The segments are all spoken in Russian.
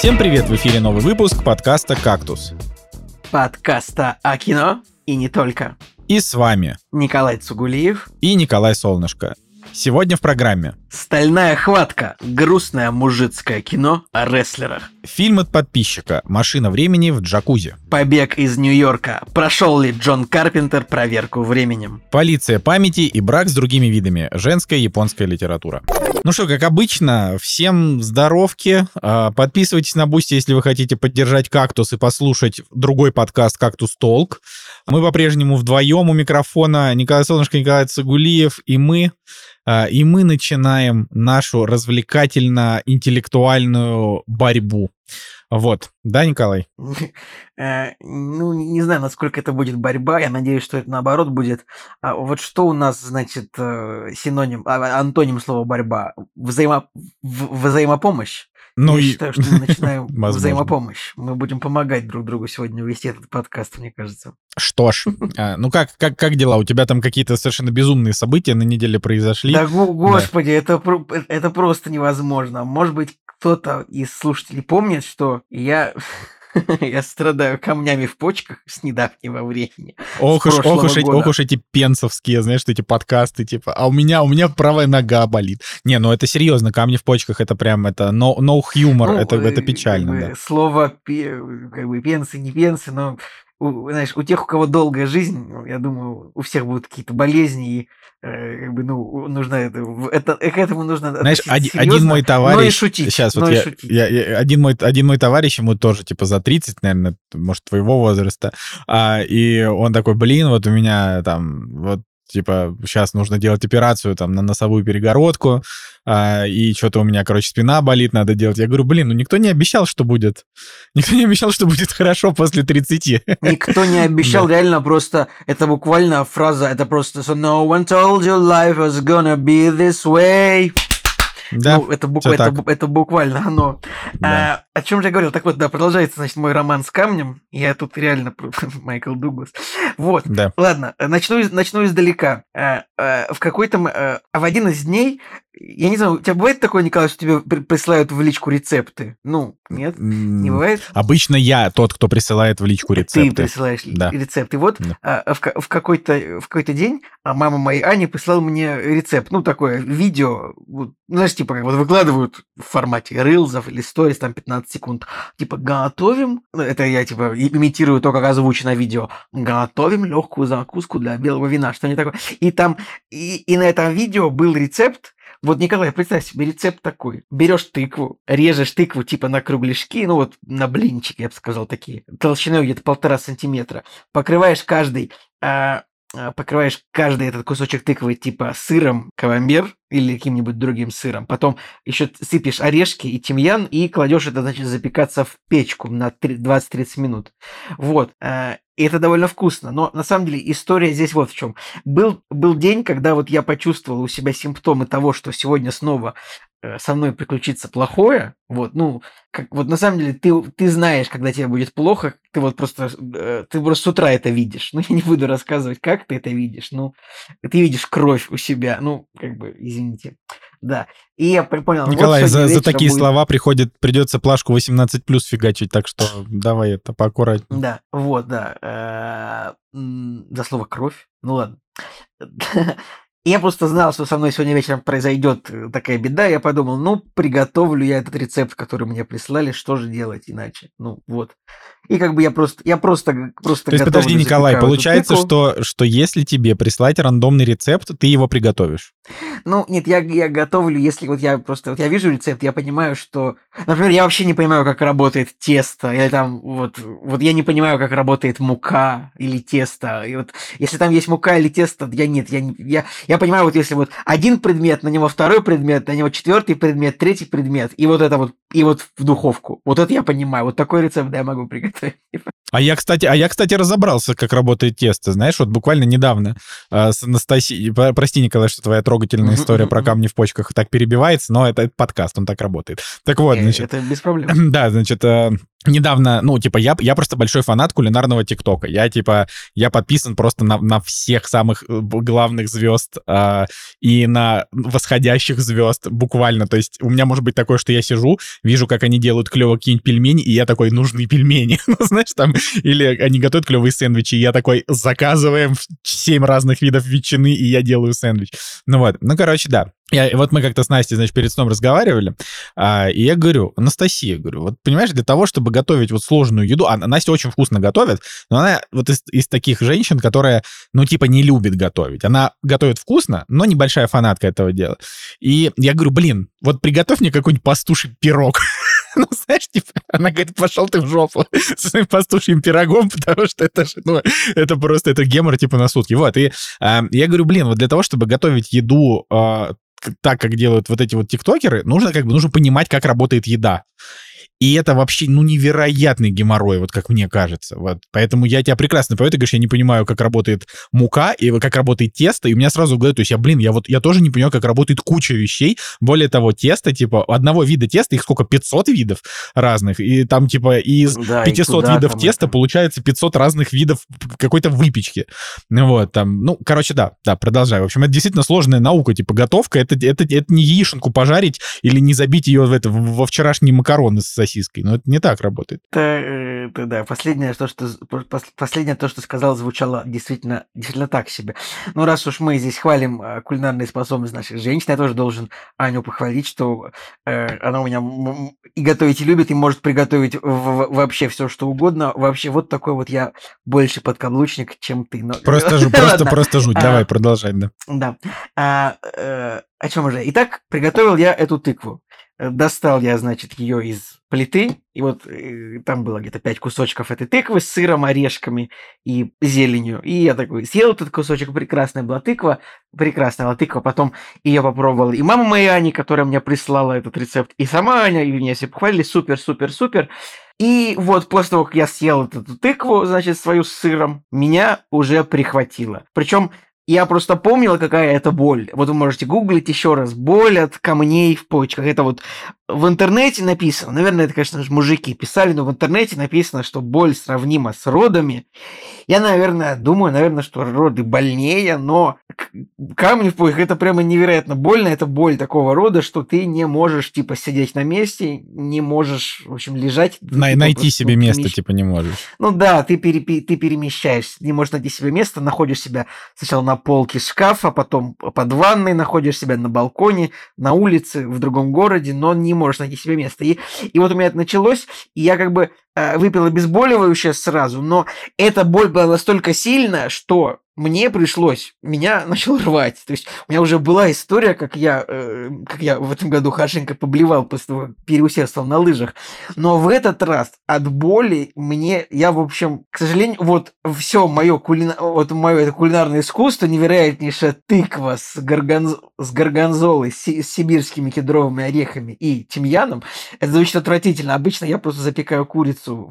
Всем привет! В эфире новый выпуск подкаста «Кактус». Подкаста о кино и не только. И с вами Николай Цугулиев и Николай Солнышко. Сегодня в программе «Стальная хватка. Грустное мужицкое кино о рестлерах». фильм от подписчика «Машина времени в джакузи». Побег из Нью-Йорка. Прошел ли Джон Карпентер проверку временем? Полиция памяти и брак с другими видами. Женская японская литература. Ну что, как обычно, всем здоровки. Подписывайтесь на Бусти, если вы хотите поддержать «Кактус» и послушать другой подкаст «Кактус Толк». Мы по-прежнему вдвоем у микрофона. Николай Солнышко, Николай Цугулиев и мы начинаем нашу развлекательно-интеллектуальную борьбу. Вот. Да, Николай? Ну, не знаю, насколько это будет борьба. Я надеюсь, что это наоборот будет. Вот что у нас, значит, синоним, антоним слова борьба? Взаимопомощь? Ну, Я считаю, что мы начинаем возможно. взаимопомощь. Мы будем помогать друг другу сегодня вести этот подкаст, мне кажется. Что ж, ну как дела? У тебя там какие-то совершенно безумные события на неделе произошли? Да, господи, это просто невозможно. Может быть, кто-то из слушателей помнит, что я страдаю камнями в почках с недавнего времени. Ох уж эти пенсовские, знаешь, эти подкасты, типа, а у меня правая нога болит. Не, ну это серьезно, камни в почках, это прям, это no humor, это печально, да. Слово, как бы, пенсы, не пенсы, но, знаешь, у тех, у кого долгая жизнь, я думаю, у всех будут какие-то болезни, и как бы, ну, нужно к этому нужно, знаешь, относиться один серьезно, мой товарищ... но и шутить. Сейчас вот один мой товарищ, ему тоже, типа, за 30, наверное, может, твоего возраста, и он такой, блин, вот у меня там, вот, типа, сейчас нужно делать операцию там на носовую перегородку, и что-то у меня, короче, спина болит, надо делать. Я говорю, блин, ну никто не обещал, что будет хорошо после 30. Никто не обещал, реально просто, это буквально фраза, это просто so no one told you life was gonna be this way. Да, ну, это буквально оно. Да. О чем же я говорил? Так вот, да, продолжается, значит, мой роман с камнем. Я тут реально Майкл Дуглас. Вот, да. Ладно, начну издалека. В один из дней, я не знаю, у тебя бывает такое, Николай, что тебе присылают в личку рецепты? Ну, нет? Не бывает? Обычно я тот, кто присылает в личку рецепты. Ты присылаешь рецепты. Вот в какой-то день мама моей Ани прислала мне рецепт. Ну, такое видео, вот, знаешь, типа, вот выкладывают в формате рилзов или сторис, там 15 секунд. Типа, готовим, это я, типа, имитирую то, как озвучено видео, готовим легкую закуску для белого вина, что-нибудь такое. И там, и на этом видео был рецепт. Вот, Николай, представь себе, рецепт такой. Берешь тыкву, режешь тыкву типа на кругляшки, ну вот на блинчики, я бы сказал, такие, толщиной где-то 1,5 сантиметра. Покрываешь каждый этот кусочек тыквы типа сыром камамбер или каким-нибудь другим сыром. Потом еще сыпешь орешки и тимьян и кладешь это, значит, запекаться в печку на 20-30 минут. Вот. И это довольно вкусно. Но на самом деле история здесь вот в чем. Был день, когда вот я почувствовал у себя симптомы того, что сегодня снова со мной приключится плохое. Вот, ну, вот на самом деле ты знаешь, когда тебе будет плохо, ты просто с утра это видишь. Ну, я не буду рассказывать, как ты это видишь. Ну, ты видишь кровь у себя. Ну, как бы, извините. Да. И я понял. Николай, вот за такие слова придется плашку 18+ фигачить, так что давай это поаккуратнее. Да, вот, да. За слово кровь. Ну ладно. Я просто знал, что со мной сегодня вечером произойдет такая беда. Я подумал, ну, приготовлю я этот рецепт, который мне прислали, что же делать иначе? Ну, вот. И как бы я просто То есть, подожди, Николай, получается, что если тебе прислать рандомный рецепт, ты его приготовишь? Ну, нет, я готовлю, если вот я вижу рецепт, я понимаю, что... Например, я вообще не понимаю, как работает тесто, или там вот я не понимаю, как работает мука или тесто. И вот если там есть мука или тесто, я понимаю, вот если вот один предмет, на него второй предмет, на него четвертый предмет, третий предмет, и вот это вот, и вот в духовку. Вот это я понимаю. Вот такой рецепт я могу приготовить. А я, кстати, разобрался, как работает тесто. Знаешь, вот буквально недавно с Анастасией... Прости, Николай, что твоя трогательная история про камни в почках так перебивается, но это подкаст, он так работает. Так вот, значит... Это без проблем. Да, значит, недавно, ну, типа, я просто большой фанат кулинарного ТикТока. Я подписан просто на всех самых главных звезд и на восходящих звезд буквально. То есть у меня может быть такое, что я сижу, вижу, как они делают клево какие-нибудь пельмени, и я такой, нужны пельмени. Ну, знаешь, там, или они готовят клевые сэндвичи, и я такой, заказываем 7 разных видов ветчины, и я делаю сэндвич. Ну вот, ну, короче, да. Вот мы как-то с Настей, значит, перед сном разговаривали, и я говорю, Анастасия, говорю, вот понимаешь, для того, чтобы готовить вот сложную еду, а Настя очень вкусно готовит, но она вот из таких женщин, которая, ну, типа, не любит готовить. Она готовит вкусно, но небольшая фанатка этого дела. И я говорю, блин, вот приготовь мне какой-нибудь пастуший пирог. Ну, знаешь, типа, она говорит, пошел ты в жопу с своим пастушьим пирогом, потому что это же, ну, это просто, это гемор, типа, на сутки. Вот, и я говорю, блин, вот для того, чтобы готовить еду так, как делают вот эти вот тиктокеры, нужно понимать, как работает еда. И это вообще, ну, невероятный геморрой, вот как мне кажется. Вот. Поэтому я тебя прекрасно понимаю, ты говоришь, я не понимаю, как работает мука и как работает тесто, и у меня сразу в голове, то есть я тоже не понимаю, как работает куча вещей. Более того, тесто, типа, одного вида теста, их сколько, 500 видов разных, и там, типа, из 500 видов теста получается 500 разных видов какой-то выпечки. Вот, там, ну, короче, да, продолжаю. В общем, это действительно сложная наука, типа, готовка, это не яишенку пожарить или не забить ее во вчерашние макароны с сосиской. Но это не так работает. Да, последнее то, что сказал, звучало действительно так себе. Ну, раз уж мы здесь хвалим кулинарные способности наших женщин, я тоже должен Аню похвалить, что она у меня и готовить и любит, и может приготовить вообще все, что угодно. Вообще, вот такой вот я больше подкаблучник, чем ты. Просто жуть. Давай, продолжай, да. Да. О чем уже? Итак, приготовил я эту тыкву. Достал я, значит, ее из плиты, и вот там было где-то 5 кусочков этой тыквы с сыром, орешками и зеленью. И я такой съел этот кусочек, прекрасная была тыква, потом ее попробовал и мама моя Аня, которая мне прислала этот рецепт, и сама Аня, и меня все похвалили, супер. И вот после того, как я съел эту тыкву, значит, свою с сыром, меня уже прихватило. Причем я просто помнил, какая это боль. Вот вы можете гуглить еще раз. Боль от камней в почках. Это вот в интернете написано. Наверное, это, конечно же, мужики писали, но в интернете написано, что боль сравнима с родами. Я, думаю, что роды больнее, но камни в почках – это прямо невероятно больно. Это боль такого рода, что ты не можешь, типа, сидеть на месте, не можешь, в общем, лежать. Найти себе место, типа, не можешь. Ну да, ты перемещаешься, не можешь найти себе место, находишь себя сначала на полке шкафа, потом под ванной, находишь себя на балконе, на улице, в другом городе, но не можешь найти себе место. И вот у меня это началось, и я как бы выпил обезболивающее сразу, но эта боль была настолько сильная, что меня начал рвать. То есть у меня уже была история, как я в этом году хорошенько поблевал после того, как переусердствовал на лыжах. Но в этот раз от боли я, в общем, к сожалению, вот все мое это кулинарное искусство, невероятнейшая тыква с горгонзолой, с сибирскими кедровыми орехами и тимьяном, это звучит отвратительно. Обычно я просто запекаю курицу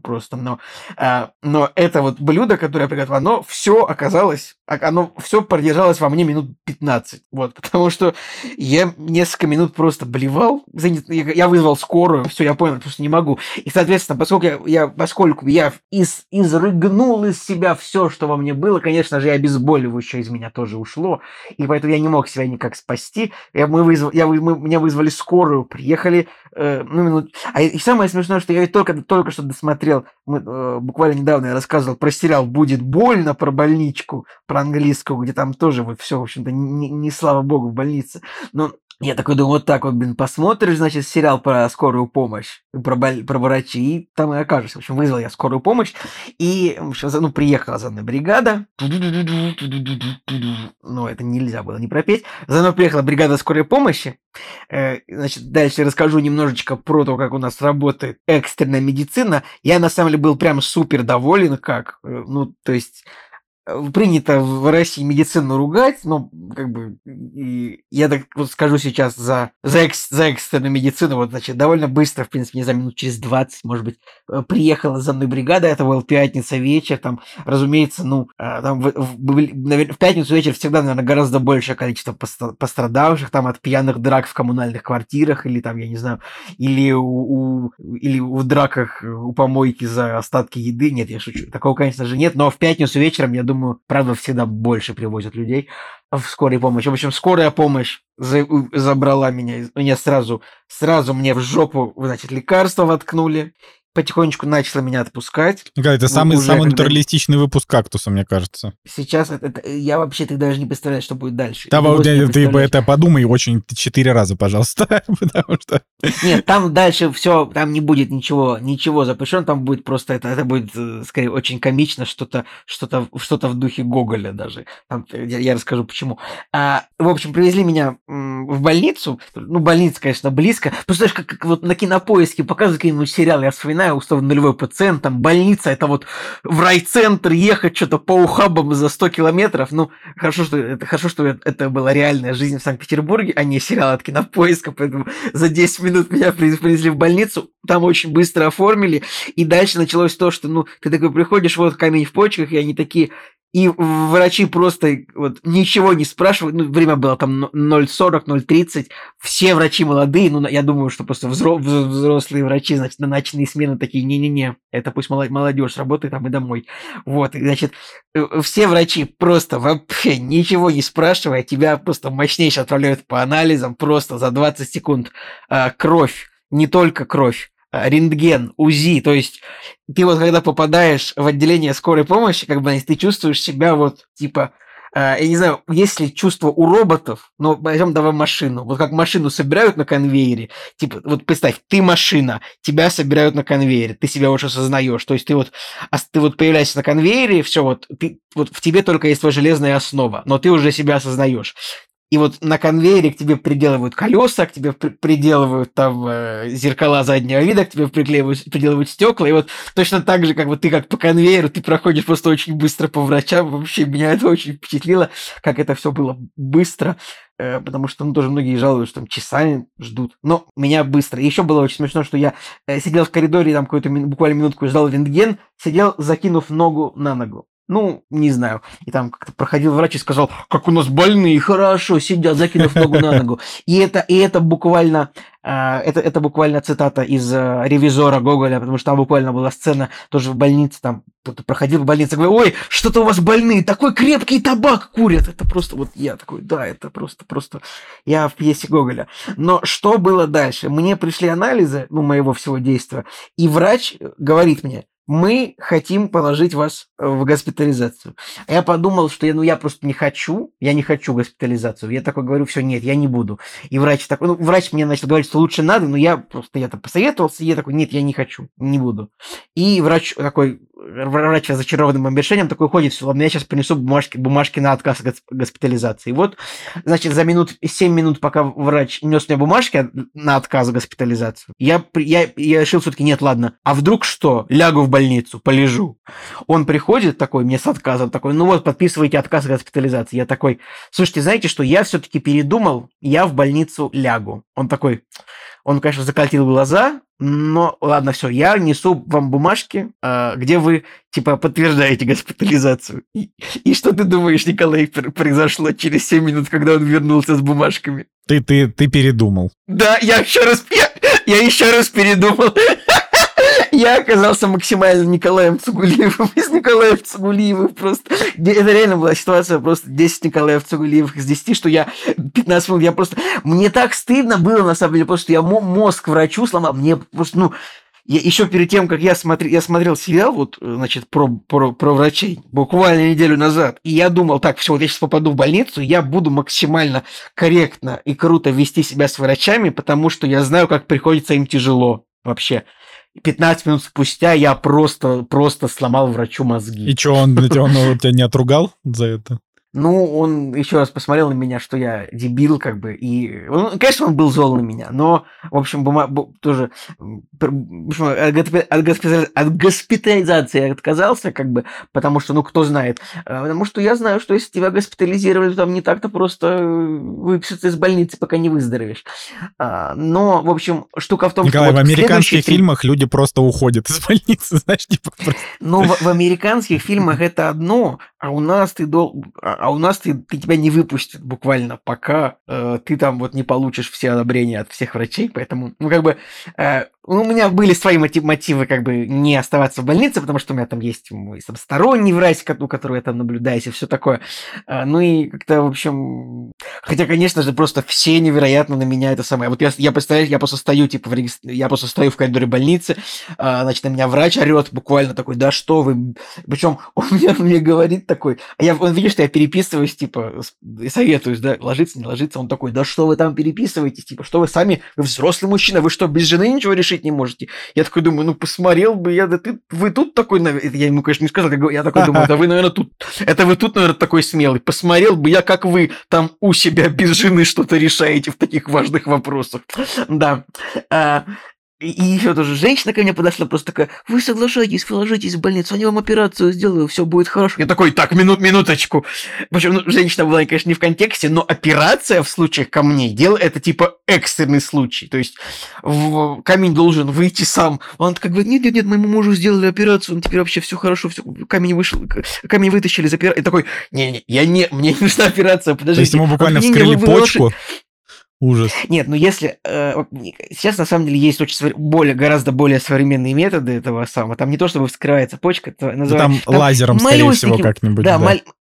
но это вот блюдо, которое я приготовил, оно все продержалось во мне минут 15. Вот, потому что я несколько минут просто блевал. Я вызвал скорую, все, я понял, просто не могу. И, соответственно, поскольку я изрыгнул из себя все, что во мне было, конечно же, и обезболивающее из меня тоже ушло, и поэтому я не мог себя никак спасти. Меня вызвали скорую, приехали, и самое смешное, что я только что досмотрел, буквально недавно я рассказывал про сериал «Будет больно», про больничку, про английскую, где там тоже вот все, в общем-то, не слава богу, в больнице. Но я такой думаю, вот так вот, посмотришь, значит, сериал про скорую помощь, про врачей, и там и окажешься. В общем, вызвал я скорую помощь, и, в общем, приехала за мной бригада. Ну, это нельзя было не пропеть. За мной приехала бригада скорой помощи. Значит, дальше расскажу немножечко про то, как у нас работает экстренная медицина. Я, на самом деле, был прям супер доволен, то есть принято в России медицину ругать, но как бы я так вот скажу сейчас за экстренную медицину, вот, значит, довольно быстро, в принципе, не знаю, минут через 20, может быть, приехала за мной бригада, это был пятница вечер, там, разумеется, там в пятницу вечер всегда, наверное, гораздо большее количество пострадавших, там, от пьяных драк в коммунальных квартирах, или там, я не знаю, или в драках у помойки за остатки еды. Нет, я шучу. Такого, конечно же, нет. Но в пятницу вечером, я думаю, правда, всегда больше привозят людей в скорой помощи. В общем, скорая помощь забрала меня. Меня сразу мне в жопу, значит, лекарства воткнули. Потихонечку начала меня отпускать. Это самый натуралистичный выпуск «Кактуса», мне кажется. Сейчас я вообще ты даже не представляю, что будет дальше. Ты это подумай очень 4 раза, пожалуйста, потому что... Нет, там дальше все, там не будет ничего запрещено, там будет просто это будет, скорее, очень комично, что-то в духе Гоголя даже. Там, я расскажу, почему. В общем, привезли меня в больницу. Больница, конечно, близко. Просто знаешь, как вот на Кинопоиске показывают какой-нибудь сериал, я вспоминаю, условно, «Нулевой пациент», там больница, это вот в райцентр ехать что-то по ухабам за 100 километров. Хорошо, что это была реальная жизнь в Санкт-Петербурге, а не сериал от Кинопоиска, поэтому за 10 минут меня привезли в больницу, там очень быстро оформили, и дальше началось то, что, ты такой приходишь, вот камень в почках, и они такие... И врачи просто вот ничего не спрашивают. Время было там 0:40, 0:30. Все врачи молодые. Я думаю, что просто взрослые врачи, значит, на ночные смены такие, не-не-не, это пусть молодежь работает, там и домой. Вот, и, значит, все врачи просто вообще ничего не спрашивая, тебя просто мощнейше отправляют по анализам, просто за 20 секунд кровь, не только кровь, рентген, УЗИ, то есть ты вот когда попадаешь в отделение скорой помощи, как бы ты чувствуешь себя вот типа, я не знаю, есть ли чувство у роботов, но возьмем давай машину, вот как машину собирают на конвейере, типа вот представь, ты машина, тебя собирают на конвейере, ты себя уже осознаешь, то есть ты вот появляешься на конвейере, все вот в тебе только есть твоя железная основа, но ты уже себя осознаешь. И вот на конвейере к тебе приделывают колеса, к тебе приделывают там зеркала заднего вида, к тебе приделывают стекла. И вот точно так же, как вот ты как по конвейеру, ты проходишь просто очень быстро по врачам. Вообще меня это очень впечатлило, как это все было быстро. Потому что тоже многие жалуются, что там часами ждут. Но меня быстро. И еще было очень смешно, что я сидел в коридоре, там какую-то буквально минутку ждал рентген, сидел, закинув ногу на ногу. Не знаю. И там как-то проходил врач и сказал, как у нас больные, хорошо сидят, закинув ногу на ногу. И это буквально цитата из «Ревизора» Гоголя, потому что там буквально была сцена тоже в больнице, там кто-то проходил в больнице, говорит, ой, что-то у вас больные, такой крепкий табак курят. Это просто вот я такой, да, это просто я в пьесе Гоголя. Но что было дальше? Мне пришли анализы, моего всего действия, и врач говорит мне, мы хотим положить вас в госпитализацию. А я подумал, что я просто не хочу госпитализацию. Я такой говорю, все, нет, я не буду. И врач такой, врач мне начал говорить, что лучше надо, но я посоветовался, и я такой, нет, я не хочу, не буду. И врач с зачарованным решением такой ходит, все, ладно, я сейчас принесу бумажки на отказ госпитализации. И вот, значит, за 7 минут, пока врач нес мне бумажки на отказ госпитализацию, я решил все-таки, нет, ладно, а вдруг что, лягу в больницу, полежу. Он приходит такой, мне с отказом, такой, подписывайте отказ госпитализации. Я такой, слушайте, знаете что, я все-таки передумал, я в больницу лягу. Он, конечно, закатил глаза, но ладно, все, я несу вам бумажки, где вы, подтверждаете госпитализацию. И что ты думаешь, Николай, произошло через 7 минут, когда он вернулся с бумажками? Ты передумал. Да, я еще раз передумал. Я оказался максимально Николаем Цугулиевым из Николаев Цугулиевых просто. Это реально была ситуация просто 10 Николаев Цугулиевых из 10, что я 15 минут, мне так стыдно было, на самом деле, потому что я мозг врачу сломал, мне просто, еще перед тем, как я смотрел сериал, про врачей, буквально неделю назад, и я думал, так, все, я сейчас попаду в больницу, я буду максимально корректно и круто вести себя с врачами, потому что я знаю, как приходится им тяжело вообще. 15 минут спустя я просто сломал врачу мозги. И что, он тебя не отругал за это? Ну, он еще раз посмотрел на меня, что я дебил, как бы, и... Конечно, он был зол на меня, но, в общем, тоже... В общем, от госпитализации отказался, как бы, потому что, ну, кто знает. Потому что я знаю, что если тебя госпитализировали, там не так-то просто выписаться из больницы, пока не выздоровеешь. Но, в общем, штука в том, Николай, что... в американских фильмах люди просто уходят из больницы, знаешь, типа... Ну, в американских фильмах это одно, а у нас тебя не выпустят буквально, пока ты там вот не получишь все одобрения от всех врачей, поэтому, ну, как бы, у меня были свои мотивы, как бы, не оставаться в больнице, потому что у меня там есть мой там, сторонний врач, у которого я там наблюдаюсь, и все такое. Ну и как-то, в общем... Хотя, конечно же, просто все невероятно на меня это самое. Вот я представляю, я просто стою, типа, я просто стою в коридоре больницы, значит, на меня врач орет буквально такой, да что вы... Причем он мне говорит такой, он видит, что я переписываюсь, типа, советуюсь, да, ложиться, не ложиться, он такой, да что вы там переписываетесь, типа, что вы сами, вы взрослый мужчина, вы что, без жены ничего решить не можете? Я такой думаю, ну, посмотрел бы я, да вы тут такой, я ему, конечно, не сказал, я такой думаю, да вы, наверное, тут, это вы тут, наверное, такой смелый, посмотрел бы я, как вы там у себя без жены что-то решаете в таких важных вопросах. Да. И еще тоже женщина ко мне подошла, просто такая, вы соглашайтесь, вы ложитесь в больницу, они вам операцию сделают, все будет хорошо. Я такой, так, минуточку. В общем, женщина была, конечно, не в контексте, но операция в случаях камней, это типа экстренный случай. То есть камень должен выйти сам. Он как бы, нет, моему мужу сделали операцию, теперь вообще все хорошо, камень вышел, камень вытащили из операции. И такой, мне не нужна операция, подождите. То есть ему буквально вскрыли почку? Ужас. Нет, ну если... сейчас, на самом деле, есть гораздо более современные методы этого самого. Там не то, чтобы вскрывается почка, это называется... Там лазером, скорее всего, как-нибудь. Да,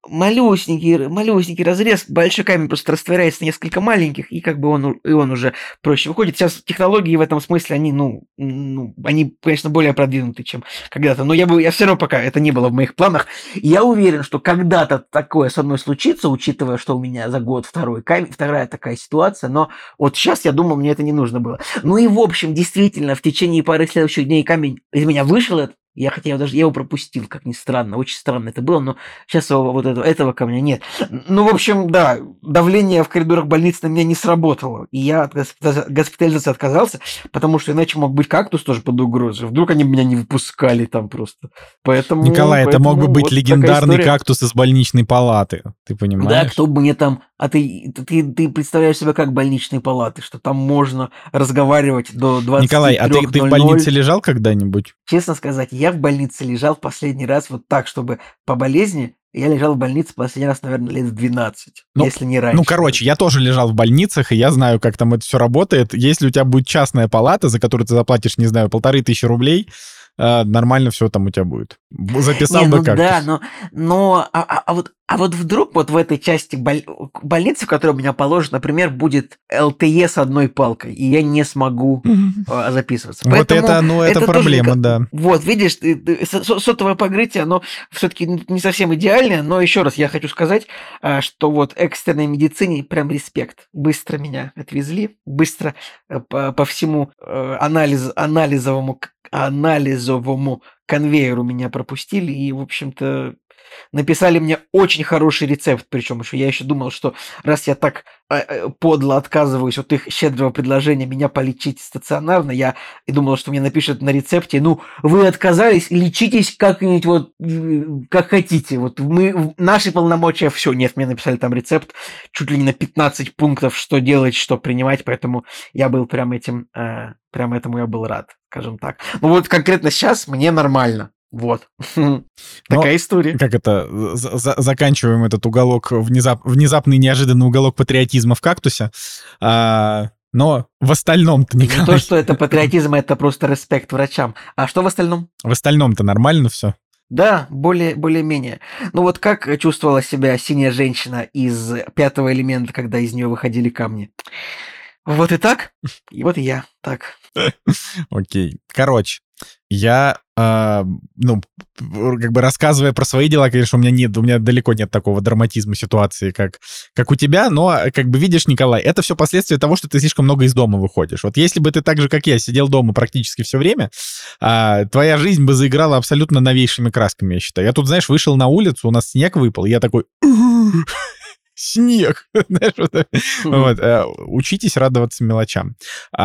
малюсенький разрез, большой камень просто растворяется на несколько маленьких, и как бы он уже проще выходит. Сейчас технологии в этом смысле, они, конечно, более продвинуты, чем когда-то. Но я все равно пока это не было в моих планах. Я уверен, что когда-то такое со мной случится, учитывая, что у меня за год вторая такая ситуация, но вот сейчас я думал, мне это не нужно было. Ну и в общем, действительно, в течение пары следующих дней камень из меня вышел, я его пропустил, как ни странно, очень странно это было, но сейчас этого камня нет. Ну, в общем, да, давление в коридорах больницы на меня не сработало, и я от госпитализации отказался, потому что иначе мог быть кактус тоже под угрозой. Вдруг они меня не выпускали там просто. Николай, это мог бы быть легендарный кактус из больничной палаты, ты понимаешь? Да, кто бы мне там... А ты представляешь себя как больничные палаты, что там можно разговаривать до 23:00. Николай, а ты в больнице лежал когда-нибудь? Честно сказать, я в больнице лежал в последний раз вот так, чтобы по болезни. Я лежал в больнице последний раз, наверное, лет в 12, если не раньше. Ну, короче, я тоже лежал в больницах, и я знаю, как там это все работает. Если у тебя будет частная палата, за которую ты заплатишь, не знаю, 1500 рублей, нормально все там у тебя будет. Записал бы как-то. Да, но вот вдруг вот в этой части больницы, в которой у меня положено, например, будет ЛТЕ с одной палкой, и я не смогу записываться. Вот это проблема, да. Вот, видишь, сотовое покрытие, оно все-таки не совсем идеальное, но еще раз я хочу сказать, что вот экстренной медицине прям респект. Быстро меня отвезли, быстро по всему анализовому конвейеру меня пропустили и, в общем-то, написали мне очень хороший рецепт, причем я еще думал, что раз я так подло отказываюсь от их щедрого предложения меня полечить стационарно, я и думал, что мне напишут на рецепте, вы отказались, лечитесь как-нибудь вот как хотите, вот наши полномочия, все, нет, мне написали там рецепт, чуть ли не на 15 пунктов, что делать, что принимать, поэтому я был прям этому я был рад, скажем так. Ну вот конкретно сейчас мне нормально. Вот. Такая история. Как это? Заканчиваем этот уголок, внезапный неожиданный уголок патриотизма в кактусе. Но в остальном-то, Николай... Не то, что это патриотизм, это просто респект врачам. А что в остальном? В остальном-то нормально все? Да, более-менее. Ну вот как чувствовала себя синяя женщина из «Пятого элемента», когда из нее выходили камни? Вот и так, и вот и я так. Окей. Короче, Я, ну, как бы рассказывая про свои дела, конечно, у меня далеко нет такого драматизма ситуации, как у тебя, но, как бы, видишь, Николай, это все последствия того, что ты слишком много из дома выходишь. Вот если бы ты так же, как я, сидел дома практически все время, твоя жизнь бы заиграла абсолютно новейшими красками, я считаю. Я тут, знаешь, вышел на улицу, у нас снег выпал, и я такой... Снег. Вот. Учитесь радоваться мелочам.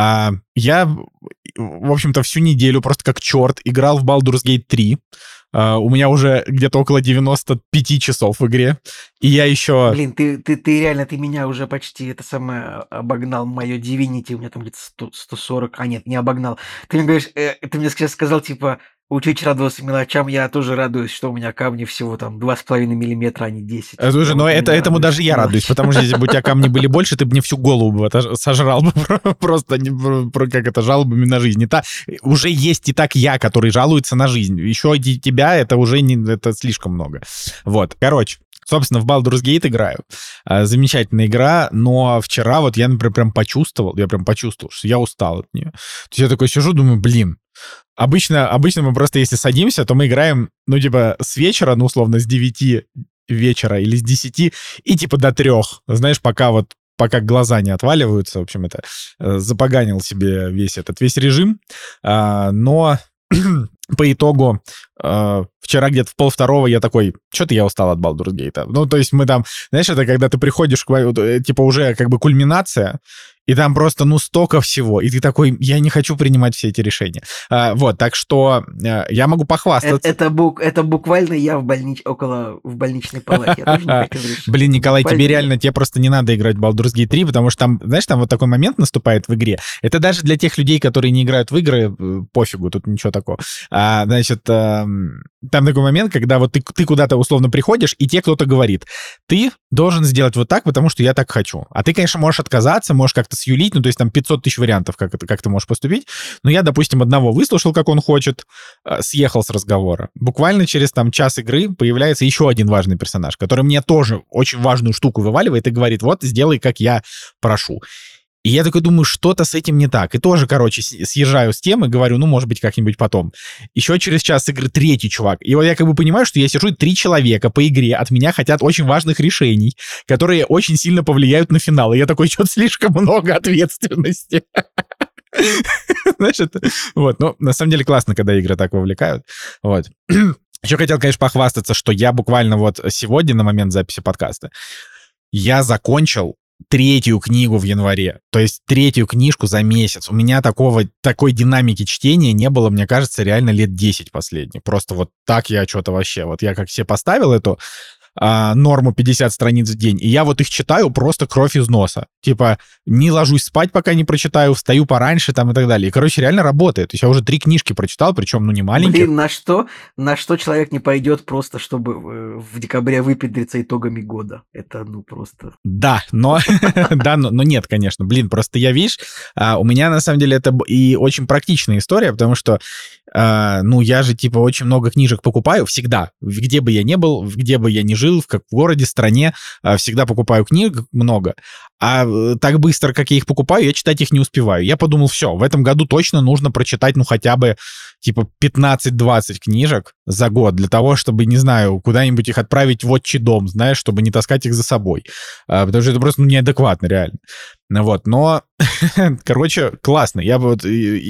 Я, в общем-то, всю неделю просто как черт играл в Baldur's Gate 3. У меня уже где-то около 95 часов в игре. И я еще... Блин, ты реально, ты меня уже почти это самое обогнал. Мое Divinity, у меня там где-то 140. А нет, не обогнал. Ты мне говоришь, ты мне сейчас сказал, типа, учить радоваться мелочам, я тоже радуюсь, что у меня камни всего там 2,5 миллиметра, а не 10. Слушай, но этому даже я радуюсь, потому что если бы у тебя камни были больше, ты бы мне всю голову сожрал бы просто как это, жалобами на жизнь. Уже есть и так я, который жалуется на жизнь. Еще тебя это уже это слишком много. Вот, короче. Собственно, в Baldur's Gate играю. Замечательная игра, но вчера вот я, например, прям почувствовал, что я устал от нее. То есть я такой сижу, думаю, блин, обычно мы просто, если садимся, то мы играем, ну, типа, с вечера, ну, условно, с 9 вечера или с 10 и, типа, до 3. Знаешь, пока глаза не отваливаются. В общем, это запоганил себе весь режим. Но по итогу вчера где-то в 1:30 я такой, что-то я устал от Baldur's Gate. Ну, то есть мы там, знаешь, это когда ты приходишь, типа, уже как бы кульминация, и там просто, ну, столько всего. И ты такой, я не хочу принимать все эти решения. Вот, так что я могу похвастаться. Это буквально я в больничной палате. Я тоже не хочу решить. Блин, Николай, тебе просто не надо играть в Baldur's Gate 3, потому что там, знаешь, там вот такой момент наступает в игре. Это даже для тех людей, которые не играют в игры, пофигу, тут ничего такого. Значит, там такой момент, когда вот ты куда-то условно приходишь, и тебе кто-то говорит, ты должен сделать вот так, потому что я так хочу. А ты, конечно, можешь отказаться, можешь как-то сюлить, ну, то есть там 500 тысяч вариантов, как ты можешь поступить. Но я, допустим, одного выслушал, как он хочет, съехал с разговора. Буквально через там час игры появляется еще один важный персонаж, который мне тоже очень важную штуку вываливает и говорит, вот, сделай, как я прошу. И я такой думаю, что-то с этим не так. И тоже, короче, съезжаю с темы, говорю, ну, может быть, как-нибудь потом. Еще через час игры третий чувак. И вот я как бы понимаю, что я сижу, 3 человека по игре от меня хотят очень важных решений, которые очень сильно повлияют на финал. И я такой, что-то слишком много ответственности. Знаешь, это... Вот, ну, на самом деле классно, когда игры так вовлекают. Вот. Еще хотел, конечно, похвастаться, что я буквально вот сегодня, на момент записи подкаста, я закончил 3-ю книгу в январе. То есть 3-ю книжку за месяц. У меня такой динамики чтения не было, мне кажется, реально лет 10 последних. Просто вот так я что-то вообще... Вот я как себе поставил эту норму 50 страниц в день, и я вот их читаю просто кровь из носа. Типа, не ложусь спать, пока не прочитаю, встаю пораньше там и так далее. И, короче, реально работает. То есть я уже 3 книжки прочитал, причем, ну, не маленькие. Блин, на что человек не пойдет просто, чтобы в декабре выпендриться итогами года? Это, ну, просто... Да, но нет, конечно. Блин, просто я, видишь, у меня, на самом деле, это и очень практичная история, потому что, ну, я же, типа, очень много книжек покупаю всегда. Где бы я ни был, где бы я ни жил, в городе, стране, всегда покупаю книг много. А так быстро, как я их покупаю, я читать их не успеваю. Я подумал, все, в этом году точно нужно прочитать, ну, хотя бы, типа, 15-20 книжек за год для того, чтобы, не знаю, куда-нибудь их отправить в отчий дом, знаешь, чтобы не таскать их за собой. Потому что это просто, ну, неадекватно, реально. Вот, но, короче, классно. Я вот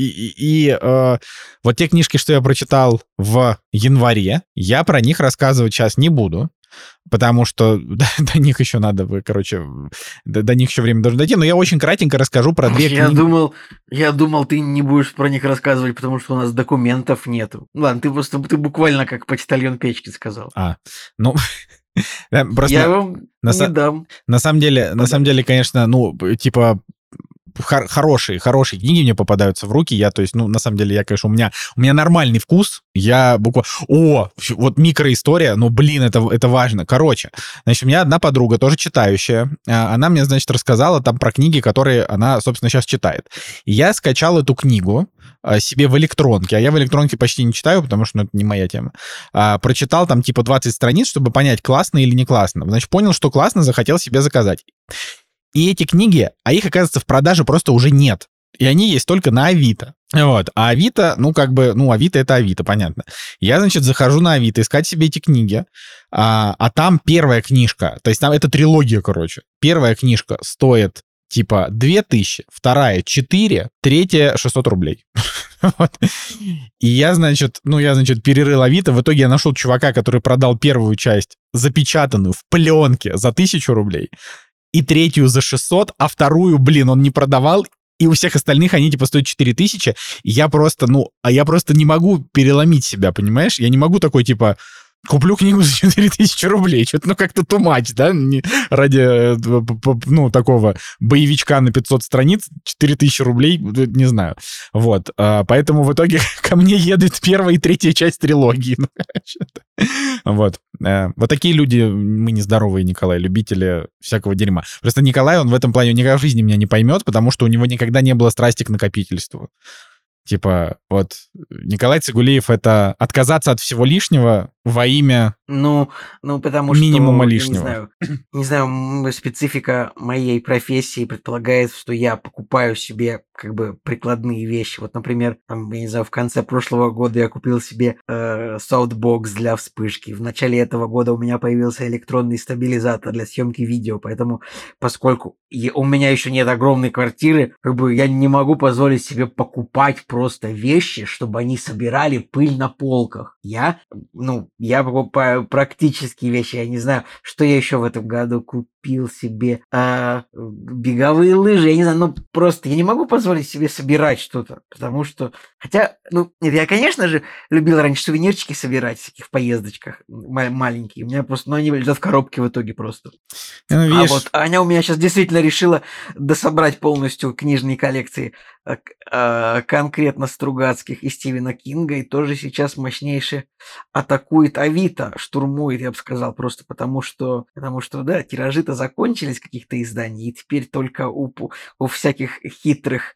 вот те книжки, что я прочитал в январе, я про них рассказывать сейчас не буду, потому что до них еще надо, короче, до них еще время должно дойти, но я очень кратенько расскажу про 2 книги. Я думал, ты не будешь про них рассказывать, потому что у нас документов нету. Ладно, ты буквально как почтальон Печки сказал. Ну... Просто я вам не дам. На самом деле, конечно, ну, типа, хорошие книги мне попадаются в руки. Я, то есть, ну, на самом деле, конечно, у меня нормальный вкус. Я буквально... вот микроистория, ну, блин, это важно. Короче, значит, у меня одна подруга, тоже читающая, она мне, значит, рассказала там про книги, которые она, собственно, сейчас читает. И я скачал эту книгу себе в электронке, а я в электронке почти не читаю, потому что, ну, это не моя тема. Прочитал там типа 20 страниц, чтобы понять, классно или не классно. Значит, понял, что классно, захотел себе заказать. И эти книги, их, оказывается, в продаже просто уже нет. И они есть только на Авито. Вот, а Авито, Авито — это Авито, понятно. Я, значит, захожу на Авито искать себе эти книги, а там первая книжка, то есть там это трилогия, короче. Первая книжка стоит, типа, 2000, вторая — 4, третья — 600 рублей. Вот. И я, значит, перерыл Авито, в итоге я нашел чувака, который продал первую часть, запечатанную в пленке за 1000 рублей, и третью за 600, а вторую, он не продавал, и у всех остальных они, типа, стоят 4000, и я просто не могу переломить себя, понимаешь? Я не могу такой, типа, куплю книгу за 4000 рублей, что-то, как-то too much, да? Ради, такого боевичка на 500 страниц 4000 рублей, не знаю. Вот, поэтому в итоге ко мне едет первая и третья часть трилогии. Вот. Вот такие люди мы нездоровые, Николай, любители всякого дерьма. Просто Николай, он в этом плане никогда в жизни меня не поймет, потому что у него никогда не было страсти к накопительству. Типа, вот, Николай Цигулиев — это отказаться от всего лишнего во имя потому минимума что, лишнего. Не знаю, специфика моей профессии предполагает, что я покупаю себе как бы прикладные вещи. Вот, например, там, я не знаю, в конце прошлого года я купил себе софтбокс для вспышки. В начале этого года у меня появился электронный стабилизатор для съемки видео, поэтому, поскольку у меня еще нет огромной квартиры, как бы я не могу позволить себе покупать просто вещи, чтобы они собирали пыль на полках. Я покупаю практические вещи. Я не знаю, что я еще в этом году купил себе. Беговые лыжи. Я не знаю, просто я не могу позволить себе собирать что-то, потому что... Хотя, я, конечно же, любил раньше сувенирчики собирать в всяких поездочках маленькие. У меня просто, они лежат в коробке в итоге просто. А вот Аня у меня сейчас действительно решила дособрать полностью книжные коллекции конкретно Стругацких и Стивена Кинга, и тоже сейчас мощнейше атакует Авито, штурмует, я бы сказал, просто потому что да, тиражи-то закончились каких-то изданий, и теперь только у всяких хитрых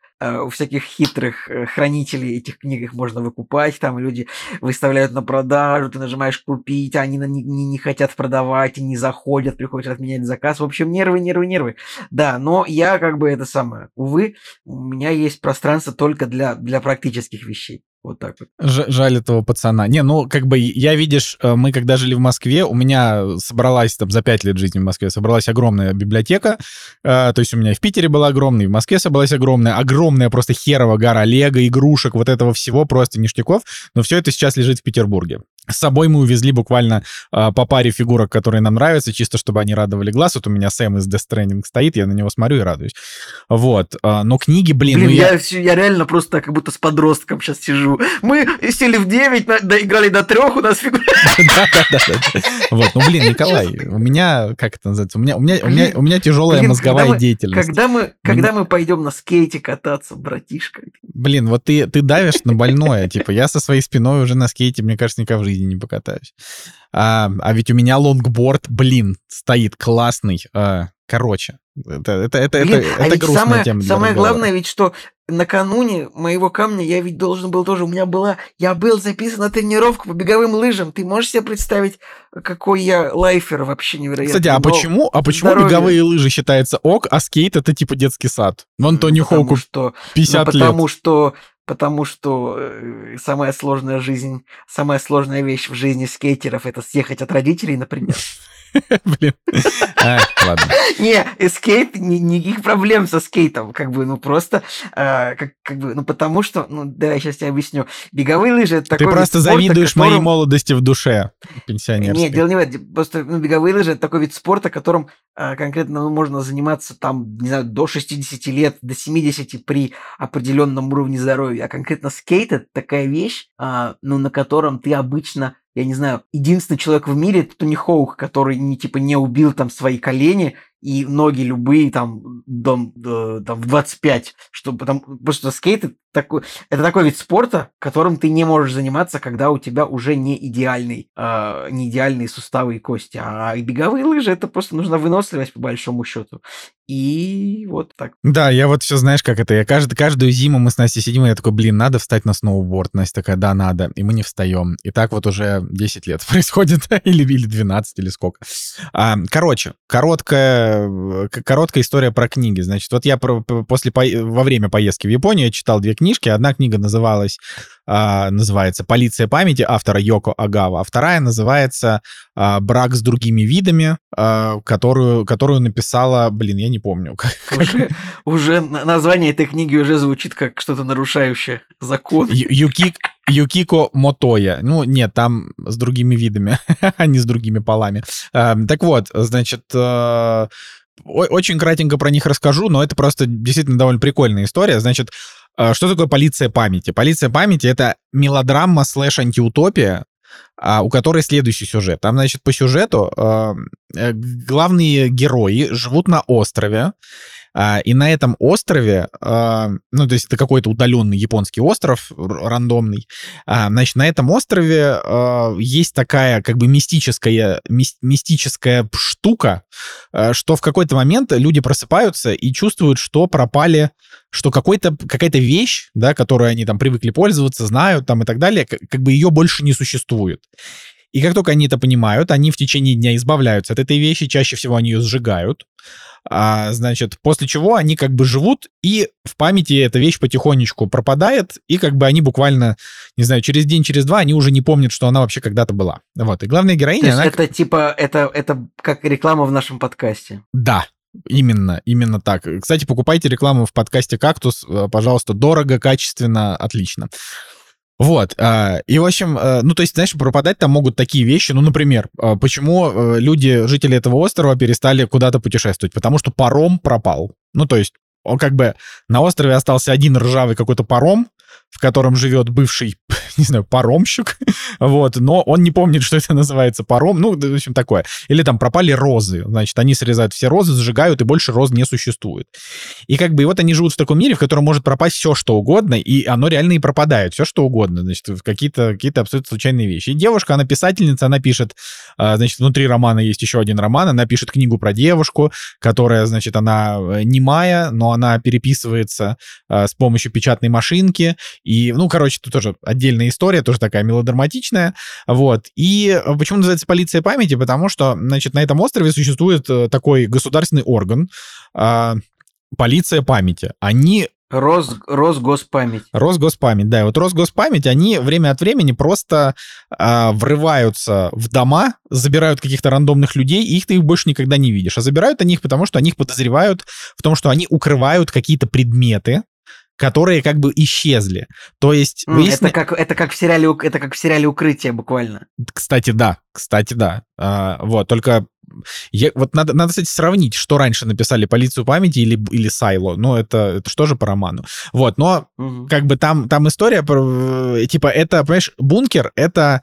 хранителей этих книг их можно выкупать, там люди выставляют на продажу, ты нажимаешь купить, а они не хотят продавать, и не заходят, приходится отменять заказ. В общем, нервы. Да, но я увы, у меня есть пространство только для практических вещей. Вот так вот. Жаль этого пацана. Я, видишь, мы когда жили в Москве, у меня собралась там за 5 лет жизни в Москве, собралась огромная библиотека, то есть у меня и в Питере была огромная, и в Москве собралась огромная просто херова гора лего, игрушек, вот этого всего, просто ништяков, но все это сейчас лежит в Петербурге. С собой мы увезли буквально по паре фигурок, которые нам нравятся, чисто чтобы они радовали глаз. Вот у меня Сэм из Death Stranding стоит, я на него смотрю и радуюсь. Вот. Но книги, я реально просто как будто с подростком сейчас сижу. Мы сели в 9, доиграли до 3, у нас фигуры. Да. Вот, Николай, у меня, как это называется, у меня тяжелая мозговая деятельность. Когда мы пойдем на скейте кататься, братишка? Вот ты давишь на больное. Типа, я со своей спиной уже на скейте, мне кажется, никогда в жизни не покатаюсь. А ведь у меня лонгборд, стоит классный. Короче, это грустная тема. Самое главное ведь, что накануне моего камня я ведь должен был тоже... Я был записан на тренировку по беговым лыжам. Ты можешь себе представить, какой я лайфер вообще невероятный? Кстати, а почему беговые лыжи считаются ок, а скейт — это типа детский сад? Вон Тони Хоуку 50 лет. Потому что самая сложная вещь в жизни скейтеров — это съехать от родителей, например. Ладно. Не, скейт, никаких проблем со скейтом, просто, потому что, да, я сейчас тебе объясню. Беговые лыжи — это такой вид спорта. Ты просто завидуешь моей молодости в душе, пенсионерской. Нет, дело не в этом. Просто беговые лыжи — это такой вид спорта, которым конкретно можно заниматься там, не знаю, до 60 лет, до 70 при определенном уровне здоровья. А конкретно скейт — это такая вещь, на котором ты обычно... Я не знаю, единственный человек в мире — это Тони Хоук, который не убил там свои колени и ноги любые там в 25, потому что скейт — это такой вид спорта, которым ты не можешь заниматься, когда у тебя уже не идеальные суставы и кости. А беговые лыжи — это просто нужна выносливость, по большому счету. И вот так. Да, я вот все, знаешь, как это, я каждую зиму мы с Настей сидим, и я такой, надо встать на сноуборд. Настя такая, да, надо, и мы не встаем. И так вот уже 10 лет происходит, или 12, или сколько. Короче, короткая история про книги. Значит, вот я во время поездки в Японию я читал 2 книги, книжки. Одна книга называется «Полиция памяти» автора Йоко Огава, а вторая называется «Брак с другими видами», которую написала, я не помню. Уже название этой книги уже звучит как что-то нарушающее закон. Юкико Мотоя. Ну, нет, там с другими видами, а не с другими полами. Так вот, значит, очень кратенько про них расскажу, но это просто действительно довольно прикольная история. Значит, что такое полиция памяти? Полиция памяти — это мелодрама /антиутопия, у которой следующий сюжет. Там, значит, по сюжету главные герои живут на острове, и на этом острове, то есть это какой-то удаленный японский остров, рандомный, значит, на этом острове есть такая как бы мистическая штука, что в какой-то момент люди просыпаются и чувствуют, что пропали, что какая-то вещь, да, которую они там привыкли пользоваться, знают там и так далее, как бы ее больше не существует. И как только они это понимают, они в течение дня избавляются от этой вещи, чаще всего они ее сжигают, значит, после чего они как бы живут, и в памяти эта вещь потихонечку пропадает, и как бы они буквально, не знаю, через день, через два они уже не помнят, что она вообще когда-то была. Вот, и главная героиня... То есть она... это типа, это как реклама в нашем подкасте. Да. Именно так. Кстати, покупайте рекламу в подкасте «Кактус», пожалуйста, дорого, качественно, отлично. Вот, и, в общем, то есть, знаешь, пропадать там могут такие вещи, например, почему жители этого острова перестали куда-то путешествовать? Потому что паром пропал. То есть, он как бы на острове остался один ржавый какой-то паром, в котором живет бывший, не знаю, паромщик, вот, но он не помнит, что это называется паром, в общем, такое. Или там пропали розы, значит, они срезают все розы, сжигают, и больше роз не существует. И как бы вот они живут в таком мире, в котором может пропасть все, что угодно, и оно реально и пропадает, все, что угодно, значит, какие-то абсолютно случайные вещи. И девушка, она писательница, она пишет, значит, внутри романа есть еще один роман, она пишет книгу про девушку, которая, значит, она немая, но она переписывается с помощью печатной машинки. И, тут тоже отдельная история, тоже такая мелодраматичная, вот. И почему называется полиция памяти? Потому что, значит, на этом острове существует такой государственный орган, полиция памяти. Они... Росгоспамять. Росгоспамять, да. И вот Росгоспамять, они время от времени просто врываются в дома, забирают каких-то рандомных людей, и их больше никогда не видишь. А забирают они их, потому что они их подозревают в том, что они укрывают какие-то предметы, которые как бы исчезли. То есть... Это как в сериале «Укрытие» буквально. Кстати, да. Вот, только... надо, кстати, сравнить, что раньше написали «Полицию памяти» или «Сайло». Это что же по роману. Вот, но как бы там история, типа, это, понимаешь, «Бункер» — это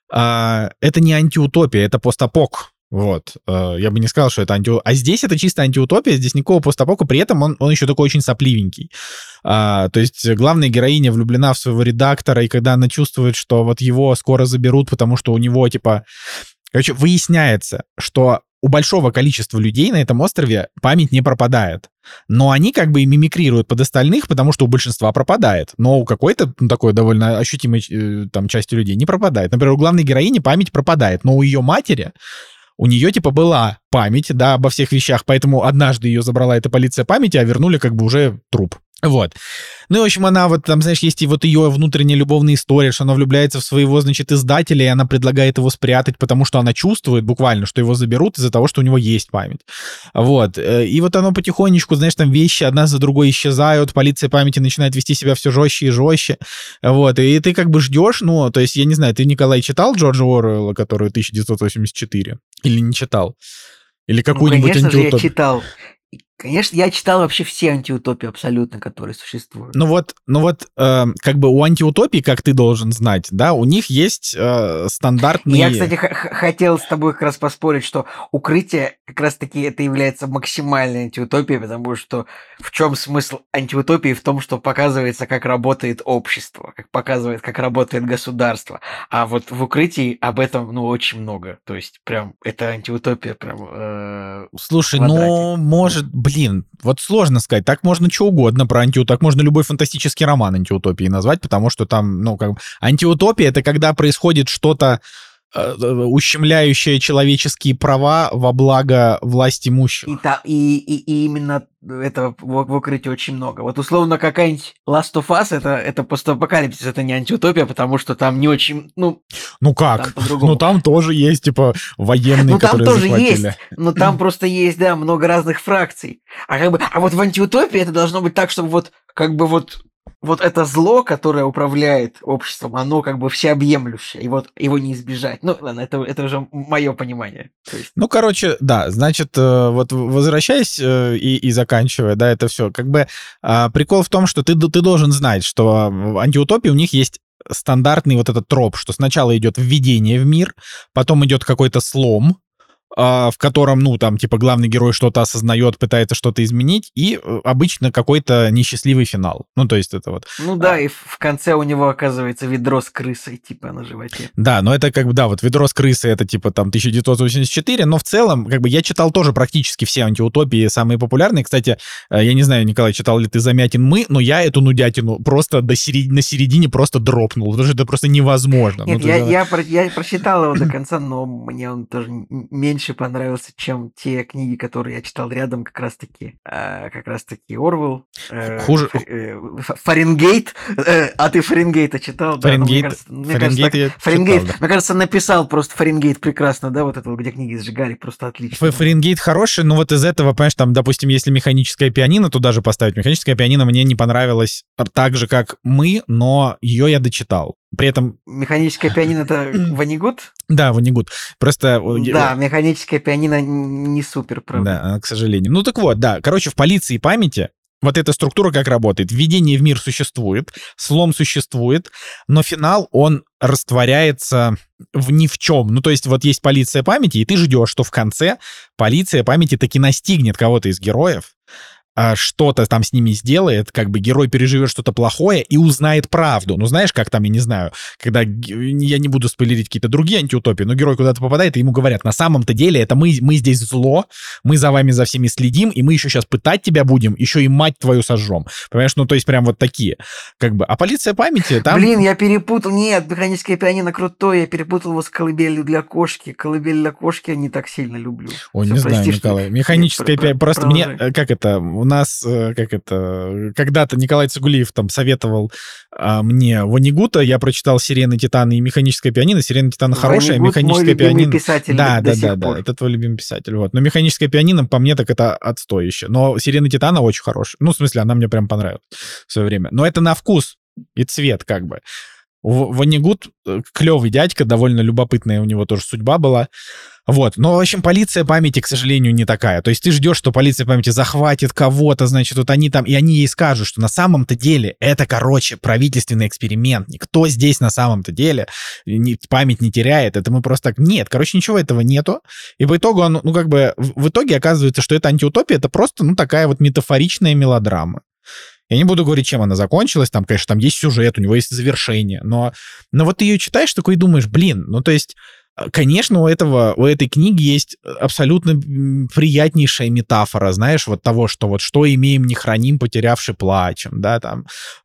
не антиутопия, это постапок. Вот, я бы не сказал, что это А здесь это чисто антиутопия, здесь никакого постапока, при этом он еще такой очень сопливенький. То есть главная героиня влюблена в своего редактора, и когда она чувствует, что вот его скоро заберут, потому что у него, типа... Короче, выясняется, что у большого количества людей на этом острове память не пропадает. Но они как бы и мимикрируют под остальных, потому что у большинства пропадает. Но у какой-то такой довольно ощутимой там части людей не пропадает. Например, у главной героини память пропадает, но у ее матери... У нее, типа, была память, да, обо всех вещах, поэтому однажды ее забрала эта полиция памяти, а вернули как бы уже труп. Вот. Ну, и, в общем, она вот, там, знаешь, есть и вот ее внутренняя любовная история, что она влюбляется в своего, значит, издателя, и она предлагает его спрятать, потому что она чувствует буквально, что его заберут из-за того, что у него есть память. Вот. И вот оно потихонечку, знаешь, там вещи одна за другой исчезают, полиция памяти начинает вести себя все жестче и жестче. Вот. И ты как бы ждешь, то есть, я не знаю, ты, Николай, читал Джорджа Оруэлла, который 1984? Или не читал? Или какую-нибудь антиутопию? Конечно же, я читал. Конечно, я читал вообще все антиутопии абсолютно, которые существуют. Как бы у антиутопий, как ты должен знать, да, у них есть стандартные... Я, кстати, хотел с тобой как раз поспорить, что «Укрытие» как раз-таки это является максимальной антиутопией, потому что в чем смысл антиутопии? В том, что показывается, как работает общество, как показывает, как работает государство. А вот в «Укрытии» об этом, очень много. То есть прям это антиутопия прям... Слушай, может... Блин, вот сложно сказать. Так можно что угодно про антиутопию. Так можно любой фантастический роман антиутопией назвать, потому что там, антиутопия — это когда происходит что-то ущемляющая человеческие права во благо власть имущих. И именно этого в укрытии очень много. Вот условно какая-нибудь Last of Us это постапокалипсис, это не антиутопия, потому что там не очень, Ну как? Там по-другому. Ну там тоже есть, типа, военные, которые там тоже захватили. есть, но там просто есть, да, много разных фракций. А вот в антиутопии это должно быть так, чтобы вот это зло, которое управляет обществом, оно как бы всеобъемлющее, и вот его не избежать. Ну, ладно, это уже мое понимание. Ну, короче, да, значит, вот возвращаясь и заканчивая, да, это все, как бы прикол в том, что ты должен знать, что в антиутопии у них есть стандартный вот этот троп, что сначала идет введение в мир, потом идет какой-то слом, в котором, ну, там, типа, главный герой что-то осознает, пытается что-то изменить, и обычно какой-то несчастливый финал. Ну, то есть это вот... Ну да, и в конце у него оказывается ведро с крысой, типа, на животе. Да, но это как бы, да, вот ведро с крысой, это типа там 1984, но в целом, как бы, я читал тоже практически все антиутопии, самые популярные. Кстати, я не знаю, Николай, читал ли ты «Замятин мы», но я эту нудятину просто на середине просто дропнул, потому что это просто невозможно. Нет, я прочитал его до конца, но мне он тоже меньше понравился, чем те книги, которые я читал рядом, как раз-таки Орвелл, Хуже... Фаренгейт, а ты Фаренгейта читал? Фаренгейт, Фаренгейт, мне кажется, написал просто Фаренгейт прекрасно, да, вот это, где книги сжигали, просто отлично. Фаренгейт хороший, но вот из этого, понимаешь, там, допустим, если механическое пианино туда же поставить, механическое пианино мне не понравилось так же, как мы, но ее я дочитал. При этом... Механическое пианино — это Вонигут? Да, Вонигут. Просто... Да, механическое пианино не супер, правда. Да, к сожалению. Ну так вот, да. Короче, в полиции памяти вот эта структура как работает. Введение в мир существует, слом существует, но финал, он растворяется в ни в чем. Ну, то есть вот есть полиция памяти, и ты ждешь, что в конце полиция памяти таки настигнет кого-то из героев, что-то там с ними сделает, как бы герой переживет что-то плохое и узнает правду. Ну, знаешь, как там, я не знаю, когда, я не буду спойлерить какие-то другие антиутопии, но герой куда-то попадает, и ему говорят, на самом-то деле это мы здесь зло, мы за вами за всеми следим, и мы еще сейчас пытать тебя будем, еще и мать твою сожжем. Понимаешь, ну, то есть прям вот такие, как бы. А полиция памяти там... Блин, я перепутал, нет, механическое пианино крутое, я перепутал его с колыбелью для кошки. Колыбель для кошки я не так сильно люблю. Ой, не знаю, Николай. Механическое пианино, просто мне, как это, у нас, когда-то Николай Цигулиев там советовал мне Вонигута, я прочитал «Сирены Титана» и «Механическое пианино». «Сирены Титана» хорошая, «Механическое пианино». Писатель да, это твой любимый писатель. Вот. Но «Механическое пианино» по мне так это отстой еще. Но «Сирены Титана» очень хорошая. Ну, в смысле, она мне прям понравилась в свое время. Но это на вкус и цвет как бы. Вонигут клевый дядька, довольно любопытная у него тоже судьба была. Вот. Но, в общем, полиция памяти, к сожалению, не такая. То есть ты ждешь, что полиция памяти захватит кого-то, значит, вот они там, и они ей скажут, что на самом-то деле это, короче, правительственный эксперимент. Никто здесь на самом-то деле память не теряет. Это мы просто так... Нет, короче, ничего этого нету. И по итогу, ну, как бы, в итоге оказывается, что это антиутопия, это просто, ну, такая вот метафоричная мелодрама. Я не буду говорить, чем она закончилась, там, конечно, там есть сюжет, у него есть завершение, но вот ты ее читаешь такой и думаешь, блин, ну, то есть, конечно, у этой книги есть абсолютно приятнейшая метафора, знаешь, вот того, что вот что имеем, не храним, потерявши плачем, да, там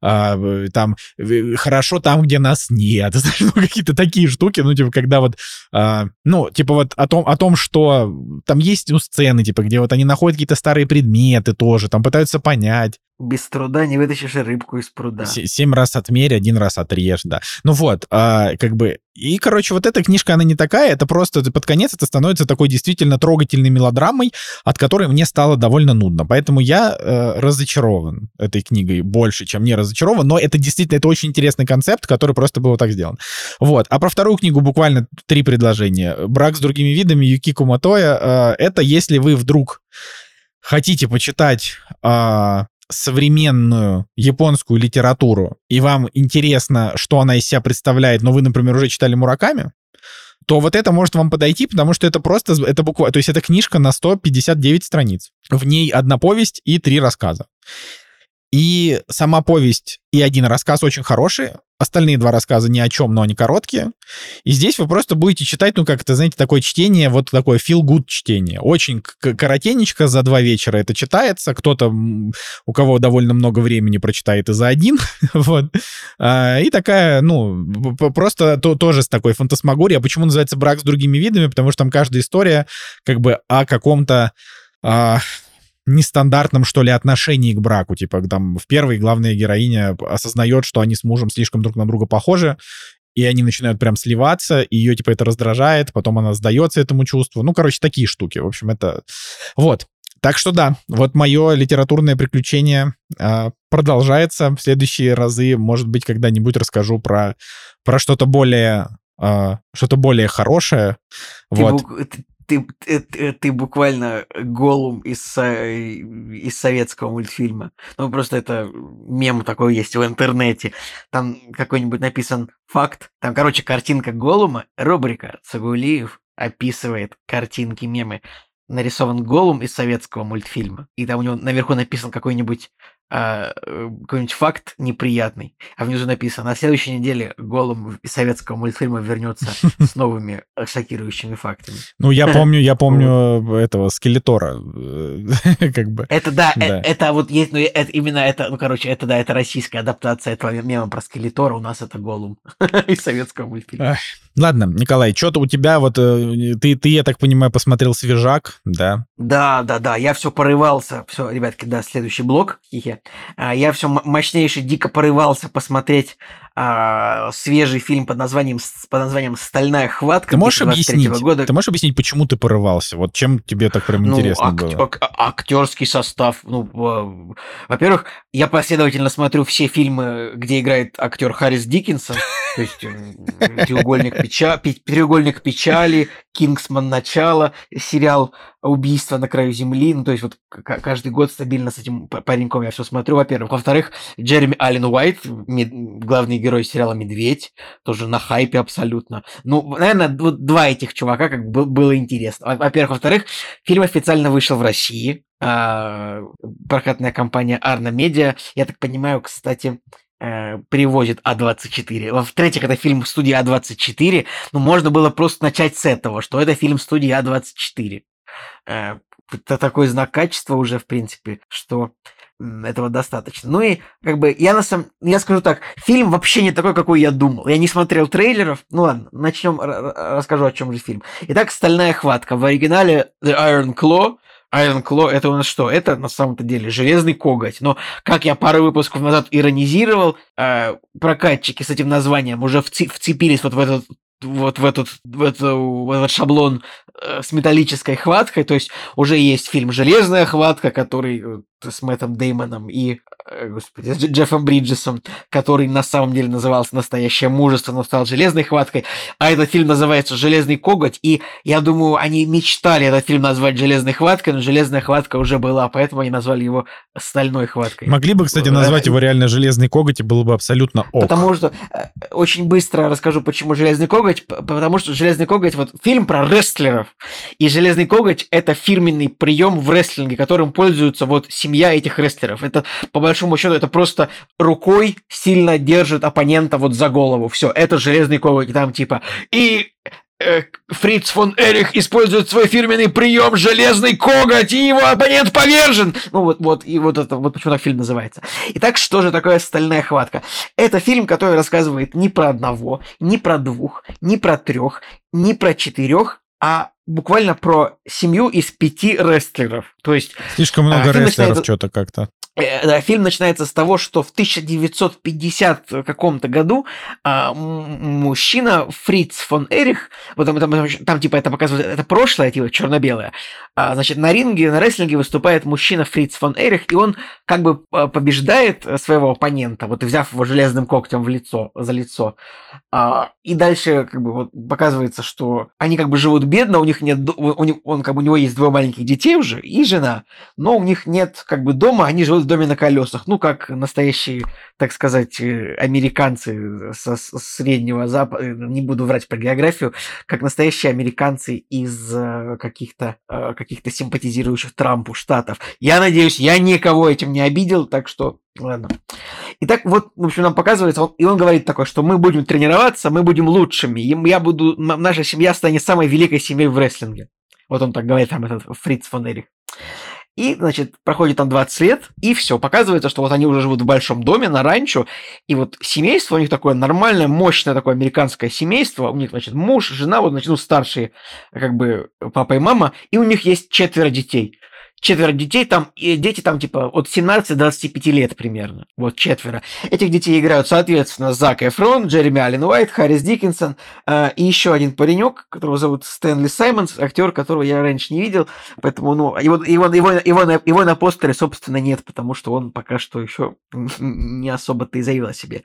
хорошо там, где нас нет, знаешь, ну, какие-то такие штуки, ну, типа, когда вот, ну, типа вот о том, что там есть, ну, сцены, типа, где вот они находят какие-то старые предметы тоже, там пытаются понять. Без труда не вытащишь рыбку из пруда. 7 раз отмерь, 1 раз отрежь, да. Ну вот, как бы... И, короче, вот эта книжка, она не такая, это просто под конец это становится такой действительно трогательной мелодрамой, от которой мне стало довольно нудно. Поэтому я разочарован этой книгой больше, чем не разочарован, но это действительно, это очень интересный концепт, который просто был вот так сделан. Вот. А про вторую книгу буквально 3 предложения. «Брак с другими видами» Юкико Мотоя. Это если вы вдруг хотите почитать... современную японскую литературу, и вам интересно, что она из себя представляет, но вы, например, уже читали Мураками, то вот это может вам подойти, потому что это просто, это буквально, то есть это книжка на 159 страниц. В ней 1 повесть и 3 рассказа. И сама повесть и 1 рассказ очень хорошие, остальные два рассказа ни о чем, но они короткие. И здесь вы просто будете читать, ну, как это, знаете, такое чтение, вот такое feel-good чтение. Очень коротенечко, за 2 вечера это читается. Кто-то, у кого довольно много времени, прочитает и за 1. Вот. И такая, ну, просто тоже с такой фантасмагорией. А почему называется «Брак с другими видами»? Потому что там каждая история как бы о каком-то нестандартном, что ли, отношении к браку. Типа, там в первой главная героиня осознает, что они с мужем слишком друг на друга похожи, и они начинают прям сливаться, и ее, типа, это раздражает, потом она сдается этому чувству. Ну, короче, такие штуки. В общем, это... Вот. Так что да, вот мое литературное приключение продолжается. В следующие разы, может быть, когда-нибудь расскажу про что-то более хорошее. Вот. Ты буквально Голлум из советского мультфильма. Ну, просто это мем такой есть в интернете. Там какой-нибудь написан факт. Там, короче, картинка Голлума. Рубрика «Цагулиев описывает картинки, мемы». Нарисован Голлум из советского мультфильма. И там у него наверху написан какой-нибудь факт неприятный. А внизу написано: на следующей неделе Голлум из советского мультфильма вернется с новыми шокирующими фактами. Ну, я помню этого Скелетора. Как бы. Это да, это вот есть, ну, это именно это, ну, короче, это да, это российская адаптация этого мема про Скелетора. У нас это Голлум из советского мультфильма. Ладно, Николай, что-то у тебя вот, ты, я так понимаю, посмотрел «Свежак», да? Да, я все порывался, все, ребятки, да, следующий блок, я все мощнейше, дико порывался посмотреть свежий фильм под названием «Стальная хватка» ты можешь 2023 года. Ты можешь объяснить, почему ты порывался? Вот чем тебе так прям интересно было? Актерский состав. Ну, во-первых, я последовательно смотрю все фильмы, где играет актер Харрис Диккинсон. То есть «Треугольник печали», «Кингсман. Начало», сериал «Убийство на краю земли». Ну, то есть вот каждый год стабильно с этим пареньком я все смотрю, во-первых. Во-вторых, Джереми Аллен Уайт, главный герой сериала «Медведь», тоже на хайпе абсолютно. Ну, наверное, вот два этих чувака как бы было интересно. Во-первых. Во-вторых, фильм официально вышел в России. Прокатная компания Arna Media. Я так понимаю, кстати, привозит А24. В-третьих, это фильм студии А24. Ну, можно было просто начать с этого, что это фильм студии А24. Это такой знак качества уже, в принципе, что этого достаточно. Ну и, как бы, я скажу так, фильм вообще не такой, какой я думал. Я не смотрел трейлеров. Ну ладно, начнем, расскажу, о чем же фильм. Итак, «Стальная хватка». В оригинале The Iron Claw. Iron Claw — это у нас что? Это на самом-то деле железный коготь. Но, как я пару выпусков назад иронизировал, прокатчики с этим названием уже вцепились вот в этот шаблон с металлической хваткой. То есть уже есть фильм «Железная хватка», который с Мэттом Деймоном и с Джеффом Бриджесом, который на самом деле назывался «Настоящее мужество», но стал «Железной хваткой». А этот фильм называется «Железный коготь». И я думаю, они мечтали этот фильм назвать «Железной хваткой», но «Железная хватка» уже была, поэтому они назвали его «Стальной хваткой». Могли бы, кстати, назвать его реально «Железный коготь», и было бы абсолютно ок. Потому что очень быстро расскажу, почему «Железный коготь». Потому что «Железный коготь» — вот фильм про рестлеров. И «Железный коготь» — это фирменный прием в рестлинге, которым пользуются вот семья этих рестлеров. Это, по большому счету, это просто рукой сильно держит оппонента вот за голову. Все, это «Железный коготь». Там типа и Фриц фон Эрих использует свой фирменный прием «Железный коготь», и его оппонент повержен. Ну вот это вот почему так фильм называется. Итак, что же такое «Стальная хватка»? Это фильм, который рассказывает не про одного, не про двух, не про трех, не про четырех, а буквально про семью из 5 рестлеров. То есть слишком много рестлеров что-то как-то. Фильм начинается с того, что в 1950 каком-то году мужчина Фриц фон Эрих, вот там типа это показывает, это прошлое, типа черно-белое, значит, на ринге, на рестлинге выступает мужчина Фриц фон Эрих, и он как бы побеждает своего оппонента, вот взяв его железным когтем за лицо. И дальше как бы вот показывается, что они как бы живут бедно, у них нет, у него есть 2 маленьких детей уже и жена, но у них нет как бы дома, они живут в доме на колесах, ну, как настоящие, так сказать, американцы со Среднего Запада, не буду врать про географию, как настоящие американцы из каких-то симпатизирующих Трампу штатов. Я надеюсь, я никого этим не обидел, так что ладно. И так вот, в общем, нам показывается, он говорит такое, что мы будем тренироваться, мы будем лучшими, и наша семья станет самой великой семьей в рестлинге. Вот он так говорит, там этот Фриц фон Эрих. И, значит, проходит там 20 лет, и все. Показывается, что вот они уже живут в большом доме, на ранчо, и вот семейство у них такое нормальное, мощное такое американское семейство. У них, значит, муж, жена, вот, значит, старшие, как бы, папа и мама, и у них есть 4 детей. 4 детей там, и дети там типа от 17 до 25 лет примерно. Вот 4. Этих детей играют, соответственно, Зак Эфрон, Джереми Аллен Уайт, Харрис Диккинсон и еще один паренек, которого зовут Стэнли Саймонс, актер, которого я раньше не видел, поэтому, ну, его на постере, собственно, нет, потому что он пока что еще не особо-то и заявил о себе.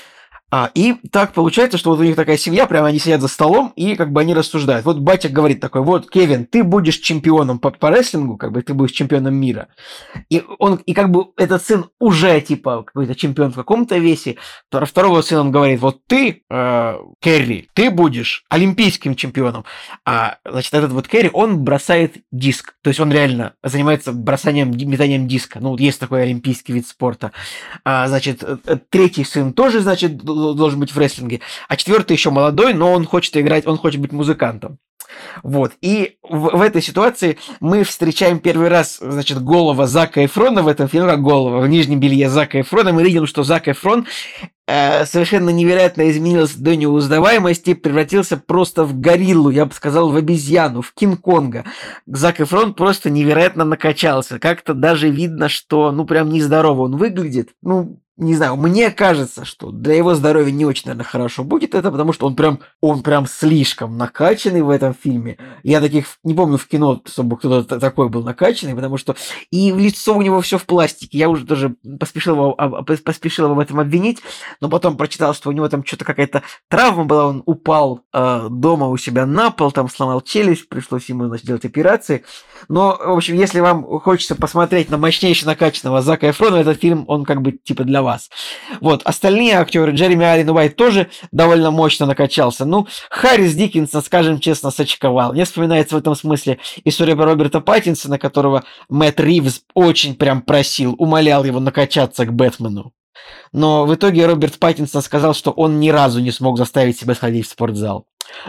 И так получается, что вот у них такая семья, прямо они сидят за столом, и как бы они рассуждают. Вот батя говорит такой, вот, Кевин, ты будешь чемпионом по рестлингу, как бы ты будешь чемпионом мира. И как бы этот сын уже, типа, какой-то чемпион в каком-то весе. Второго сына он говорит, вот ты, Керри, ты будешь олимпийским чемпионом. Значит, этот вот Керри, он бросает диск. То есть он реально занимается метанием диска. Ну, есть такой олимпийский вид спорта. Значит, третий сын тоже, значит, должен быть в рестлинге, а 4 еще молодой, но он хочет играть, он хочет быть музыкантом. Вот. И в этой ситуации мы встречаем первый раз, значит, голова Зака Эфрона в этом фильме, голова в нижнем белье Зака Эфрона. Мы видим, что Зак Эфрон совершенно невероятно изменился до неузнаваемости, превратился просто в гориллу, я бы сказал, в обезьяну, в Кинг-Конга. Зак Эфрон просто невероятно накачался. Как-то даже видно, что, ну, прям нездорово он выглядит. Ну, не знаю, мне кажется, что для его здоровья не очень, наверное, хорошо будет это, потому что он прям слишком накачанный в этом фильме. Я таких не помню в кино, чтобы кто-то такой был накачанный, потому что и лицо у него все в пластике. Я уже тоже поспешил его в этом обвинить, но потом прочитал, что у него там что-то какая-то травма была, он упал дома у себя на пол, там сломал челюсть, пришлось ему, значит, делать операции. Но, в общем, если вам хочется посмотреть на мощнейшего накачанного Зака Эфрона, этот фильм, он как бы типа для вас. Вот, остальные актеры, Джереми Аллен Уайт тоже довольно мощно накачался. Ну, Харрис Диккинсон, скажем честно, сочковал. Мне вспоминается в этом смысле история про Роберта Паттинсона, которого Мэтт Ривз очень прям просил, умолял его накачаться к Бэтмену. Но в итоге Роберт Паттинсон сказал, что он ни разу не смог заставить себя сходить в спортзал.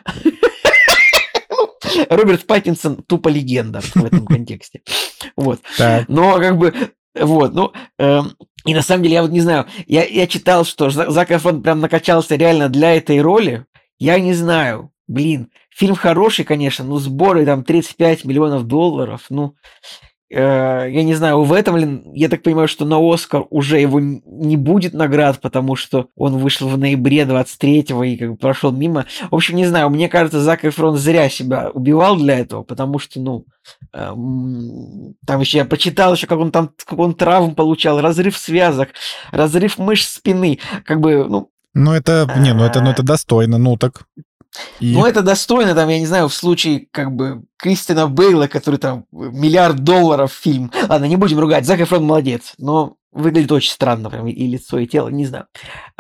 Роберт Паттинсон тупо легенда в этом контексте. Вот. Но как бы... Вот, ну... И на самом деле, я вот не знаю, я читал, что Зак Эфрон прям накачался реально для этой роли. Я не знаю. Блин, фильм хороший, конечно, но сборы там 35 миллионов долларов. Ну, я не знаю, в этом, я так понимаю, что на Оскар уже его не будет наград, потому что он вышел в ноябре 23-го и как бы прошел мимо. В общем, не знаю, мне кажется, Зак Эфрон зря себя убивал для этого, потому что, ну, там еще я почитал еще, как он травм получал, разрыв связок, разрыв мышц спины, как бы, ну... Ну, это достойно, ну так... Ну, это достойно, там, я не знаю, в случае, как бы, Кристина Бейла, который там $1 миллиард фильм. Ладно, не будем ругать, Зак Эфрон молодец, но выглядит очень странно, прям, и лицо, и тело, не знаю.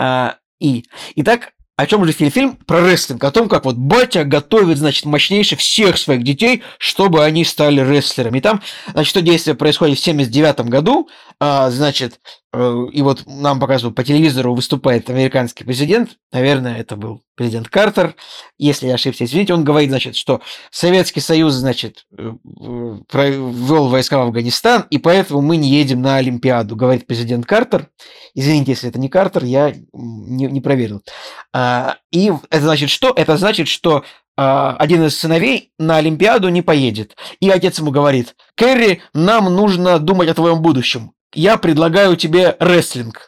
Итак, о чем же фильм? Фильм про рестлинг, о том, как вот батя готовит, значит, мощнейших всех своих детей, чтобы они стали рестлерами. И там, значит, что действие происходит в 79 году, значит, и вот нам показывают, по телевизору выступает американский президент, наверное, это был президент Картер, если я ошибся, извините, он говорит, значит, что Советский Союз, значит, ввел войска в Афганистан, и поэтому мы не едем на Олимпиаду, говорит президент Картер. Извините, если это не Картер, я не проверил. И это значит что? Это значит, что один из сыновей на Олимпиаду не поедет. И отец ему говорит: Керри, нам нужно думать о твоем будущем. Я предлагаю тебе рестлинг.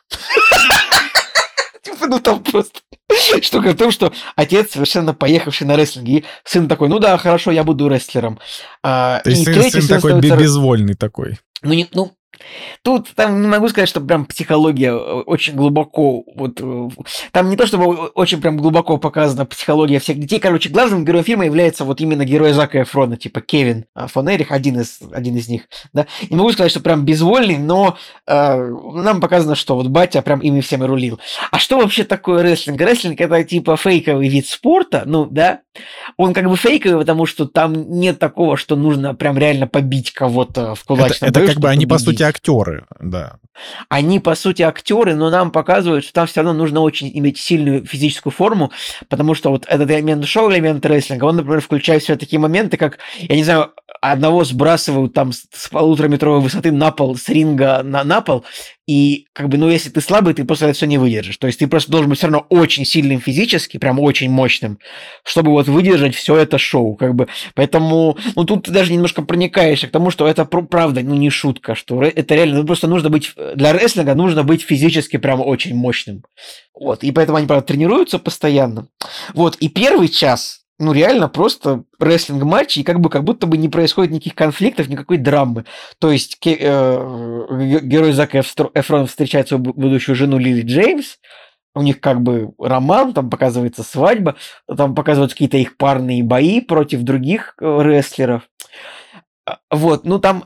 Типа, ну там просто... Штука в том, что отец совершенно поехавший на рестлинг. И сын такой, ну да, хорошо, я буду рестлером. То есть сын такой безвольный такой. Ну, тут там не могу сказать, что прям психология очень глубоко, вот там не то чтобы очень прям глубоко показана психология всех детей. Короче, главным героем фильма является вот именно герой Зака Эфрона, типа Кевин фон Эрих, один из них. Да? Не могу сказать, что прям безвольный, но нам показано, что вот батя прям ими всем и рулил. А что вообще такое рестлинг? Рестлинг — это типа фейковый вид спорта, ну да. Он как бы фейковый, потому что там нет такого, что нужно прям реально побить кого-то в кулачном бою. Это как бы они, по сути, актеры, да. Они, по сути, актеры, но нам показывают, что там все равно нужно очень иметь сильную физическую форму, потому что вот этот элемент шоу, элемент рестлинга, он, например, включает в себя такие моменты, как, я не знаю, одного сбрасывают там с 1,5-метровой высоты на пол, с ринга на пол, и как бы, ну, если ты слабый, ты просто это все не выдержишь. То есть ты просто должен быть все равно очень сильным физически, прям очень мощным, чтобы вот выдержать все это шоу, как бы. Поэтому, ну, тут ты даже немножко проникаешься к тому, что это правда, ну, не шутка, что это реально, ну, просто нужно быть, для рестлинга нужно быть физически прям очень мощным. Вот, и поэтому они, правда, тренируются постоянно. Вот, и первый час, ну, реально просто рестлинг-матч, и как будто бы не происходит никаких конфликтов, никакой драмы. То есть герой Зака Эфрона встречает свою будущую жену Лили Джеймс, у них как бы роман, там показывается свадьба, там показывают какие-то их парные бои против других рестлеров. Вот, ну там,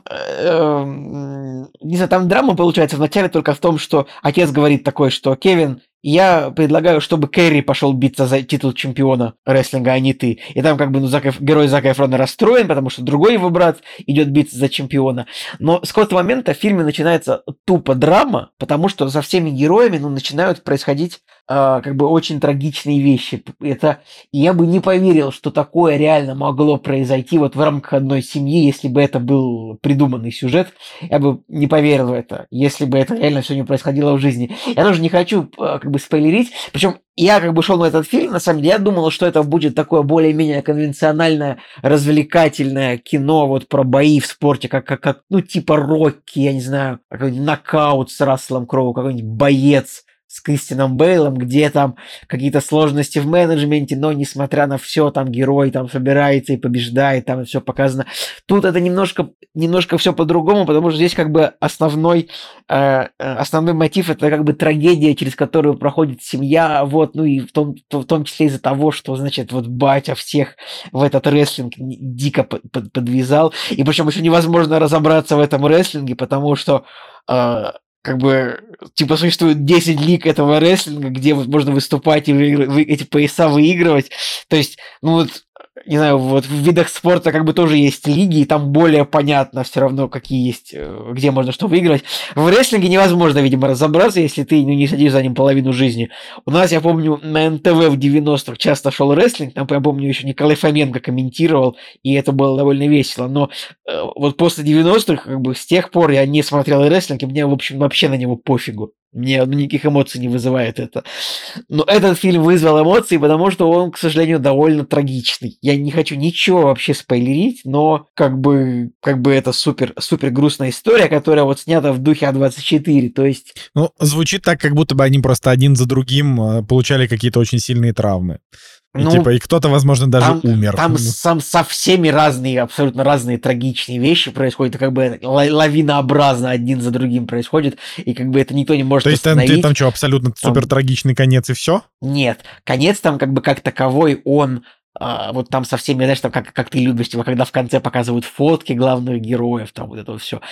не знаю, там драма получается вначале только в том, что отец говорит такой, что Кевин, я предлагаю, чтобы Керри пошел биться за титул чемпиона рестлинга, а не ты. И там как бы ну, герой Зака Эфрона расстроен, потому что другой его брат идет биться за чемпиона. Но с какого-то момента в фильме начинается тупо драма, потому что за всеми героями ну, начинают происходить как бы очень трагичные вещи. Это я бы не поверил, что такое реально могло произойти вот в рамках одной семьи, если бы это был придуманный сюжет. Я бы не поверил в это, если бы это реально все не происходило в жизни. Я тоже не хочу как бы спойлерить. Причем я как бы шел на этот фильм, на самом деле, я думал, что это будет такое более-менее конвенциональное, развлекательное кино вот про бои в спорте, как ну типа Рокки, я не знаю, какой-нибудь нокаут с Расселом Кроу, какой-нибудь боец с Кристианом Бейлом, где там какие-то сложности в менеджменте, но несмотря на все, там герой там собирается и побеждает, там все показано. Тут это немножко все по-другому, потому что здесь как бы основной мотив это как бы трагедия, через которую проходит семья, вот, ну и в том числе из-за того, что, значит, вот батя всех в этот рестлинг дико подвязал, и причем еще невозможно разобраться в этом рестлинге, потому что как бы, типа, существует 10 лиг этого рестлинга, где вот можно выступать и эти пояса выигрывать. То есть, ну вот, не знаю, вот в видах спорта как бы тоже есть лиги, и там более понятно все равно, какие есть, где можно что выигрывать. В рестлинге невозможно, видимо, разобраться, если ты не следишь за ним половину жизни. У нас, я помню, на НТВ в 90-х часто шел рестлинг, там, я помню, еще Николай Фоменко комментировал, и это было довольно весело. Но вот после 90-х, как бы, с тех пор я не смотрел рестлинг, и мне, в общем, вообще на него пофигу. Мне никаких эмоций не вызывает это. Но этот фильм вызвал эмоции, потому что он, к сожалению, довольно трагичный. Я не хочу ничего вообще спойлерить, но как бы это супер грустная история, которая вот снята в духе А24, то есть... Ну, звучит так, как будто бы они просто один за другим получали какие-то очень сильные травмы. И, типа, и кто-то, возможно, даже умер. Там со всеми абсолютно разные трагичные вещи происходят, и как бы лавинообразно один за другим происходит, и как бы это никто не может остановить. То есть там что, абсолютно супер трагичный конец и все? Нет, конец там как бы как таковой, он вот там со всеми, знаешь, там как ты любишь, типа, когда в конце показывают фотки главных героев, там вот это все.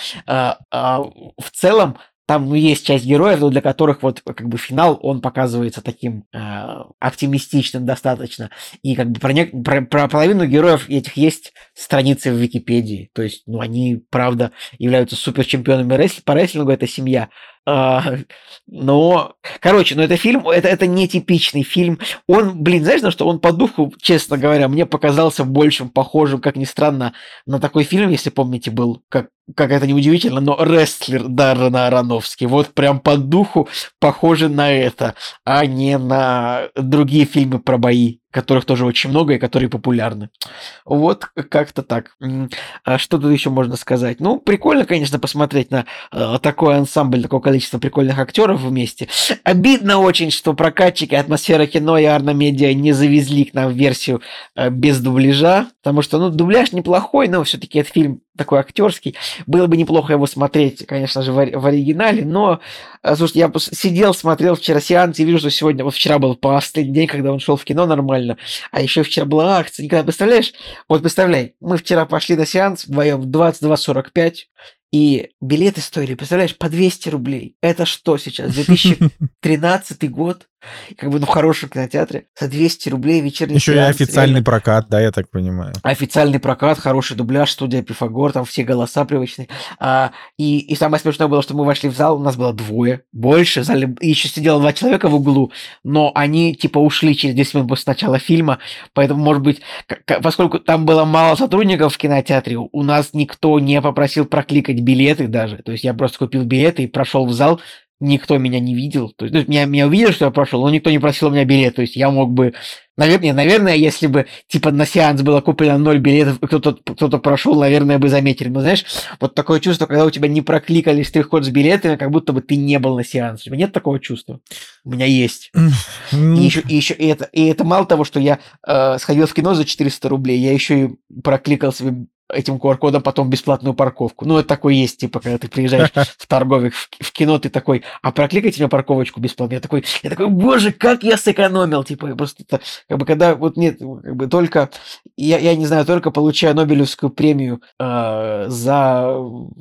В целом, там, ну, есть часть героев, но для которых вот как бы финал, он показывается таким оптимистичным достаточно. И как бы про половину героев этих есть страницы в Википедии. То есть, ну, они, правда, являются суперчемпионами по рестлингу, это семья. Но, короче, это фильм, это нетипичный фильм. Он, блин, знаешь, на что он по духу, честно говоря, мне показался большим похожим, как ни странно, на такой фильм, если помните, был, как это неудивительно, но «Рестлер» Даррена Аронофски. Вот прям по духу похоже на это, а не на другие фильмы про бои, которых тоже очень много и которые популярны. Вот как-то так. А что тут еще можно сказать? Ну, прикольно, конечно, посмотреть на такой ансамбль, такое количество прикольных актеров вместе. Обидно очень, что прокатчики Атмосфера кино и Арна Медиа не завезли к нам версию без дубляжа, потому что, ну, дубляж неплохой, но все-таки этот фильм такой актерский. Было бы неплохо его смотреть, конечно же, в оригинале, но, слушайте, я сидел, смотрел вчера сеанс и вижу, что сегодня, вот вчера был последний день, когда он шел в кино нормально, а еще вчера была акция. Никогда, представляешь? Вот представляй, мы вчера пошли на сеанс вдвоем в 22:45, и билеты стоили, представляешь, по 200 рублей. Это что сейчас, 2013 год? Как бы, ну, в хорошем кинотеатре. За 200 рублей вечерний Еще и сеанс. официальный Реально. прокат, да, я так понимаю. Официальный прокат, хороший дубляж, студия Пифагор, там все голоса привычные. И самое смешное было, что мы вошли в зал, у нас было двое, больше, в зале еще сидело 2 человека в углу, но они типа ушли через 10 минут после начала фильма, поэтому, может быть, поскольку там было мало сотрудников в кинотеатре, у нас никто не попросил прокликать билеты даже, то есть я просто купил билеты и прошел в зал, никто меня не видел, то есть ну, меня увидел, что я прошел, но никто не просил у меня билет, то есть я мог бы, наверное, если бы типа на сеанс было куплено 0 билетов, и кто-то прошел, наверное, бы заметили. Но знаешь, вот такое чувство, когда у тебя не прокликали штрих-код с билетами, как будто бы ты не был на сеансе. У тебя нет такого чувства? У меня есть. И это мало того, что я сходил в кино за 400 рублей, я еще и прокликал себе этим QR-кодом потом бесплатную парковку. Ну, это такое есть, типа, когда ты приезжаешь в торговик, в кино, ты такой, а прокликайте мне парковочку бесплатно. Я такой, боже, как я сэкономил, типа, просто, как бы, когда, вот нет, как бы, только, я не знаю, только получая Нобелевскую премию за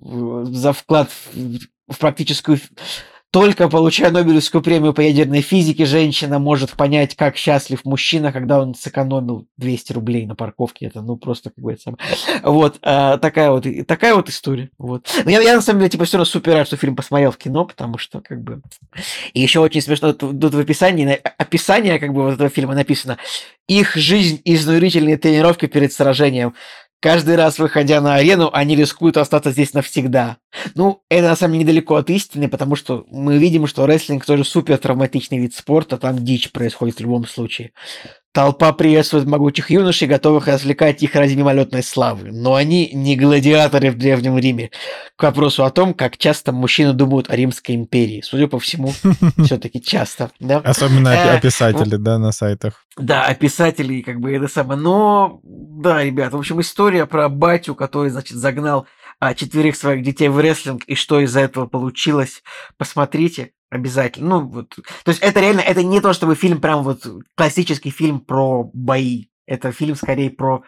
вклад в практическую... Только получая Нобелевскую премию по ядерной физике, женщина может понять, как счастлив мужчина, когда он сэкономил 200 рублей на парковке. Это, ну, просто как бы это самое. Вот, такая вот история. Вот. Но я на самом деле, типа, все равно супер рад, что фильм посмотрел в кино, потому что, как бы... И еще очень смешно, тут в описании, как бы, вот этого фильма написано: их жизнь — изнурительные тренировки перед сражением. Каждый раз, выходя на арену, они рискуют остаться здесь навсегда. Ну, это на самом деле недалеко от истины, потому что мы видим, что рестлинг тоже супер травматичный вид спорта, там дичь происходит в любом случае. Толпа приветствует могучих юношей, готовых развлекать их ради мимолетной славы. Но они не гладиаторы в Древнем Риме. К вопросу о том, как часто мужчины думают о Римской империи. Судя по всему, все-таки часто. Да? Особенно описатели, да, на сайтах. Да, описатели, как бы это самое. Но, да, ребята, в общем, история про батю, который, значит, загнал 4 своих детей в рестлинг, и что из-за этого получилось, посмотрите обязательно. Ну, вот. То есть это реально, это не то, чтобы фильм прям вот классический фильм про бои. Это фильм скорее про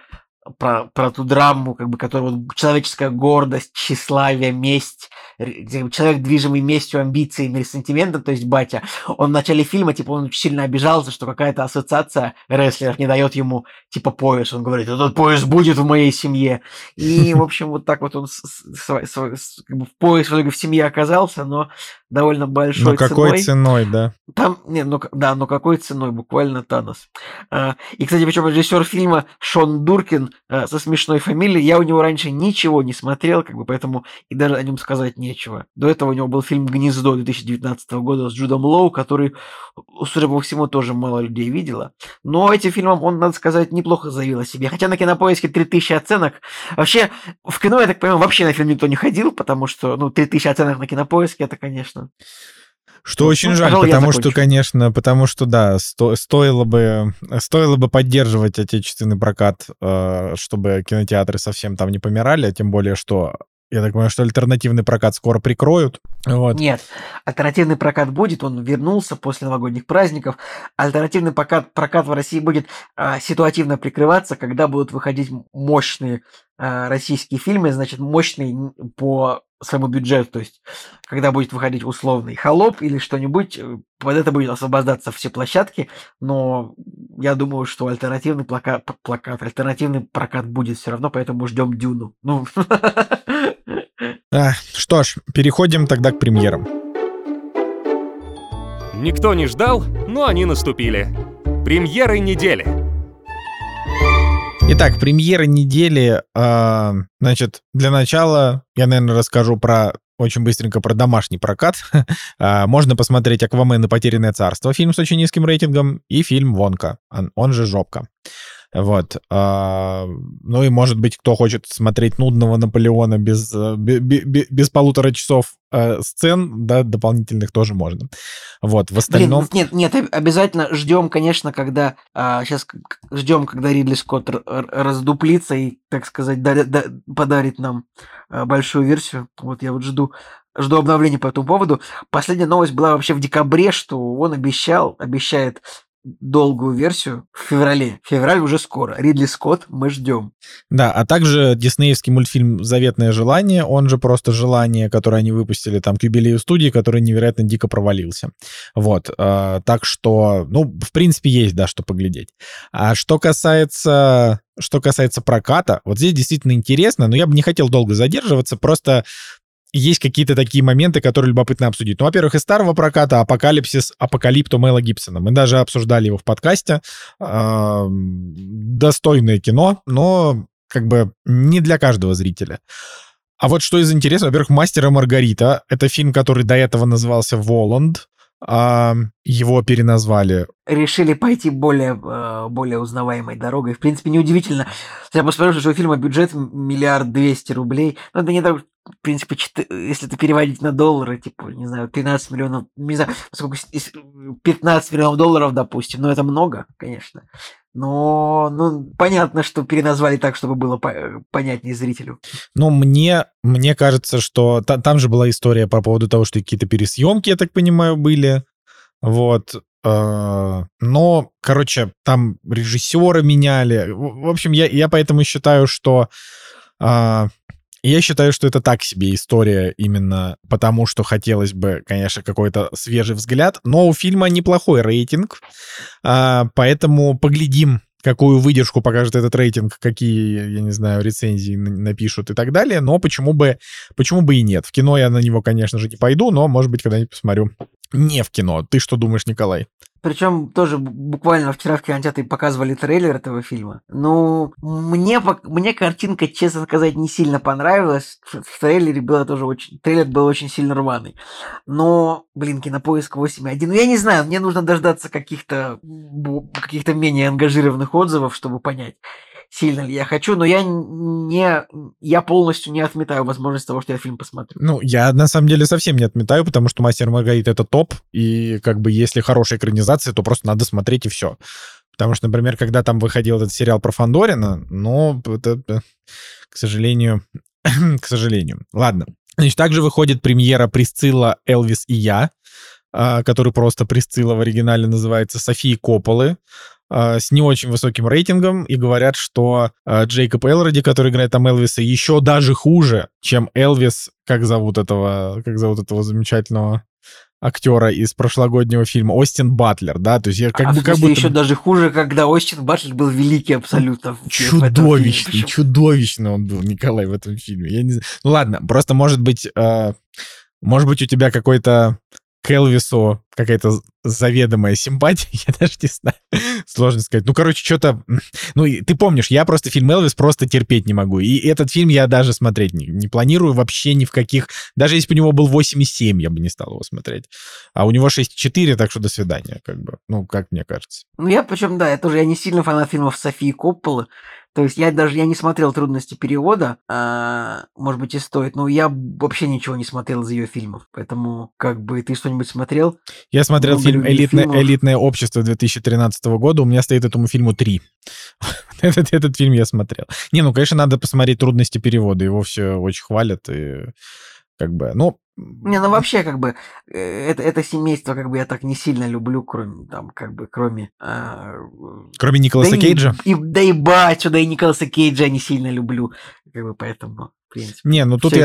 ту драму, как бы, которая вот человеческая гордость, тщеславие, месть, человек, движимый местью, амбициями или сантиментом, то есть батя, он в начале фильма, типа, он очень сильно обижался, что какая-то ассоциация рестлеров не дает ему, типа, пояс. Он говорит, этот пояс будет в моей семье. И, в общем, вот так вот он как бы в пояс в итоге в семье оказался, но довольно большой ценой. Но какой ценой, да? Там, но какой ценой, буквально Танос. И, кстати, причем режиссер фильма Шон Дуркин со смешной фамилией, я у него раньше ничего не смотрел, как бы, поэтому и даже о нем сказать нечего. До этого у него был фильм «Гнездо» 2019 года с Джудом Лоу, который, судя по всему, тоже мало людей видело. Но этим фильмом он, надо сказать, неплохо заявил о себе. Хотя на Кинопоиске 3000 оценок. Вообще, в кино, я так понимаю, вообще на фильм никто не ходил, потому что, 3000 оценок на Кинопоиске, это, конечно... Что очень жаль, потому что, да, стоило бы поддерживать отечественный прокат, чтобы кинотеатры совсем там не помирали, а тем более, что, я так понимаю, что альтернативный прокат скоро прикроют. Вот. Нет, альтернативный прокат будет, он вернулся после новогодних праздников. Альтернативный прокат в России будет ситуативно прикрываться, когда будут выходить мощные российские фильмы, значит, мощные по своему бюджету, то есть когда будет выходить условный «Холоп» или что-нибудь, под это будет освобождаться все площадки, но я думаю, что альтернативный альтернативный прокат будет все равно, поэтому ждем «Дюну». Ну... Что ж, переходим тогда к премьерам. Никто не ждал, но они наступили. Премьеры недели. Итак, премьеры недели. Значит, для начала я, наверное, расскажу очень быстренько про домашний прокат. Можно посмотреть «Аквамен и потерянное царство», фильм с очень низким рейтингом, и фильм «Вонка», он же «Жопка». Вот. Ну и, может быть, кто хочет смотреть нудного Наполеона без 1,5 часов сцен, да, дополнительных тоже можно. Вот, в остальном... Нет, обязательно ждем, конечно, когда... Сейчас ждем, когда Ридли Скотт раздуплится и, так сказать, подарит нам большую версию. Вот я вот жду обновлений по этому поводу. Последняя новость была вообще в декабре, что он обещает долгую версию в феврале. Февраль уже скоро. Ридли Скотт, мы ждем. Да, а также диснеевский мультфильм «Заветное желание», он же просто «Желание», которое они выпустили там к юбилею студии, который невероятно дико провалился. Вот, так что, ну, в принципе, есть, да, что поглядеть. А что касается проката, вот здесь действительно интересно, но я бы не хотел долго задерживаться, просто есть какие-то такие моменты, которые любопытно обсудить. Ну, во-первых, из старого проката «Апокалипту» Мэла Гибсона. Мы даже обсуждали его в подкасте. Достойное кино, но как бы не для каждого зрителя. А вот что из интересного, во-первых, «Мастер и Маргарита». Это фильм, который до этого назывался «Воланд». Его переназвали. Решили пойти более узнаваемой дорогой. В принципе, неудивительно. Я посмотрел, что у фильма бюджет 1 200 000 рублей. Ну, это не так, в принципе, если это переводить на доллары, типа, не знаю, 13 миллионов, не знаю, сколько, 15 миллионов долларов, допустим. Но это много, конечно. Но, ну, понятно, что переназвали так, чтобы было понятнее зрителю. Ну, мне кажется, что там же была история по поводу того, что какие-то пересъемки, я так понимаю, были. Вот. Но, короче, там режиссеры меняли. В общем, я поэтому считаю, что... Я считаю, что это так себе история именно потому, что хотелось бы, конечно, какой-то свежий взгляд, но у фильма неплохой рейтинг, поэтому поглядим, какую выдержку покажет этот рейтинг, какие, я не знаю, рецензии напишут и так далее, но почему бы и нет. В кино я на него, конечно же, не пойду, но, может быть, когда-нибудь посмотрю не в кино. Ты что думаешь, Николай? Причем тоже буквально вчера в кинотеатре показывали трейлер этого фильма. Ну, мне картинка, честно сказать, не сильно понравилась. В трейлере трейлер был очень сильно рваный. Но, блин, Кинопоиск 8.1. Ну, я не знаю, мне нужно дождаться каких-то менее ангажированных отзывов, чтобы понять, сильно ли я хочу, но я полностью не отметаю возможность того, что я фильм посмотрю. Ну, я на самом деле совсем не отметаю, потому что «Мастер и Маргарита» — это топ, и как бы если хорошая экранизация, то просто надо смотреть и все. Потому что, например, когда там выходил этот сериал про Фандорина, ну, это, к сожалению... Ладно. Значит, также выходит премьера «Присцилла, Элвис и я», который просто «Присцилла» в оригинале называется, Софии Копполы, с не очень высоким рейтингом, и говорят, что Джейкоб Элроди, который играет там Элвиса, еще даже хуже, чем Элвис, как зовут этого замечательного актера из прошлогоднего фильма, Остин Батлер, да, то есть я как будто... еще даже хуже, когда Остин Батлер был великий абсолютно. Чудовищный он был, Николай, в этом фильме. Я не знаю. Ну ладно, просто может быть у тебя какой-то к Элвису какая-то заведомая симпатия, я даже не знаю, сложно сказать. Ну, короче, что-то... Ну, ты помнишь, я просто фильм «Элвис» просто терпеть не могу. И этот фильм я даже смотреть не планирую вообще ни в каких... Даже если бы у него был 8,7, я бы не стал его смотреть. А у него 6,4, так что до свидания, как бы. Ну, как мне кажется. Ну, я не сильно фанат фильмов Софии Копполы. То есть я не смотрел «Трудности перевода», может быть, и стоит, но я вообще ничего не смотрел из ее фильмов, поэтому, как бы, ты что-нибудь смотрел? Я смотрел фильм «Элитное общество» 2013 года, у меня стоит этому фильму 3. Этот фильм я смотрел. Не, ну, конечно, надо посмотреть «Трудности перевода», его все очень хвалят, и как бы, ну... Не, ну вообще, как бы, это семейство, как бы, я так не сильно люблю, кроме Николаса Кейджа? И Николаса Кейджа я не сильно люблю, как бы, поэтому, в принципе. Не, ну тут я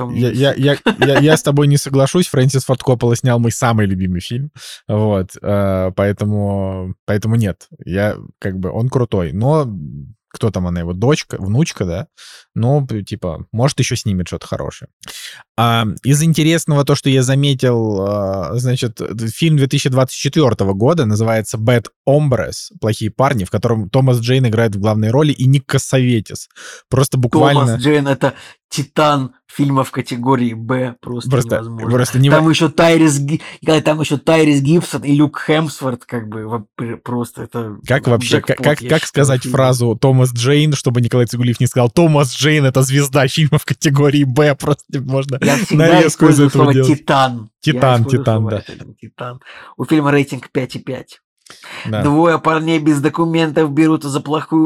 с тобой не соглашусь, Фрэнсис Форд Коппола снял мой самый любимый фильм, вот, поэтому нет, как бы, он крутой, но... Кто там она, его дочка, внучка, да? Ну, типа, может, еще снимет что-то хорошее. Из интересного то, что я заметил, значит, фильм 2024 года называется «Bad Hombres», «Плохие парни», в котором Томас Джейн играет в главной роли, и Ник Кассаветис. Просто буквально... Томас Джейн — это титан фильмов категории «Б», просто невозможно. Там еще Тайрис Гибсон и Люк Хемсворт, как бы, просто это... Как вообще, как сказать фразу «Томас Джейн», чтобы Николай Цигулиев не сказал «Томас Джейн — это звезда фильмов категории «Б», просто можно нарезку из этого делать. «Титан». Титан, да. «Титан». У фильма рейтинг 5,5. Да. Двое парней без документов берутся за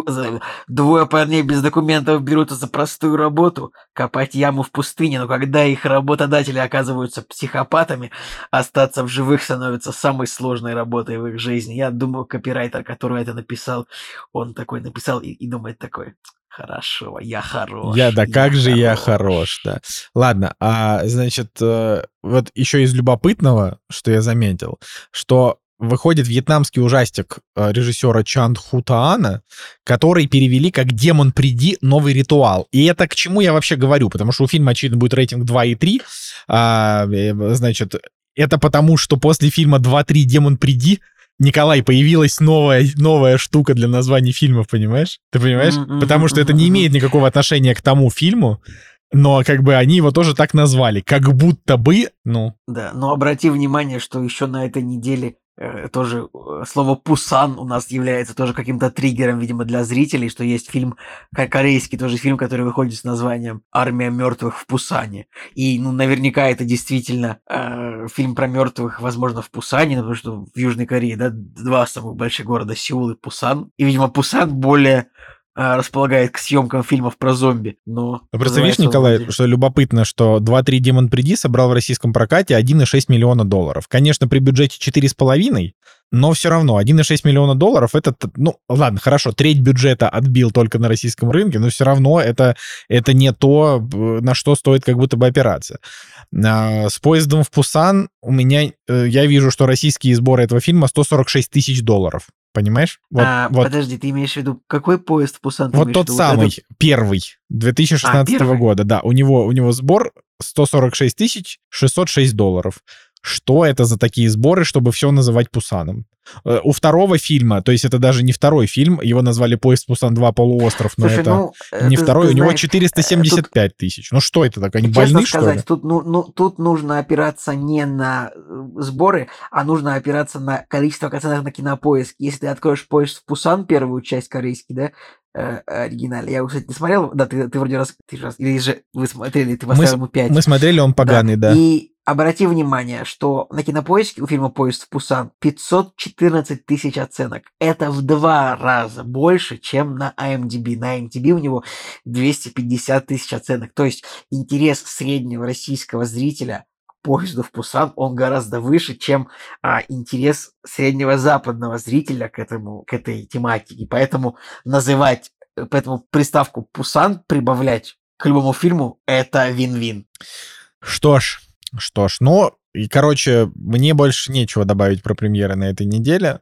простую работу — копать яму в пустыне, но когда их работодатели оказываются психопатами, остаться в живых становится самой сложной работой в их жизни. Я думаю, копирайтер, который это написал, он такой написал и думает такой: хорошо, я хорош. Как же я хорош, да. Ладно, значит, вот еще из любопытного, что я заметил, что выходит вьетнамский ужастик режиссера Чан Ху Таана, который перевели как «Демон, приди. Новый ритуал». И это к чему я вообще говорю? Потому что у фильма, очевидно, будет рейтинг 2,3. Значит, это потому, что после фильма 2-3 «Демон, приди», Николай, появилась новая штука для названий фильмов, понимаешь? Ты понимаешь? Потому что это не имеет никакого отношения к тому фильму, но как бы они его тоже так назвали. Как будто бы, Да, но обрати внимание, что еще на этой неделе тоже слово «Пусан» у нас является тоже каким-то триггером, видимо, для зрителей, что есть фильм, корейский тоже фильм, который выходит с названием «Армия мертвых в Пусане». И, наверняка это действительно фильм про мертвых, возможно, в Пусане, потому что в Южной Корее, да, 2 самых больших города — Сеул и Пусан. И, видимо, Пусан более располагает к съемкам фильмов про зомби, но... Просто видишь, Николай, что любопытно, что 2-3 «Демон, приди» собрал в российском прокате $1,6 миллиона. Конечно, при бюджете 4,5, но все равно $1,6 миллиона — это, ладно, хорошо, треть бюджета отбил только на российском рынке, но все равно это не то, на что стоит как будто бы опираться. С «Поездом в Пусан» я вижу, что российские сборы этого фильма $146 тысяч. Понимаешь? Подожди, ты имеешь в виду, какой «Поезд в Пусан»? Вот тот самый, первый, 2016 года, да. У него сбор $146 606. Что это за такие сборы, чтобы все называть Пусаном? У второго фильма, то есть это даже не второй фильм, его назвали «Поезд в Пусан 2. Полуостров», но это не второй, у него 475 тысяч. Ну что это так, они больны, что ли? Тут нужно опираться не на сборы, а нужно опираться на количество оценок на Кинопоиске. Если ты откроешь «Поезд в Пусан», первую часть корейский, да, оригинальный. Я его, кстати, не смотрел. Да, ты вроде или же вы смотрели, ты поставил ему 5. Мы смотрели, он поганый, да. И обрати внимание, что на Кинопоиске у фильма «Поезд в Пусан» 514 тысяч оценок. Это в 2 раза больше, чем на IMDb. На IMDb у него 250 тысяч оценок. То есть интерес среднего российского зрителя к «Поезду в Пусан», он гораздо выше, чем интерес среднего западного зрителя к этой тематике. Поэтому поэтому приставку «Пусан» прибавлять к любому фильму — это вин-вин. Что ж, и, короче, мне больше нечего добавить про премьеры на этой неделе.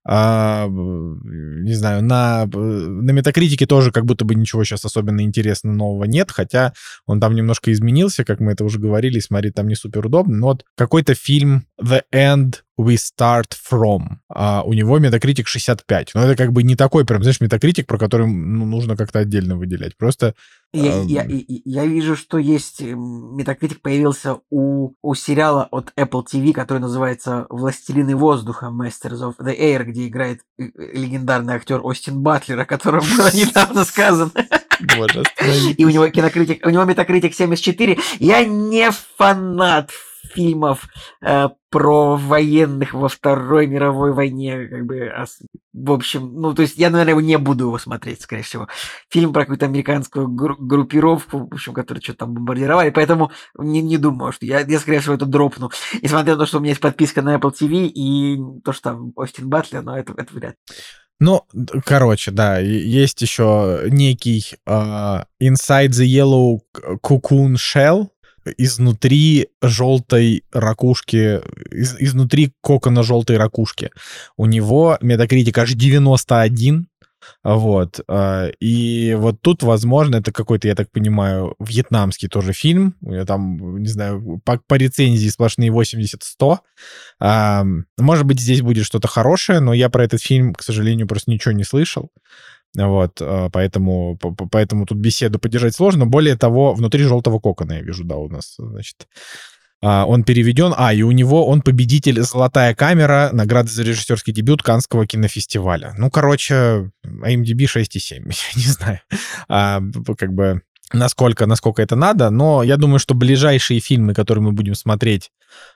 Не знаю, на Метакритике тоже как будто бы ничего сейчас особенно интересного нового нет, хотя он там немножко изменился, как мы это уже говорили, смотреть там не супер удобно. Но вот какой-то фильм «The End We Start From», у него Метакритик 65. Но это как бы не такой прям, знаешь, Метакритик, про который нужно как-то отдельно выделять. Просто... Я вижу, что есть Метакритик появился у сериала от Apple TV, который называется «Властелины воздуха», Masters of the Air, где играет легендарный актер Остин Батлер, о котором было недавно сказано. Боже, и у него Метакритик 74. Я не фанат фильмов про военных во Второй мировой войне, как бы, в общем, то есть я, наверное, не буду его смотреть, скорее всего. Фильм про какую-то американскую группировку, в общем, которые что-то там бомбардировали, поэтому не думаю, что я, скорее всего, это дропну. Несмотря на то, что у меня есть подписка на Apple TV и то, что там Остин Батлер, но это вряд ли. Короче, да, есть еще некий Inside the Yellow Cocoon Shell, изнутри желтой ракушки, изнутри кокона желтой ракушки. У него Метакритик аж 91. Вот. И вот тут, возможно, это какой-то, я так понимаю, вьетнамский тоже фильм. Там, не знаю, по рецензии сплошные 80-100. Может быть, здесь будет что-то хорошее, но я про этот фильм, к сожалению, просто ничего не слышал. Вот, поэтому тут беседу поддержать сложно. Более того, внутри желтого кокона, я вижу, да, у нас, значит, он переведен. И у него он победитель «Золотая камера», награда за режиссерский дебют Каннского кинофестиваля. IMDb 6,7, я не знаю, как бы, насколько это надо, но я думаю, что ближайшие фильмы, которые мы будем смотреть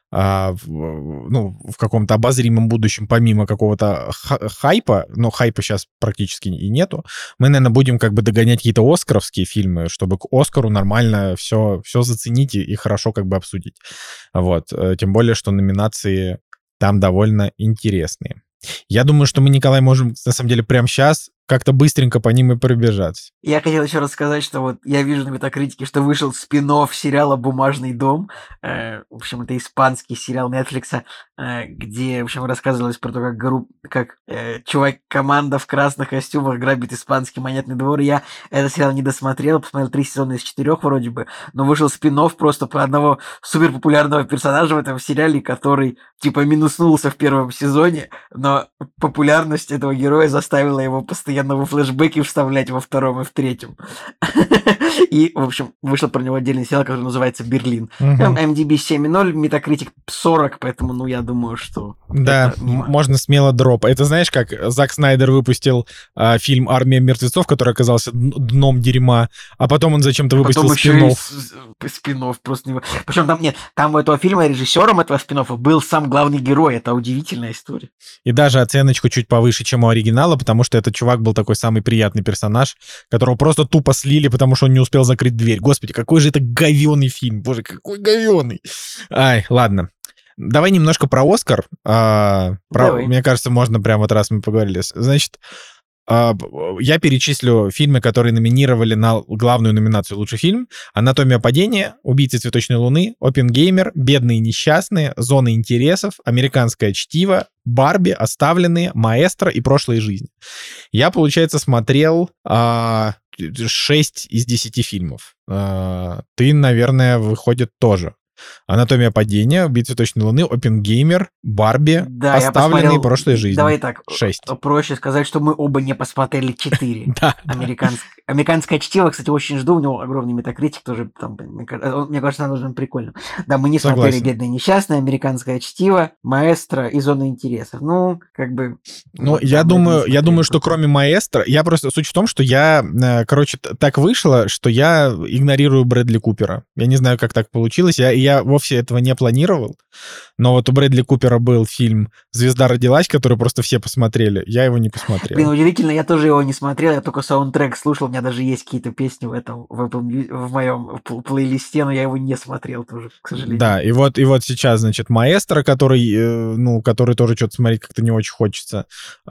в каком-то обозримом будущем, помимо какого-то хайпа, но хайпа сейчас практически и нету, мы, наверное, будем как бы догонять какие-то оскаровские фильмы, чтобы к Оскару нормально все заценить и хорошо как бы обсудить. Вот. Тем более, что номинации там довольно интересные. Я думаю, что мы, Николай, можем, на самом деле, прямо сейчас как-то быстренько по ним и пробежаться. Я хотел еще раз сказать, что вот я вижу на Метакритике, что вышел спин-офф сериала «Бумажный дом». В общем, это испанский сериал Netflix, где, в общем, рассказывалось про то, как команда в красных костюмах грабит испанский монетный двор. Я этот сериал не досмотрел, посмотрел 3 сезона из 4 вроде бы, но вышел спин-офф просто про одного суперпопулярного персонажа в этом сериале, который, типа, минуснулся в первом сезоне, но популярность этого героя заставила его постоянно во флешбеки вставлять во втором и в третьем. И, в общем, вышел про него отдельный сериал, который называется «Берлин». MDB 7.0, Metacritic 40, поэтому, я думаю, что... Да, можно смело дроп. Это знаешь, как Зак Снайдер выпустил фильм «Армия мертвецов», который оказался дном дерьма, а потом он зачем-то выпустил спин-офф. Спин-офф просто не... Причем там у этого фильма режиссером этого спин-оффа был сам главный герой. Это удивительная история. И даже оценочку чуть повыше, чем у оригинала, потому что этот чувак был такой самый приятный персонаж, которого просто тупо слили, потому что он не успел закрыть дверь. Господи, какой же это говёный фильм. Боже, какой говёный. Ай, ладно. Давай немножко про Оскар. Мне кажется, можно прямо вот раз мы поговорили. Значит, я перечислю фильмы, которые номинировали на главную номинацию «Лучший фильм». «Анатомия падения», «Убийцы цветочной луны», «Оппенгеймер», «Бедные и несчастные», «Зона интересов», «Американское чтиво», «Барби», «Оставленные», «Маэстро» и «Прошлые жизни». Я, получается, смотрел 6 из 10 фильмов. Ты, наверное, выходит тоже. «Анатомия падения», «Убийцы цветочной луны», «Оппенгеймер», «Барби», да, «Оставленные», «Прошлые жизни». Давай так, 6. Проще сказать, что мы оба не посмотрели 4. Да. Американское чтиво, кстати, очень жду, у него огромный метакритик тоже, там, мне кажется, оно должно быть прикольно. Да, мы не смотрели «Бедные и несчастные», «Американское чтиво», «Маэстро» и «Зона интересов». Я думаю, что кроме «Маэстро», суть в том, что так вышло, что я игнорирую Брэдли Купера. Я не знаю, как так получилось, я вовсе этого не планировал, но вот у Брэдли Купера был фильм «Звезда родилась», который просто все посмотрели, я его не посмотрел. Блин, удивительно, я тоже его не смотрел, я только саундтрек слушал, у меня даже есть какие-то песни в моем плейлисте, но я его не смотрел тоже, к сожалению. Да, и вот сейчас, значит, «Маэстро», который тоже что-то смотреть как-то не очень хочется.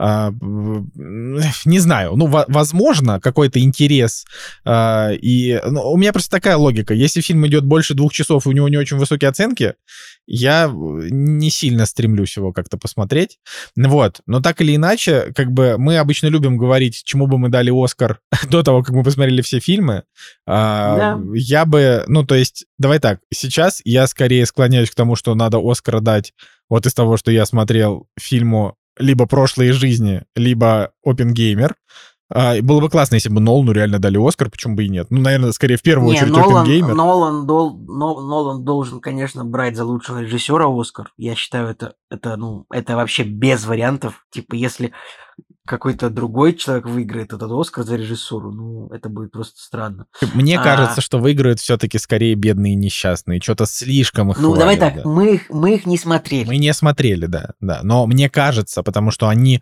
Не знаю, возможно, какой-то интерес. У меня просто такая логика. Если фильм идет больше 2 часов, и у него не очень высокие оценки, я не сильно стремлюсь его как-то посмотреть. Вот. Но так или иначе, как бы мы обычно любим говорить, чему бы мы дали Оскар до того, как мы посмотрели все фильмы. Да. Я бы... давай так. Сейчас я скорее склоняюсь к тому, что надо Оскара дать вот из того, что я смотрел фильму либо «Прошлые жизни», либо «Оппенгеймер». Было бы классно, если бы Нолану реально дали Оскар, почему бы и нет. Наверное, скорее в первую очередь «Оппенгеймер». Нолан должен, конечно, брать за лучшего режиссера Оскар. Я считаю, это вообще без вариантов. Типа, если какой-то другой человек выиграет этот Оскар за режиссуру, это будет просто странно. Мне кажется, что выиграют все-таки скорее «Бедные и несчастные». Что-то слишком их хвалят. Давай так, да. мы их не смотрели. Мы не смотрели, да. Но мне кажется, потому что они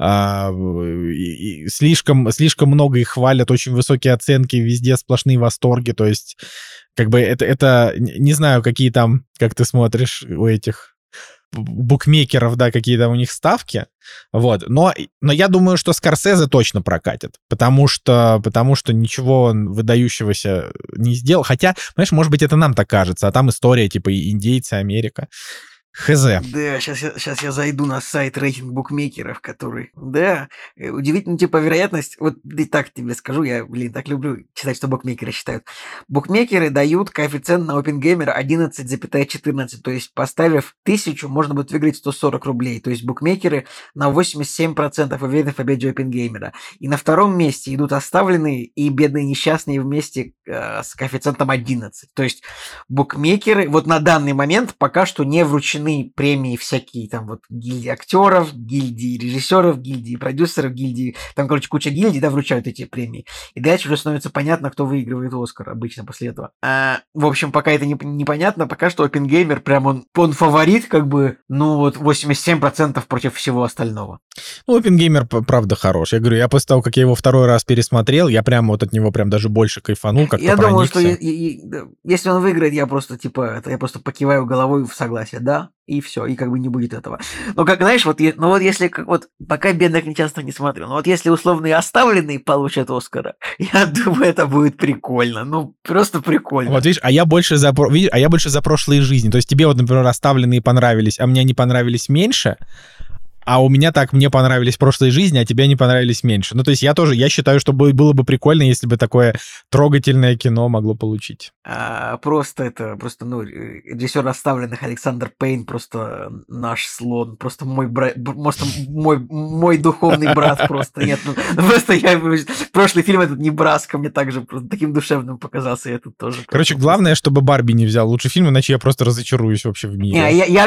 слишком много их хвалят, очень высокие оценки, везде сплошные восторги, то есть как бы это не знаю, какие там, как ты смотришь у этих букмекеров, да, какие там у них ставки, вот, но я думаю, что Скорсезе точно прокатит, потому что ничего он выдающегося не сделал, хотя, понимаешь, может быть, это нам так кажется, а там история, типа, индейцы, Америка. Хз. Да, сейчас я зайду на сайт рейтинг букмекеров, который... Да, удивительно, типа, вероятность... Вот и так тебе скажу, я, так люблю читать, что букмекеры считают. Букмекеры дают коэффициент на Оппенгеймера 11,14, то есть, поставив 1000, можно будет выиграть 140 рублей. То есть, букмекеры на 87% уверены в победе Оппенгеймера. И на втором месте идут «Оставленные» и «Бедные и несчастные» вместе с коэффициентом 11. То есть, букмекеры вот на данный момент пока что не вручена вручены премии всякие, там вот гильдии актеров, гильдии режиссеров, гильдии продюсеров, гильдии, там, короче, куча гильдий, да, вручают эти премии. И дальше уже становится понятно, кто выигрывает Оскар обычно после этого. В общем, пока это непонятно, пока что Оппенгеймер прям он фаворит, как бы, ну вот 87% против всего остального. Ну, Оппенгеймер, правда, хорош. Я говорю, я после того, как я его второй раз пересмотрел, я прям вот от него прям даже больше кайфанул, как-то я проникся. думаю, что если он выиграет, я просто, типа, я просто покиваю головой в согласие, да, и все, и как бы не будет этого. Но, как, знаешь, вот если, вот, пока «Бедное крестьянство» не смотрю, но вот если условные «Оставленные» получат Оскара, я думаю, это будет прикольно, ну, просто прикольно. Вот видишь, а я больше за прошлые жизни. То есть тебе вот, например, «Оставленные» понравились, а мне они понравились меньше, а у меня так, мне понравились прошлые жизни, а тебе не понравились меньше. Ну, то есть я считаю, что было бы прикольно, если бы такое трогательное кино могло получить. Просто, режиссер «Оставленных» Александр Пейн просто наш слон, просто мой духовный брат просто. Нет, просто прошлый фильм этот «Небраска» мне также просто таким душевным показался, и этот тоже. Короче, главное, чтобы Барби не взял лучший фильм, иначе я просто разочаруюсь вообще в мире.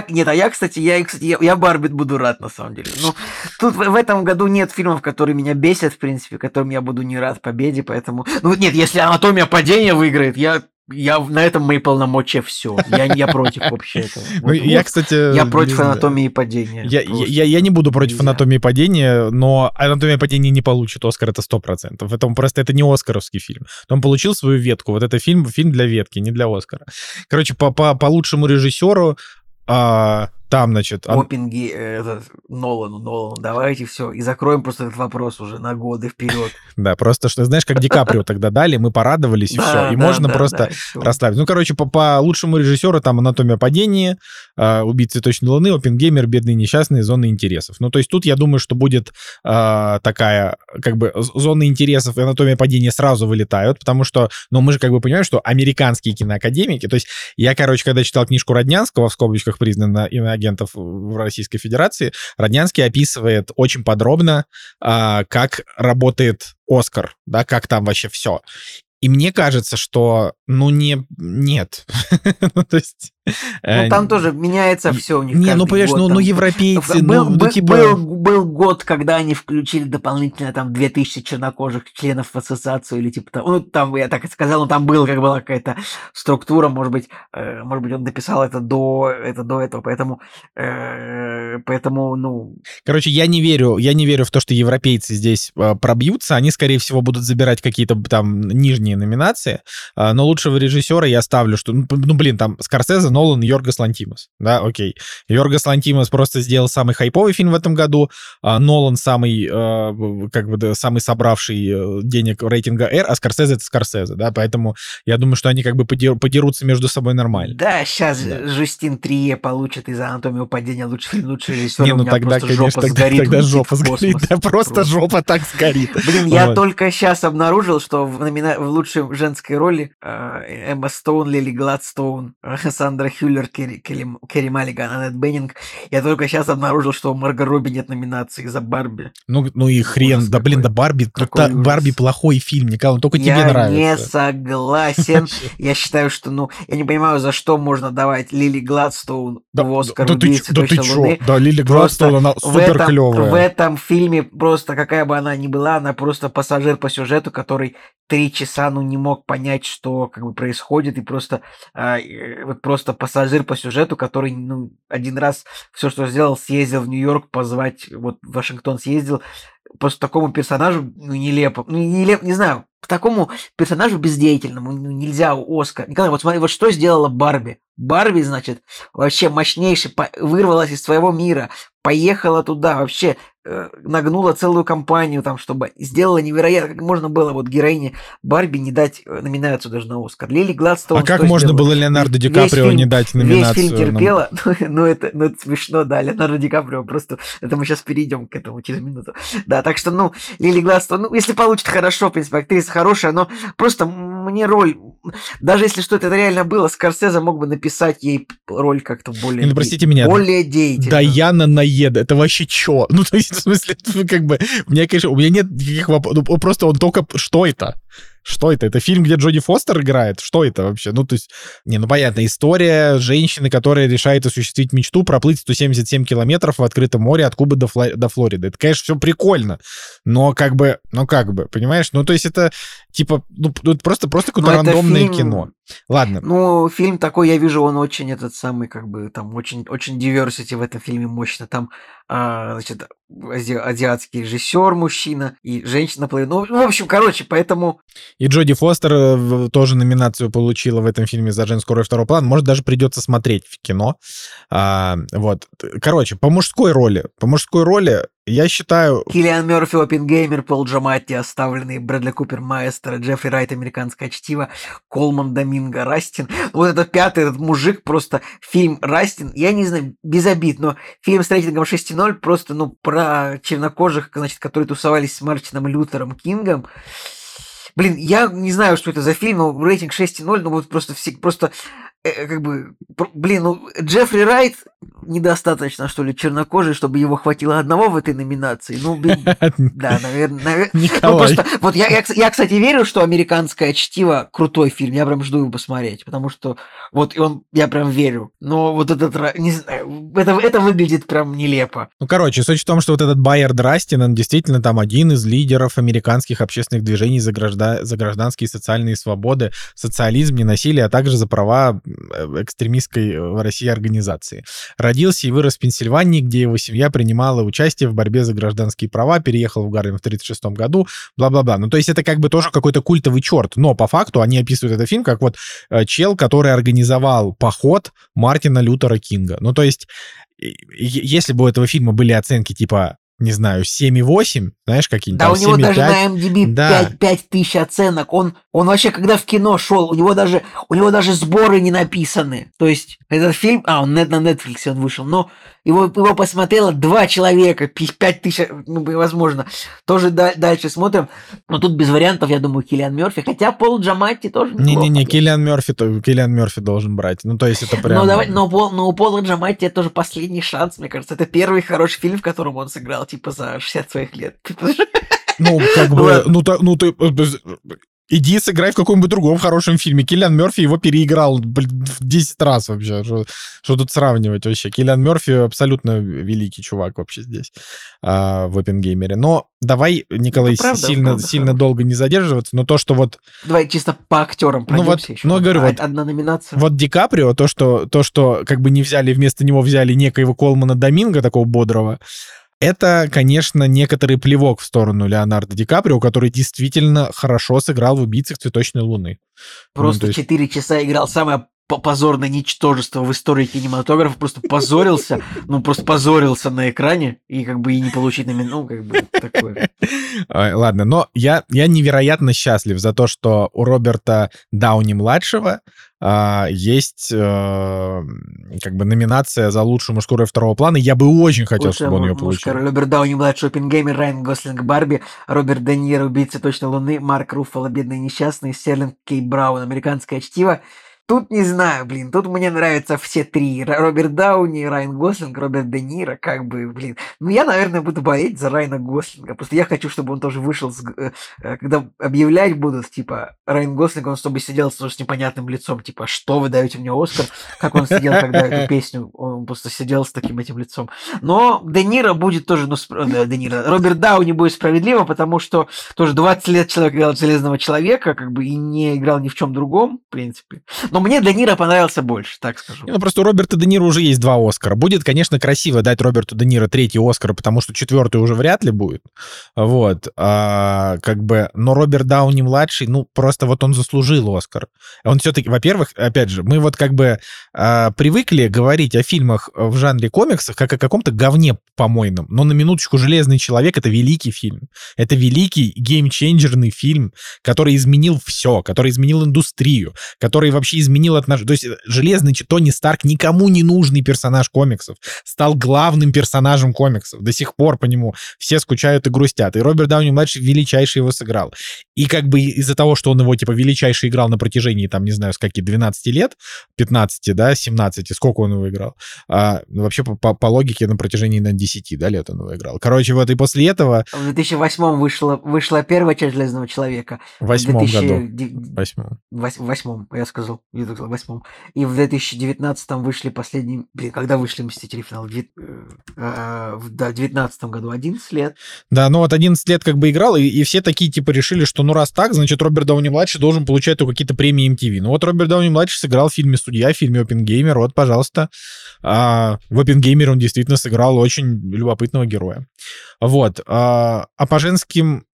Я Барби буду рад, на самом деле. Ну, тут в этом году нет фильмов, которые меня бесят, в принципе, которым я буду не рад победе, поэтому... Ну, нет, если «Анатомия падения» выиграет, я на этом мои полномочия все. Я против вообще этого. Ну, я, кстати... Я против «Анатомии падения». Я не буду против «Анатомии падения», но «Анатомия падения» не получит Оскар, это 100%. Это не оскаровский фильм. Он получил свою ветку. Вот это фильм для ветки, не для Оскара. Короче, по лучшему режиссеру... Там, значит... Нолану, давайте все, и закроем просто этот вопрос уже на годы вперед. Да, просто, что знаешь, как Ди Каприо тогда дали, мы порадовались, и все, и можно просто расслабиться. Ну, короче, по лучшему режиссеру там «Анатомия падения», «Убить цветочной луны», «Оппенгеймер», «Бедные несчастные», «Зоны интересов». Ну, то есть тут, я думаю, что будет такая, как бы, «Зоны интересов» и «Анатомия падения» сразу вылетают, потому что, ну, мы же как бы понимаем, что американские киноакадемики, то есть я, короче, когда читал книжку Роднянского, в скобочках признана иноагентов в Российской Федерации, Роднянский описывает очень подробно, как работает Оскар, да, как там вообще все. И мне кажется, что, нет. Ну, то есть... Ну, там тоже меняется все у них. Не, ну, понимаешь, ну, европейцы... Был год, когда они включили дополнительно там 2000 чернокожих членов в ассоциацию или типа того. Ну, там, я так и сказал, но там была какая-то структура, может быть, он дописал это до этого, поэтому, ну... Короче, я не верю в то, что европейцы здесь пробьются. Они, скорее всего, будут забирать какие-то там нижние номинации, но лучшего режиссера я ставлю, что, там Скорсезе, Нолан, Йоргос Лантимос, да, окей. Йоргос Лантимос просто сделал самый хайповый фильм в этом году, Нолан самый собравший денег рейтинга R, а Скорсезе — это Скорсезе, да, поэтому я думаю, что они как бы подерутся между собой нормально. Да, сейчас Жюстин Трие получит из «Анатомии падения» лучший фильм, лучший режиссер. Не, ну тогда, конечно, тогда жопа сгорит, да, просто жопа так сгорит. Блин, я только сейчас обнаружил, что в лучшей женской роли Эмма Стоун, Лили Гладстоун, Сандра Хюллер, Керри Маллиган, Аннет Беннинг. Я только сейчас обнаружил, что у Марго Робби нет номинации за Барби. Ну и хрен, ужас, да какой, блин, да Барби плохой фильм, Николай, он только тебе нравится. Я не согласен. Я считаю, что, я не понимаю, за что можно давать Лили Гладстоун в Оскар «Убить цветочной луны». Да, Лили Гладстоун, она супер клевая. В этом фильме просто, какая бы она ни была, она просто пассажир по сюжету, который 3 часа, не мог понять, что как бы происходит, и просто пассажир по сюжету, который, один раз все, что сделал, съездил в Нью-Йорк позвать, в Вашингтон съездил, просто такому персонажу, нелепо, не знаю, такому персонажу бездеятельному нельзя Оскар. Николай, вот смотри, вот что сделала Барби. Барби, значит, вообще мощнейший, вырвалась из своего мира, поехала туда, вообще нагнула целую компанию там, чтобы сделала невероятно, как можно было героине Барби не дать номинацию даже на Оскар. Лили Гладстоун. А как можно было Леонардо Ди Каприо не дать номинацию? Весь фильм терпела, это смешно, да, Леонардо Ди Каприо просто, это мы сейчас перейдем к этому через минуту. Да, так что, Лили Гладстоун, если получит хорошо, в принципе, актриса хорошая, но просто мне роль, даже если что-то это реально было, Скорсезе мог бы написать ей роль как-то более... простите меня. Более деятельно. Даяна Наеда, это вообще чё? То есть, в смысле, как бы, у меня нет никаких вопросов, просто он только... Что это? Что это? Это фильм, где Джоди Фостер играет? Что это вообще? Ну, то есть, понятно, история женщины, которая решает осуществить мечту проплыть 177 километров в открытом море от Кубы до Флориды. Это, конечно, все прикольно, но как бы, понимаешь? Ну, то есть это, типа, просто какое-то рандомное кино. Ладно. Ну, фильм такой, я вижу, он очень там очень diversity в этом фильме мощно. Там, значит, азиатский режиссер мужчина и женщина. Ну, в общем, поэтому... И Джоди Фостер тоже номинацию получила в этом фильме за женскую роль второго плана. Может, даже придется смотреть в кино. Вот. Короче, по мужской роли я считаю... Киллиан Мёрфи, Оппенгеймер, Пол Джаматти, Оставленный, Брэдли Купер, Маэстро, Джеффри Райт, Американское чтиво, Колман Доминго, Растин. Вот этот пятый, этот мужик, просто фильм Растин, я не знаю, без обид, но фильм с рейтингом 6.0 просто, про чернокожих, значит, которые тусовались с Мартином Лютером Кингом. Блин, я не знаю, что это за фильм, но рейтинг 6.0, вот просто Джеффри Райт недостаточно, что ли, чернокожий, чтобы его хватило одного в этой номинации. Да, наверное. Николай. Просто, вот я, кстати, верю, что «Американское чтиво» крутой фильм, я прям жду его посмотреть, потому что я прям верю. Но вот не знаю, это выглядит прям нелепо. Суть в том, что вот этот Байерд Растин, он действительно там один из лидеров американских общественных движений за гражданские и социальные свободы, социализм, ненасилие, а также за права экстремистской в России организации. Родился и вырос в Пенсильвании, где его семья принимала участие в борьбе за гражданские права, переехал в Гарлем в 1936 году, бла-бла-бла. То есть это тоже какой-то культовый черт, но по факту они описывают этот фильм как чел, который организовал поход Мартина Лютера Кинга. То есть если бы у этого фильма были оценки типа, не знаю, 7,8, знаешь, какие-нибудь. Да, у него 7,5. даже на MDB 5 тысяч оценок. Он вообще, когда в кино шел, у него даже сборы не написаны. То есть этот фильм, он на Netflix он вышел, но его посмотрело 2 человека, 5 тысяч, возможно. Тоже дальше смотрим. Но тут без вариантов, я думаю, Киллиан Мёрфи. Хотя Пол Джаматти тоже неплохо. Не-не-не, Киллиан Мёрфи должен брать. То есть это прям... Но у Пола Джаматти это тоже последний шанс, мне кажется. Это первый хороший фильм, в котором он сыграл, типа, за 60 своих лет. Иди сыграй в каком-нибудь другом хорошем фильме. Киллиан Мёрфи его переиграл, в 10 раз вообще. Что тут сравнивать вообще? Киллиан Мёрфи абсолютно великий чувак вообще здесь, в Оппенгеймере. Но давай, Николай, сильно долго не задерживаться, но то, что Давай чисто по актерам пройдемся еще. Говорю, одна номинация. Вот Ди Каприо, то, что как бы не взяли, вместо него взяли некоего Колмана Доминго, такого бодрого, это, конечно, некоторый плевок в сторону Леонардо Ди Каприо, который действительно хорошо сыграл в «Убийцах цветочной луны». Просто 4 часа играл самое позорное ничтожество в истории кинематографа, просто позорился на экране, и и не получить такое. Ладно, но я невероятно счастлив за то, что у Роберта Дауни-младшего есть номинация за лучшую мужскую роль второго плана. Я бы очень хотел, чтобы он ее получил. Роберт Дауни-младший, Оппенгеймер, Райан Гослинг, Барби, Роберт Де Ниро, Убийца точной луны, Марк Руффало, Бедный несчастный, Стерлинг Кей Браун, Американское чтиво. Тут не знаю, тут мне нравятся все 3. Роберт Дауни, Райан Гослинг, Роберт Де Ниро, я, наверное, буду болеть за Райана Гослинга. Просто я хочу, чтобы он тоже вышел, когда объявлять будут, типа, Райан Гослинг, он чтобы сидел с непонятным лицом, типа, что вы даете мне Оскар? Как он сидел, когда эту песню, он просто сидел с таким этим лицом. Но Де Ниро будет тоже, Роберт Дауни будет справедливо, потому что тоже 20 лет человек играл Железного Человека, и не играл ни в чем другом, в принципе. Но мне Де Ниро понравился больше, так скажу. Просто у Роберта Де Ниро уже есть 2 Оскара. Будет, конечно, красиво дать Роберту Де Ниро 3-й Оскар, потому что 4-й уже вряд ли будет. Вот. Но Роберт Дауни-младший, просто он заслужил Оскар. Он все-таки, во-первых, опять же, мы привыкли говорить о фильмах в жанре комиксов как о каком-то говне помойном. Но на минуточку «Железный человек» — это великий фильм. Это великий геймченджерный фильм, который изменил все, который изменил индустрию, который вообще изменил отношение. То есть Железный Тони Старк, никому не нужный персонаж комиксов, стал главным персонажем комиксов. До сих пор по нему все скучают и грустят. И Роберт Дауни-младший величайший его сыграл. И как бы из-за того, что он его, типа, величайший играл на протяжении, там, не знаю, с каких 12 лет, 15, да, 17, сколько он его играл? Вообще, по логике, на протяжении, на 10, да, лет он его играл. Короче, вот и после этого... В 2008 вышла первая часть «Железного человека». В 2008 году. В 2008, я сказал, в 2008. И в 2019 вышли последние... Блин, когда вышли «Мстители. Финал»? В 2019 году 11 лет. Да, ну вот 11 лет как бы играл, и все такие, типа, решили, что ну раз так, значит, Роберт Дауни-младший должен получать только какие-то премии MTV. Ну вот Роберт Дауни-младший сыграл в фильме «Судья», в фильме «Оппенгеймер», вот, пожалуйста. В «Оппенгеймере» он действительно сыграл очень любопытного героя. Вот. По женским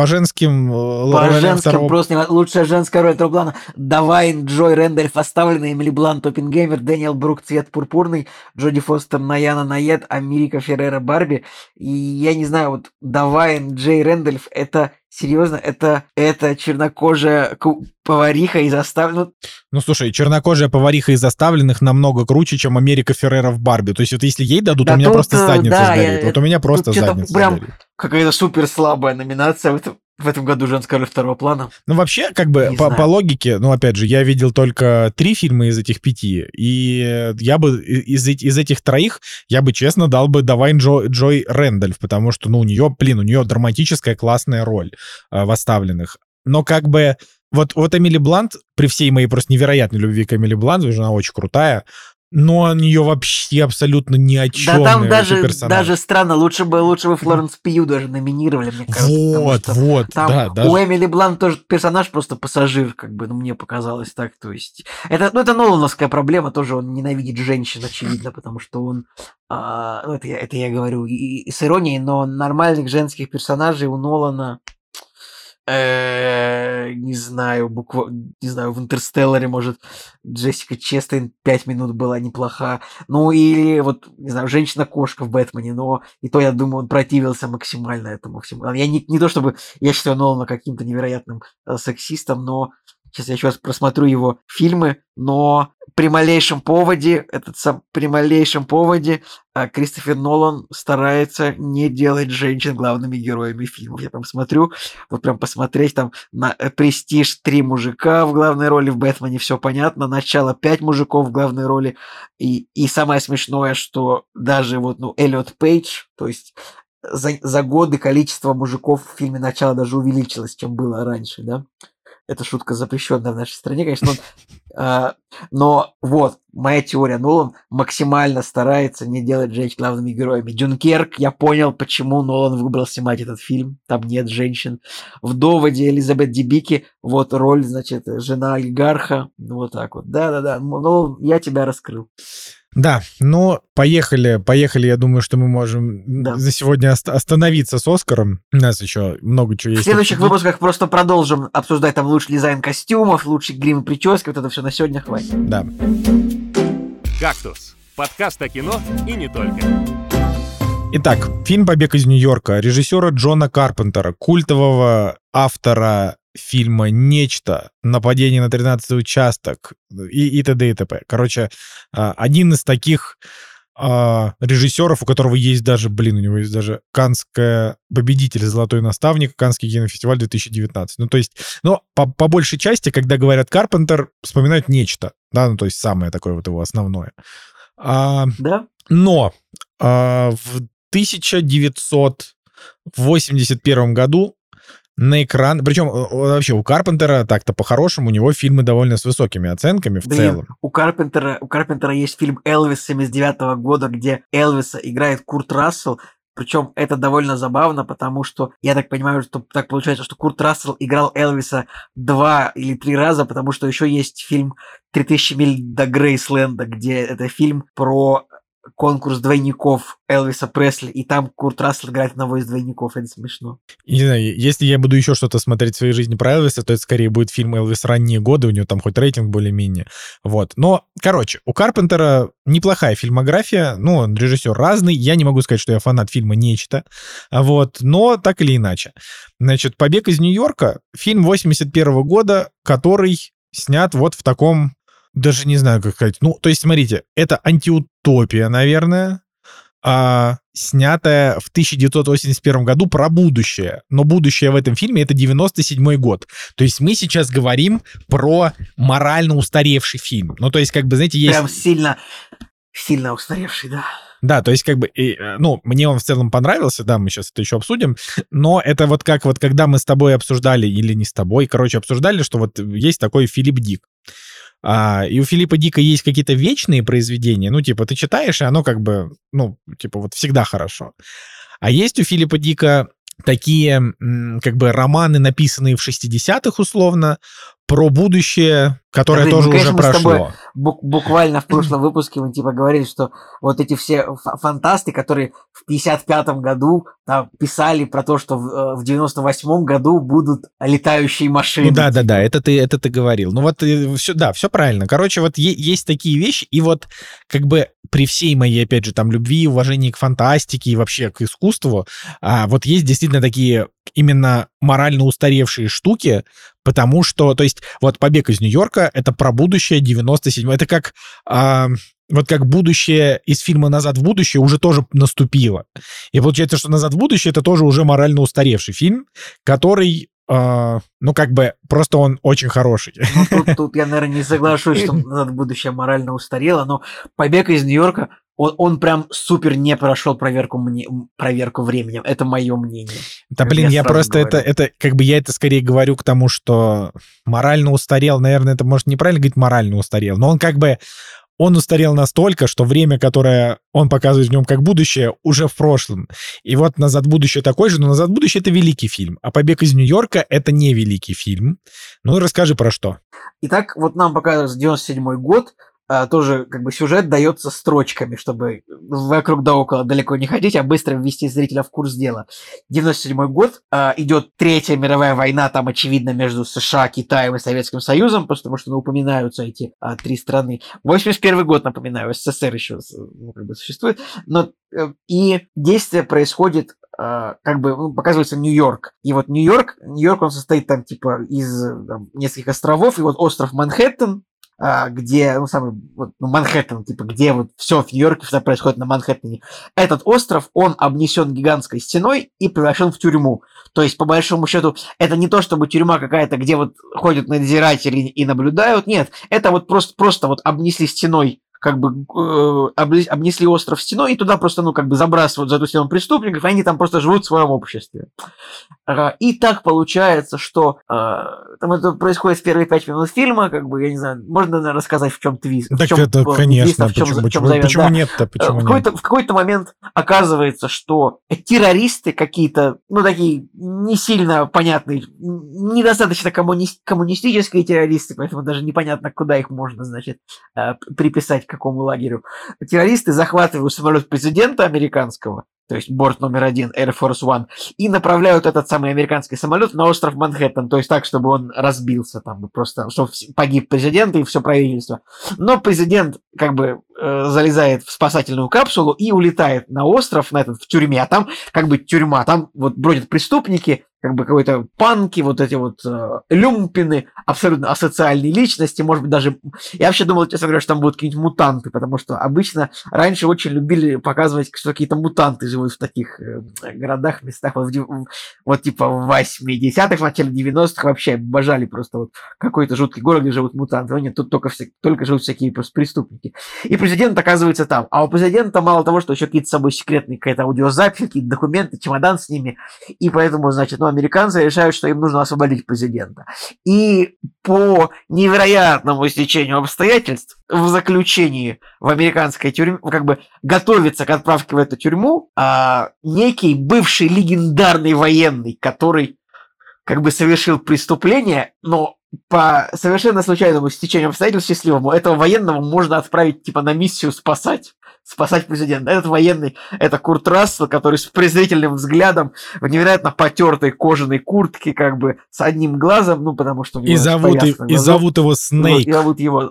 просто лучшая женская роль второго плана. Давайн, Джой Рэндольф оставленный, Эмили Блант, Оппенгеймер, Дэниел Брук, Цвет пурпурный, Джоди Фостер, Наяна Найет, Америка Феррера, Барби. И я не знаю, вот Давайн, Джей Рэндольф, это серьезно, это чернокожая повариха из оставленных. Ну, слушай, чернокожая повариха из оставленных намного круче, чем Америка Феррера в Барби. То есть вот если ей дадут, да, у меня просто задница да, сгорит. Вот у меня просто задница прям сгорит. Какая-то супер слабая номинация в этом году женская роль второго плана. Ну, вообще, как бы, по логике, ну, опять же, я видел только 3 фильма из этих 5, и я бы из этих 3, я бы, честно, дал бы Давайн Джой Рэндольф, потому что, ну, у нее драматическая классная роль в оставленных. Но как бы вот Эмили Блант, при всей моей просто невероятной любви к Эмили Блант, потому что она очень крутая, но у нее вообще абсолютно ни о чем. Да там даже странно, лучше бы Флоренс Пью даже номинировали, мне кажется. Вот, там да. У Эмили Блант тоже персонаж просто пассажир, как бы, ну, мне показалось так, то есть... Это Нолановская проблема, тоже он ненавидит женщин, очевидно, потому что он... это я говорю и с иронией, но нормальных женских персонажей у Нолана... Не знаю, в «Интерстелларе», может, Джессика Честейн 5 минут была неплоха. Ну, или, вот, не знаю, «Женщина-кошка» в «Бэтмене», но и то, я думаю, он противился максимально этому всему. Я не то, чтобы я считаю Нолана каким-то невероятным сексистом, но сейчас я еще раз просмотрю его фильмы, но при малейшем поводе Кристофер Нолан старается не делать женщин главными героями фильмов. Я прям смотрю, вот прям посмотреть там на «Престиж» 3 мужика в главной роли, в «Бэтмене» все понятно, начало 5 мужиков в главной роли, и самое смешное, что даже вот, Эллиот Пейдж, то есть за годы количество мужиков в фильме «Начало» даже увеличилось, чем было раньше, да? Это шутка запрещенная в нашей стране, конечно. Но вот, моя теория. Нолан максимально старается не делать женщин главными героями. «Дюнкерк», я понял, почему Нолан выбрал снимать этот фильм. Там нет женщин. В «Доводе» Элизабет Дебики, вот роль, значит, жена олигарха. Вот так вот. Да. Нолан, я тебя раскрыл. Да, но поехали. Я думаю, что мы можем за сегодня остановиться с «Оскаром». У нас еще много чего есть. В следующих выпусках просто продолжим обсуждать там лучший дизайн костюмов, лучший грим и прически. Вот это все на сегодня хватит. Да. «Кактус». Подкаст о кино и не только. Итак, фильм «Побег из Нью-Йорка» режиссера Джона Карпентера, культового автора фильма «Нечто», «Нападение на 13-й участок» и т.д. и т.п. Короче, один из таких режиссеров, у которого есть даже, у него есть даже каннская победитель, «Золотой наставник», Каннский кинофестиваль 2019. Ну, то есть, по большей части, когда говорят «Карпентер», вспоминают «Нечто», да, ну, то есть самое такое вот его основное. Да? Но в 1981 году на экран... Причем вообще у Карпентера так-то по-хорошему, у него фильмы довольно с высокими оценками в целом. У Карпентера есть фильм «Элвис» 79 года, где Элвиса играет Курт Рассел. Причем это довольно забавно, потому что, я так понимаю, что так получается, что Курт Рассел играл Элвиса 2 или 3 раза, потому что еще есть фильм «3000 миль до Грейсленда», где это фильм про конкурс двойников Элвиса Пресли, и там Курт Рассел играет одного из двойников, это смешно. Не знаю, если я буду еще что-то смотреть в своей жизни про Элвиса, то это скорее будет фильм «Элвис. Ранние годы», у него там хоть рейтинг более-менее. Вот. Но, короче, у Карпентера неплохая фильмография, он режиссер разный, я не могу сказать, что я фанат фильма «Нечто», вот, но так или иначе. Значит, «Побег из Нью-Йорка» — фильм 81 года, который снят вот в таком даже не знаю, как сказать. Ну, то есть, смотрите, это антиутопия, наверное, снятая в 1981 году про будущее. Но будущее в этом фильме — это 97-й год. То есть мы сейчас говорим про морально устаревший фильм. Ну, то есть, как бы, знаете, есть... Прям сильно, сильно устаревший, да. Да, то есть как бы, ну, мне он в целом понравился, да, мы сейчас это еще обсудим, но это вот как вот когда мы с тобой обсуждали, или не с тобой, короче, обсуждали, что вот есть такой Филипп Дик. И у Филиппа Дика есть какие-то вечные произведения, ну, типа, ты читаешь, и оно как бы, ну, типа, вот всегда хорошо. А есть у Филиппа Дика такие, как бы, романы, написанные в 60-х, условно, про будущее, которое Да, тоже мы, конечно, уже прошло. Мы с тобой буквально в прошлом выпуске мы типа говорили, что вот эти все фантасты, которые в 55-м году там писали про то, что в 98-м году будут летающие машины. Ну да, типа. да, это ты говорил. Ну вот все, да, все правильно. Короче, вот есть такие вещи, и вот как бы при всей моей, опять же, там любви, уважении к фантастике и вообще к искусству, вот есть действительно такие именно морально устаревшие штуки, потому что, то есть, вот «Побег из Нью-Йорка» — это про будущее 97-го. Это как, вот как будущее из фильма «Назад в будущее» уже тоже наступило. И получается, что «Назад в будущее» — это тоже уже морально устаревший фильм, который, ну, как бы, просто он очень хороший. Ну, тут я, наверное, не соглашусь, что «Назад в будущее» морально устарело, но «Побег из Нью-Йорка», он прям супер не прошел проверку временем. Это мое мнение. Да, блин, я просто это как бы я это скорее говорю к тому, что морально устарел, наверное, это может неправильно говорить морально устарел, но он как бы он устарел настолько, что время, которое он показывает в нем как будущее, уже в прошлом. И вот «Назад в будущее» такой же, но «Назад в будущее» — это великий фильм, а «Побег из Нью-Йорка» — это не великий фильм. Ну и расскажи про что. Итак, вот нам показывается 97-й год, тоже как бы сюжет дается строчками, чтобы вокруг да около далеко не ходить, а быстро ввести зрителя в курс дела. 97-й год, идет Третья мировая война, там очевидно между США, Китаем и Советским Союзом, потому что упоминаются эти три страны. 81-й год, напоминаю, СССР еще как бы существует, но и действие происходит как бы показывается Нью-Йорк. И вот Нью-Йорк он состоит там типа из нескольких островов, и вот остров Манхэттен, где, Манхэттен, типа, где вот все в Нью-Йорке, все происходит на Манхэттене. Этот остров, он обнесен гигантской стеной и превращен в тюрьму. То есть, по большому счету, это не то, чтобы тюрьма какая-то, где вот ходят надзиратели и наблюдают. Нет, это вот просто вот обнесли стеной, как бы обнесли остров стеной, и туда просто, как бы забрасывают за эту стену преступников, и они там просто живут в своем обществе. И так получается, что там это происходит в первые 5 минут фильма, как бы, я не знаю, можно, наверное, рассказать, в чем твист. Так это, конечно, почему нет-то? В какой-то момент оказывается, что террористы какие-то, такие не сильно понятные, недостаточно коммунистические террористы, поэтому даже непонятно, куда их можно, значит, приписать к какому лагерю. Террористы захватывают самолет президента американского, то есть борт номер 1 Air Force One, и направляют этот самый американский самолет на остров Манхэттен, то есть так, чтобы он разбился, там просто, чтобы погиб президент и все правительство. Но президент как бы залезает в спасательную капсулу и улетает на остров, в тюрьме, а там как бы тюрьма, там вот бродят преступники, как бы какой-то панки, вот эти вот люмпины, абсолютно асоциальные личности, может быть, даже... Я вообще думал, честно говоря, что там будут какие-нибудь мутанты, потому что обычно раньше очень любили показывать, что какие-то мутанты живут в таких городах, местах. Вот типа в 80-х, в начале 90-х вообще обожали просто вот какой-то жуткий город, где живут мутанты. Но нет, тут только живут всякие просто преступники. И президент оказывается там. А у президента мало того, что еще какие-то с собой секретные какая-то аудиозапись, какие-то документы, чемодан с ними. И поэтому, значит, американцы решают, что им нужно освободить президента. И по невероятному стечению обстоятельств в заключении в американской тюрьме, как бы готовится к отправке в эту тюрьму некий бывший легендарный военный, который как бы совершил преступление, но по совершенно случайному стечению обстоятельств счастливому этого военного можно отправить типа на миссию спасать президента. Этот военный — это Курт Рассел, который с презрительным взглядом в невероятно потертой кожаной куртке, как бы с одним глазом, потому что у него зовут его Снейк. И зовут его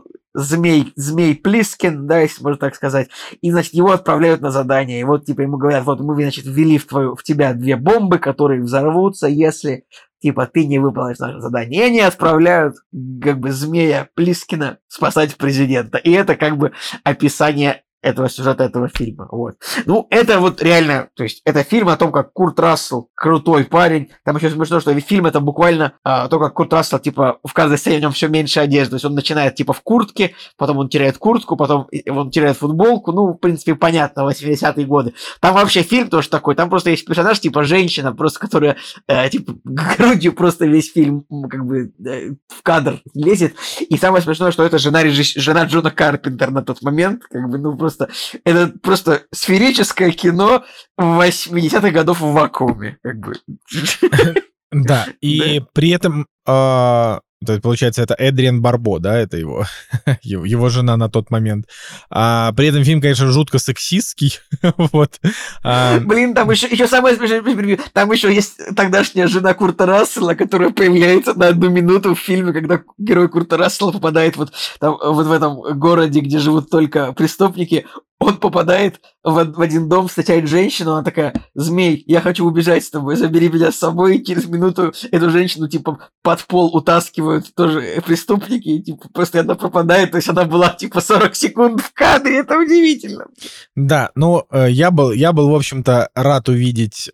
Змей Плискин, да, если можно так сказать. И, значит, его отправляют на задание. И вот, типа, ему говорят, вот мы, значит, ввели в тебя 2 бомбы, которые взорвутся, если типа, ты не выполнишь наше задание. И они отправляют, как бы, змея Плискина спасать президента. И это, как бы, описание этого сюжета, этого фильма. Вот. Ну, это вот реально, то есть, это фильм о том, как Курт Рассел крутой парень. Там еще смешно, что фильм это буквально то, как Курт Рассел, типа, в каждой сцене в нем все меньше одежды. То есть, он начинает, типа, в куртке, потом он теряет куртку, потом он теряет футболку. Ну, в принципе, понятно, 80-е годы. Там вообще фильм тоже такой. Там просто есть персонаж, типа, женщина, просто, которая, типа, грудью просто весь фильм, как бы, в кадр лезет. И самое смешное, что это жена Джона Карпентера на тот момент. Как бы, ну, просто это просто сферическое кино 80-х годов в вакууме, как бы. Да, и при этом, получается, это Эдриан Барбо, да, это его жена на тот момент. При этом фильм, конечно, жутко сексистский, вот. Блин, там еще самое смешное, там еще есть тогдашняя жена Курта Рассела, которая появляется на 1 минуту в фильме, когда герой Курта Рассела попадает вот в этом городе, где живут только преступники. Он попадает в один дом, встречает женщину, она такая: «Змей, я хочу убежать с тобой, забери меня с собой». И через минуту эту женщину, типа, под пол утаскивают тоже преступники, и, типа, просто она пропадает. То есть она была, типа, 40 секунд в кадре, это удивительно. Да, ну, я был, в общем-то, рад увидеть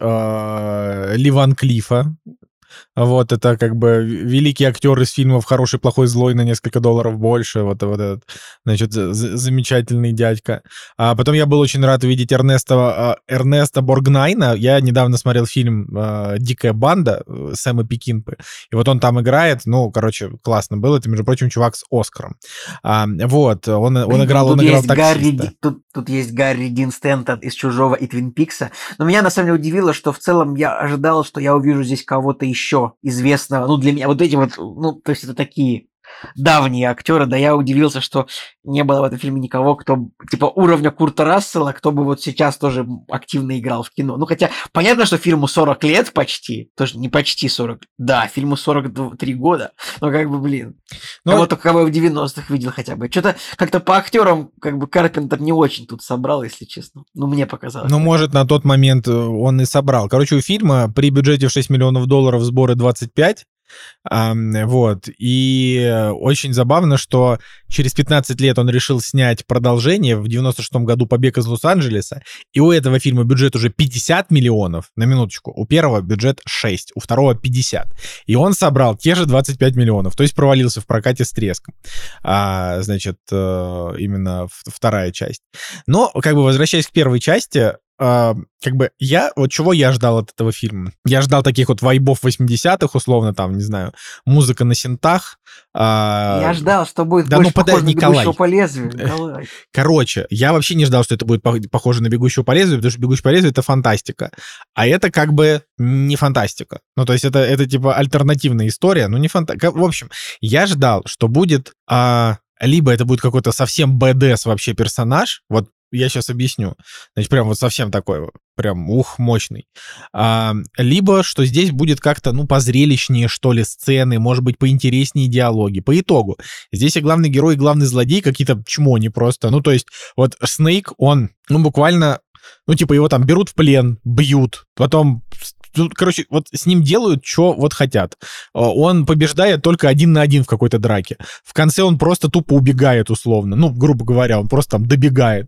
Ли Ван Клиффа. Вот, это как бы великий актер из фильмов «Хороший, плохой, злой» на несколько $10 больше. Вот этот, значит, замечательный дядька. А потом я был очень рад увидеть Эрнеста Боргнайна. Я недавно смотрел фильм «Дикая банда» Сэма Пекинпы. И вот он там играет. Ну, короче, классно было. Это, между прочим, чувак с Оскаром. Вот, он играл таксиста. Тут есть Гарри Дин Стэнтон из «Чужого» и «Твин Пикса». Но меня, на самом деле, удивило, что в целом я ожидал, что я увижу здесь кого-то еще известного. Ну, для меня вот эти вот, ну, то есть это такие давние актеры, да, я удивился, что не было в этом фильме никого, кто, типа, уровня Курта Рассела, кто бы вот сейчас тоже активно играл в кино. Ну, хотя, понятно, что фильму 40 лет почти, тоже не почти 40, да, фильму 43 года, но как бы, блин, кого я в 90-х видел хотя бы. Что-то как-то по актерам, как бы, Карпентер не очень тут собрал, если честно. Ну, мне показалось. Ну, может, на тот момент он и собрал. Короче, у фильма при бюджете в $6 миллионов сборы 25. Вот, и очень забавно, что через 15 лет он решил снять продолжение, в 96-м году «Побег из Лос-Анджелеса», и у этого фильма бюджет уже 50 миллионов, на минуточку, у первого бюджет 6, у второго 50, и он собрал те же 25 миллионов, то есть провалился в прокате с треском, значит, именно вторая часть. Но, как бы, возвращаясь к первой части, как бы чего я ждал от этого фильма? Я ждал таких вот вайбов 80-х, условно, там, не знаю, музыка на синтах. Я ждал, что будет да, больше похоже на «Бегущего по лезвию». Николай. Короче, я вообще не ждал, что это будет похоже на «Бегущего по лезвию», потому что «Бегущий по лезвию» — это фантастика. А это как бы не фантастика. Ну, то есть это типа альтернативная история, но не фантастика. В общем, я ждал, что будет... либо это будет какой-то совсем БДС вообще персонаж, вот я сейчас объясню. Значит, прям вот совсем такой, прям, мощный. Либо, что здесь будет как-то, ну, позрелищнее, что ли, сцены, может быть, поинтереснее диалоги. По итогу, здесь и главный герой, и главный злодей какие-то чмони просто. Ну, то есть, вот Снейк, он, ну, буквально, ну, типа, его там берут в плен, бьют, потом... Короче, вот с ним делают, что вот хотят. Он побеждает только 1 на 1 в какой-то драке. В конце он просто тупо убегает, условно. Ну, грубо говоря, он просто там добегает.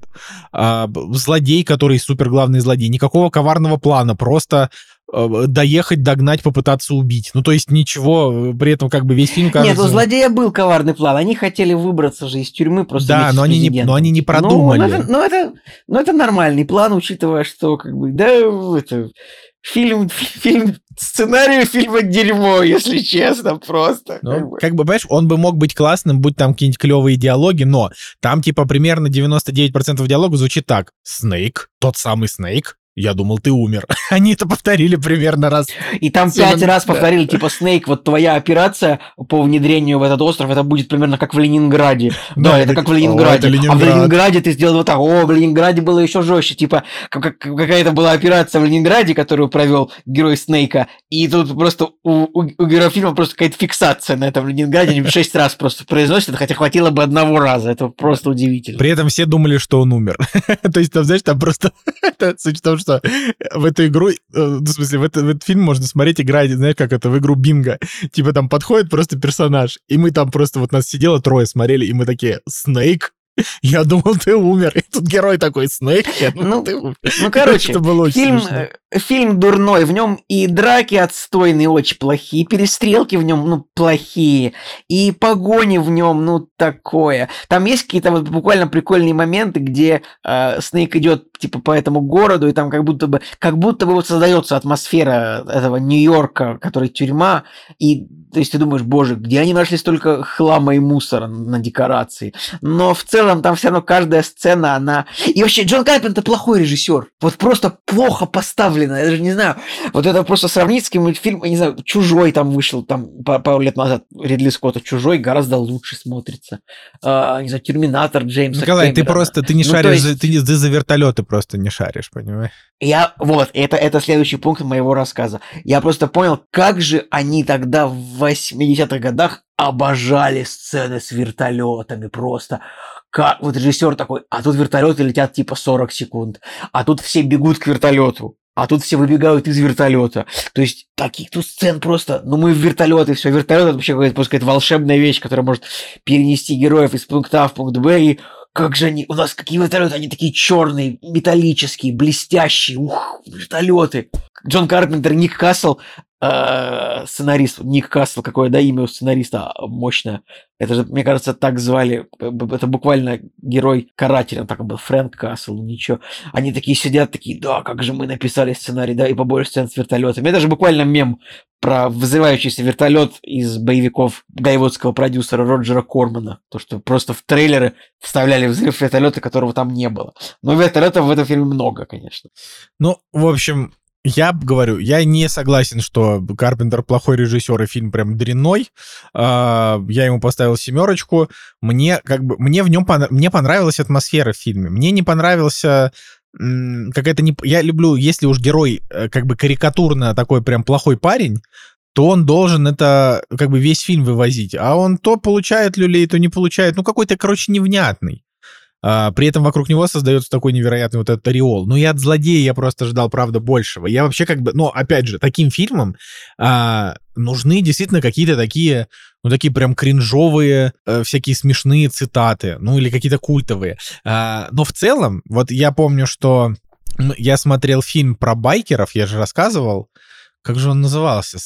Злодей, который супер главный злодей. Никакого коварного плана, просто доехать, догнать, попытаться убить. Ну, то есть ничего, при этом как бы весь фильм кажется... Нет, у злодея был коварный план. Они хотели выбраться же из тюрьмы просто. Да, но они не продумали. Но это нормальный план, учитывая, что как бы, да, это... Фильм, сценарий фильма дерьмо, если честно, просто. Ну, как бы, понимаешь, он бы мог быть классным, будь там какие-нибудь клевые диалоги, но там, типа, примерно 99% диалога звучит так. Снейк, тот самый Снейк, я думал, ты умер. Они это повторили примерно раз. И там 5 раз повторили, типа, Снейк, вот твоя операция по внедрению в этот остров, это будет примерно как в Ленинграде. Да, это как в Ленинграде. А в Ленинграде ты сделал вот так. В Ленинграде было еще жестче. Типа, какая-то была операция в Ленинграде, которую провел герой Снейка, и тут просто у героя фильма просто какая-то фиксация на этом Ленинграде. Они 6 раз просто произносят, хотя хватило бы 1 раза. Это просто удивительно. При этом все думали, что он умер. То есть, там, знаешь, там просто... Суть в том, что в эту игру, в смысле, в этот фильм можно смотреть, играть, знаешь, как это, в игру бинго. Типа там подходит просто персонаж, и мы там просто, вот нас сидело трое, смотрели, и мы такие, Снейк? Я думал, ты умер. И тут герой такой, Снейк, я думал, ты умер. Ну, короче, это было очень смешно. Фильм дурной, в нем и драки отстойные, очень плохие, и перестрелки в нем, ну, плохие, и погони в нем, ну, такое. Там есть какие-то вот буквально прикольные моменты, где Снейк идет, типа, по этому городу, и там как будто бы вот создается атмосфера этого Нью-Йорка, который тюрьма, и, то есть, ты думаешь, боже, где они нашли столько хлама и мусора на декорации? Но в целом там все равно каждая сцена, она... И вообще, Джон Карпентер плохой режиссер. Вот просто плохо поставлен. Я даже не знаю. Вот это просто сравнить с каким-нибудь фильмом, я не знаю, «Чужой» там вышел там пару лет назад, Ридли Скотта. «Чужой» гораздо лучше смотрится. Не знаю, «Терминатор» Джеймса Николай, Кэмерона. ты не шаришь, ты за вертолеты просто не шаришь, понимаешь? Это следующий пункт моего рассказа. Я просто понял, как же они тогда в 80-х годах обожали сцены с вертолетами просто. Как вот режиссер такой, а тут вертолеты летят типа 40 секунд, а тут все бегут к вертолету, а тут все выбегают из вертолета. То есть таких тут сцен просто, ну мы в вертолеты, все, вертолет это вообще какая-то волшебная вещь, которая может перенести героев из пункта А в пункт Б, и как же они, у нас какие вертолеты, они такие черные, металлические, блестящие, вертолеты. Джон Карпентер, Ник Кассел, сценарист, Ник Кассел, какое, да, имя у сценариста мощное. Это же, мне кажется, так звали, это буквально герой карателя, так он был, Фрэнк Кассел, ничего. Они такие сидят, такие, да, как же мы написали сценарий, да, и побольше сцен с вертолетами. Это же буквально мем про взрывающийся вертолет из боевиков голливудского продюсера Роджера Кормана. То, что просто в трейлеры вставляли взрыв вертолета, которого там не было. Но вертолетов в этом фильме много, конечно. Ну, в общем, я говорю, я не согласен, что Карпентер плохой режиссер и фильм прям дрянной. Я ему поставил 7. Мне в нем мне понравилась атмосфера в фильме. Мне не понравился какая-то не... Я люблю, если уж герой как бы карикатурно такой прям плохой парень, то он должен это как бы весь фильм вывозить. А он то получает люлей, то не получает. Ну, какой-то, короче, невнятный. При этом вокруг него создается такой невероятный вот этот ореол. Ну и от злодея я просто ждал, правда, большего. Я вообще как бы, ну, опять же, таким фильмам нужны действительно какие-то такие, ну, такие прям кринжовые, всякие смешные цитаты, ну, или какие-то культовые. Но в целом, вот я помню, что я смотрел фильм про байкеров, я же рассказывал, как же он назывался?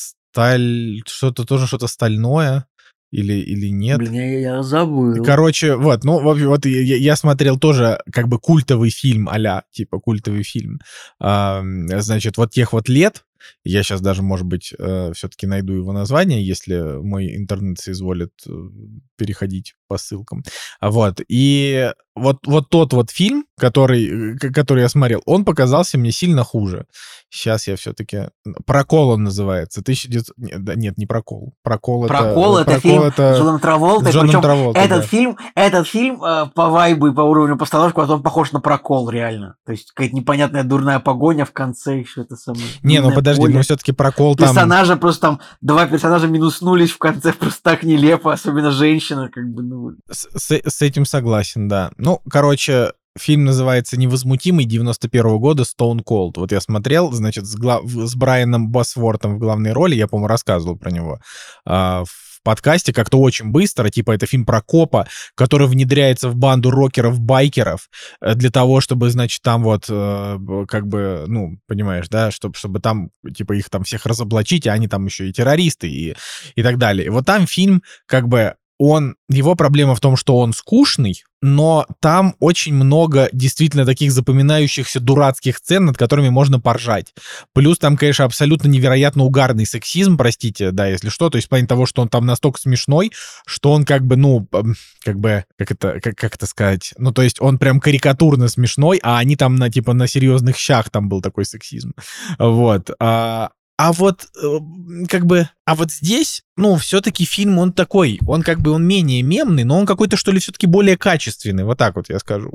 Что-то стальное. Или нет. Блин, я забыл. Короче, вот, ну, вот я смотрел тоже как бы культовый фильм а-ля, типа культовый фильм, значит, вот тех вот лет, я сейчас даже, может быть, все-таки найду его название, если мой интернет соизволит переходить по ссылкам, вот, и вот тот вот фильм, который я смотрел, он показался мне сильно хуже. Сейчас я все-таки... «Прокол» он называется. 1900... Нет, не «Прокол». «Прокол» это фильм с Джоном Траволтой. Причем этот фильм по вайбу и по уровню постановки, он похож на «Прокол» реально. То есть какая-то непонятная дурная погоня в конце, еще это самое. Не, ну подожди, но все-таки «Прокол» там... Персонажа просто там... 2 персонажа минуснулись в конце, просто так нелепо, особенно женщина, как бы, ну... С этим согласен, да. Ну, короче... Фильм называется «Невозмутимый» 91-го года, Stone Cold. Вот я смотрел, значит, с Брайаном Босвортом в главной роли, я, по-моему, рассказывал про него в подкасте, как-то очень быстро, типа это фильм про копа, который внедряется в банду рокеров-байкеров для того, чтобы, значит, там вот, как бы, ну, понимаешь, да, чтобы там, типа, их там всех разоблачить, а они там еще и террористы и так далее. И вот там фильм, как бы, его проблема в том, что он скучный, но там очень много действительно таких запоминающихся дурацких сцен, над которыми можно поржать. Плюс там, конечно, абсолютно невероятно угарный сексизм, простите, да, если что, то есть в плане того, что он там настолько смешной, что он как бы, ну, как бы, как это сказать, ну, то есть он прям карикатурно смешной, а они там на серьезных щах там был такой сексизм. Вот. А вот, как бы, а вот здесь, ну, все-таки фильм, он такой, он как бы, он менее мемный, но он какой-то, что ли, все-таки более качественный, вот так вот я скажу.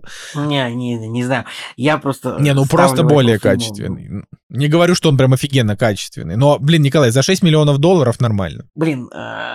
Не знаю, я просто... Не, ну, просто более качественный. Не говорю, что он прям офигенно качественный, но, блин, Николай, за $6 миллионов нормально. Блин,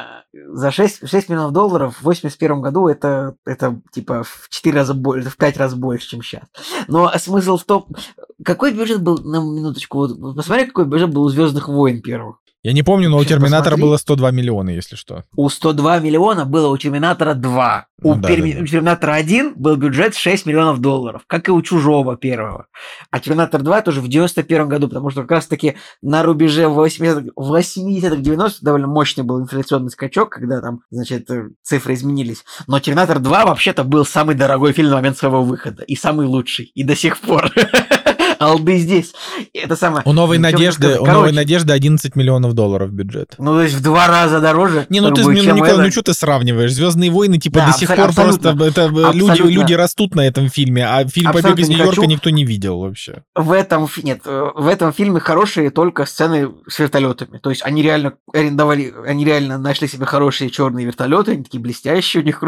за 6 миллионов долларов в 81 году это типа в 4 раза больше, в 5 раз больше, чем сейчас. Но смысл в том, какой бюджет был, на минуточку, вот посмотри, какой бюджет был у «Звездных войн» первых. Я не помню, но у Сейчас «Терминатора» посмотри. было 102 миллиона, если что. У 102 миллиона было у «Терминатора 2». Ну У да. «Терминатора 1» был бюджет 6 миллионов долларов, как и у «Чужого» первого. А «Терминатор 2» тоже в 91 году, потому что как раз-таки на рубеже 80-х, 90-х довольно мощный был инфляционный скачок, когда там, значит, цифры изменились. Но «Терминатор 2» вообще-то был самый дорогой фильм на момент своего выхода. И самый лучший. И до сих пор. Алды здесь. Это самое... У «Новой надежды» 11 миллионов долларов бюджет. Ну, то есть в 2 раза дороже. Не, ну ты, Николай, ну что ты сравниваешь? «Звездные войны», типа, до сих пор просто люди растут на этом фильме, а фильм «Побег из Нью-Йорка» никто не видел вообще. В этом фильме хорошие только сцены с вертолетами. То есть они реально арендовали, они реально нашли себе хорошие черные вертолеты, они такие блестящие у них.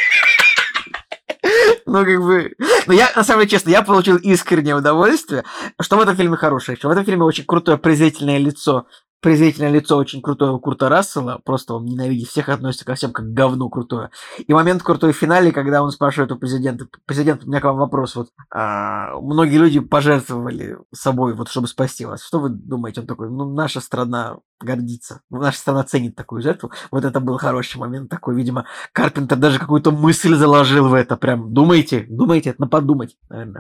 Ну, как бы... Но я, на самом деле, честно, я получил искреннее удовольствие. Что в этом фильме хорошее? Что в этом фильме очень крутое презрительное лицо. Презрительное лицо очень крутое у Курта Рассела. Просто он ненавидит всех, относится ко всем как к говну крутое. И момент крутой в финале, когда он спрашивает у президента: президент, у меня к вам вопрос. Вот, многие люди пожертвовали собой, вот, чтобы спасти вас. Что вы думаете? Он такой: ну, наша страна гордится. Наша страна ценит такую жертву. Вот это был хороший момент такой. Видимо, Карпентер даже какую-то мысль заложил в это. Прям думаете, это на подумать, наверное.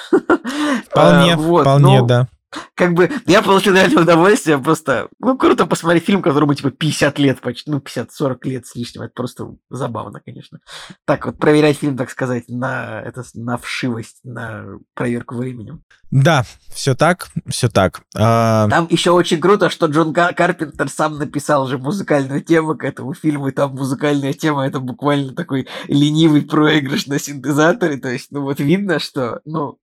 Вполне, да. Как бы я получил реально удовольствие, просто, ну, круто посмотреть фильм, которому, типа, 50 лет почти, ну, 50-40 лет с лишним, это просто забавно, конечно. Так вот, проверять фильм, так сказать, на вшивость, на проверку временем. Да, все так. Там еще очень круто, что Джон Карпентер сам написал же музыкальную тему к этому фильму, и там музыкальная тема — это буквально такой ленивый проигрыш на синтезаторе, то есть, ну, вот видно, что,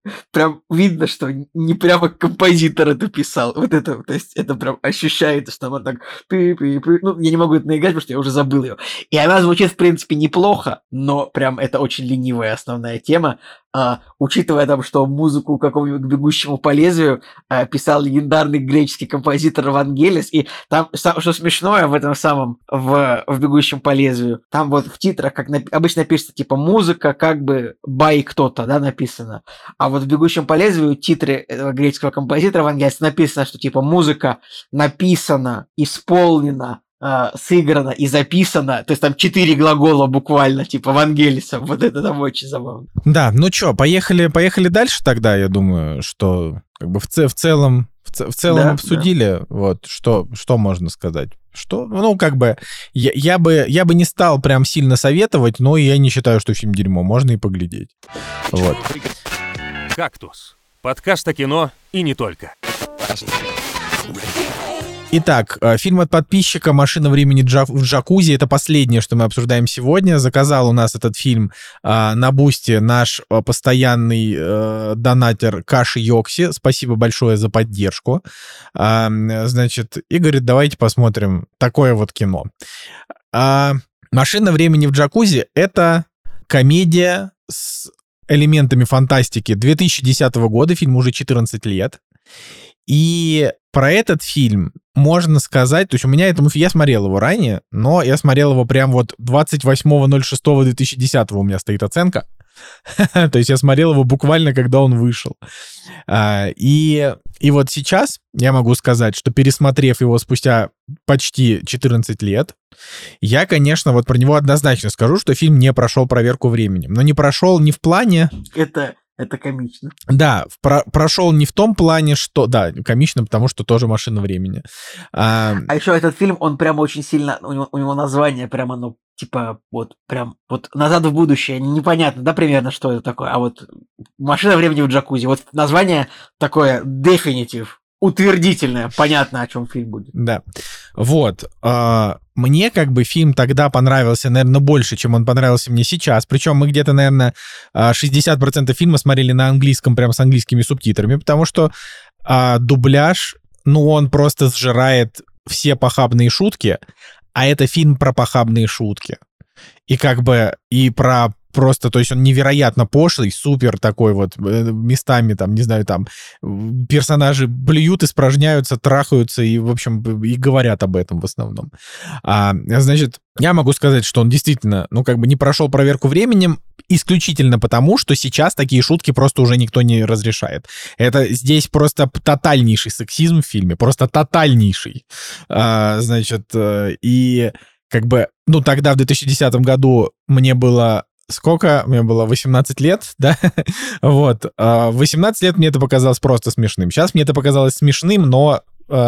не прямо композитор это писал, вот это, то есть, это прям ощущается, что он так, ну, я не могу это наиграть, потому что я уже забыл ее. И она звучит, в принципе, неплохо, но прям это очень ленивая основная тема. Учитывая там, что музыку какому-нибудь «Бегущему по лезвию» писал легендарный греческий композитор Вангелис, и там, что смешное в этом самом, в «Бегущем по лезвию», там вот в титрах, как обычно пишется, типа, музыка как бы by кто-то, да, написано, а вот в «Бегущем по лезвию» титры этого греческого композитора Вангелиса написано, что, типа, музыка написана, исполнена, сыграно и записано, то есть там 4 глагола буквально, типа Вангелиса. Вот это там очень забавно. Да, ну что, поехали дальше тогда, я думаю, что как бы в целом да, обсудили, да. Вот, что можно сказать. Что, ну, как бы, я бы не стал прям сильно советовать, но я не считаю, что фильм дерьмо, можно и поглядеть. Вот. «Кактус». Подкаст о кино и не только. Итак, фильм от подписчика «Машина времени в джакузи». Это последнее, что мы обсуждаем сегодня. Заказал у нас этот фильм на Бусти наш постоянный донатер Каши Йокси. Спасибо большое за поддержку. Значит, и говорит, давайте посмотрим такое вот кино. «Машина времени в джакузи» — это комедия с элементами фантастики 2010 года. Фильму уже 14 лет. И про этот фильм можно сказать, то есть у меня я смотрел его ранее, но я смотрел его прям вот 28.06.2010 у меня стоит оценка. То есть я смотрел его буквально, когда он вышел. И вот сейчас я могу сказать, что пересмотрев его спустя почти 14 лет, я, конечно, вот про него однозначно скажу, что фильм не прошел проверку временем. Но не прошел не в плане... Это комично. Да, прошел не в том плане, что... Да, комично, потому что тоже «Машина времени». А еще этот фильм, он прям очень сильно... У него название прям оно, типа, вот прям... Вот «Назад в будущее». Непонятно, да, примерно, что это такое. А вот «Машина времени в джакузи». Вот название такое definitive, утвердительное. Понятно, о чем фильм будет. Да. Вот. Мне как бы фильм тогда понравился, наверное, больше, чем он понравился мне сейчас. Причем мы где-то, наверное, 60% фильма смотрели на английском, прям с английскими субтитрами, потому что дубляж, ну, он просто сжирает все похабные шутки, а это фильм про похабные шутки. И как бы и про просто, то есть он невероятно пошлый, супер такой вот, местами там, не знаю, там персонажи блюют, испражняются, трахаются и, в общем, и говорят об этом в основном. Значит, я могу сказать, что он действительно, ну, как бы не прошел проверку временем исключительно потому, что сейчас такие шутки просто уже никто не разрешает. Это здесь просто тотальнейший сексизм в фильме, просто тотальнейший. Значит, и как бы, ну, тогда, в 2010 году мне было... Сколько? Мне было 18 лет, да? Вот. 18 лет мне это показалось просто смешным. Сейчас мне это показалось смешным, но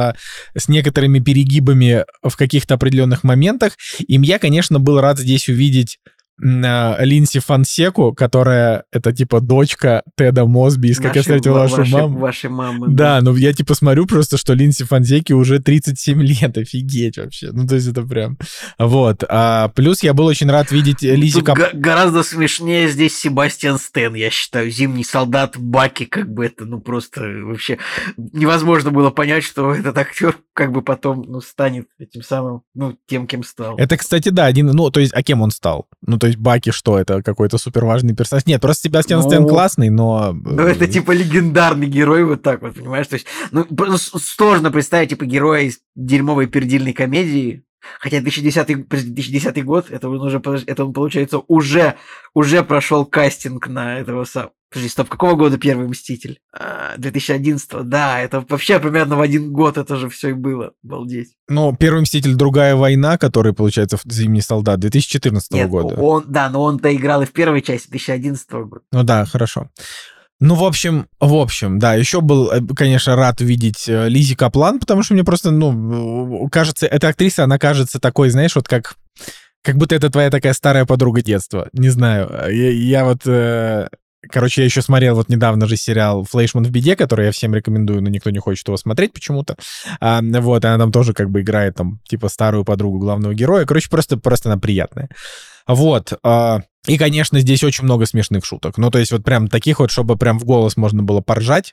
с некоторыми перегибами в каких-то определенных моментах. И я, конечно, был рад здесь увидеть Линдси Фонсеку, которая это типа дочка Теда Мосби из «Как я встретил вашу маму». Вашей мамы. Да, ну я типа смотрю просто, что Линдси Фонсеке уже 37 лет, офигеть вообще. Ну то есть это прям... Вот. Плюс я был очень рад видеть Лиззи Гораздо смешнее здесь Себастьян Стэн, я считаю. Зимний солдат Баки, как бы это, ну просто вообще невозможно было понять, что этот актер как бы потом, ну, станет этим самым, ну, тем, кем стал. Это, кстати, да, ну, то есть, а кем он стал? Ну, то есть Баки что, это какой-то суперважный персонаж? Нет, просто Себастьян Стэн классный, но... Ну, это типа легендарный герой, вот так вот, понимаешь? То есть, ну, сложно представить, типа, героя из дерьмовой пердильной комедии, хотя 2010 год, это он, получается, уже прошел кастинг на этого самого... Подожди, стоп, какого года первый «Мститель»? 2011-го, да, это вообще примерно в один год это же все и было, обалдеть. Ну, первый «Мститель. Другая война», который, получается, «Зимний солдат» 2014 года. Но он-то играл и в первой части 2011 года. Ну да, хорошо. Ну, в общем, да, еще был, конечно, рад видеть Лиззи Каплан, потому что мне просто, ну, кажется, эта актриса, она кажется такой, знаешь, вот как будто это твоя такая старая подруга детства. Не знаю, я вот... Короче, я еще смотрел вот недавно же сериал «Флейшман в беде», который я всем рекомендую, но никто не хочет его смотреть почему-то. Вот, она там тоже как бы играет там типа старую подругу главного героя. Короче, просто она приятная. Вот. И, конечно, здесь очень много смешных шуток. Ну, то есть вот прям таких вот, чтобы прям в голос можно было поржать.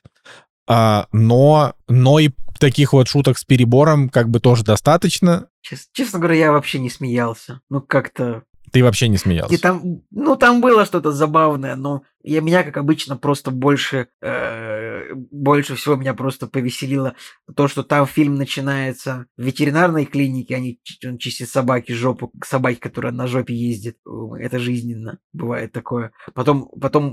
Но и таких вот шуток с перебором как бы тоже достаточно. Честно говоря, я вообще не смеялся. Ну, как-то... Ты вообще не смеялся? И там было что-то забавное, но меня, как обычно, просто больше всего меня просто повеселило то, что там фильм начинается в ветеринарной клинике, он чистит собаке жопу, собаке, которая на жопе ездит. Это жизненно, бывает такое. Потом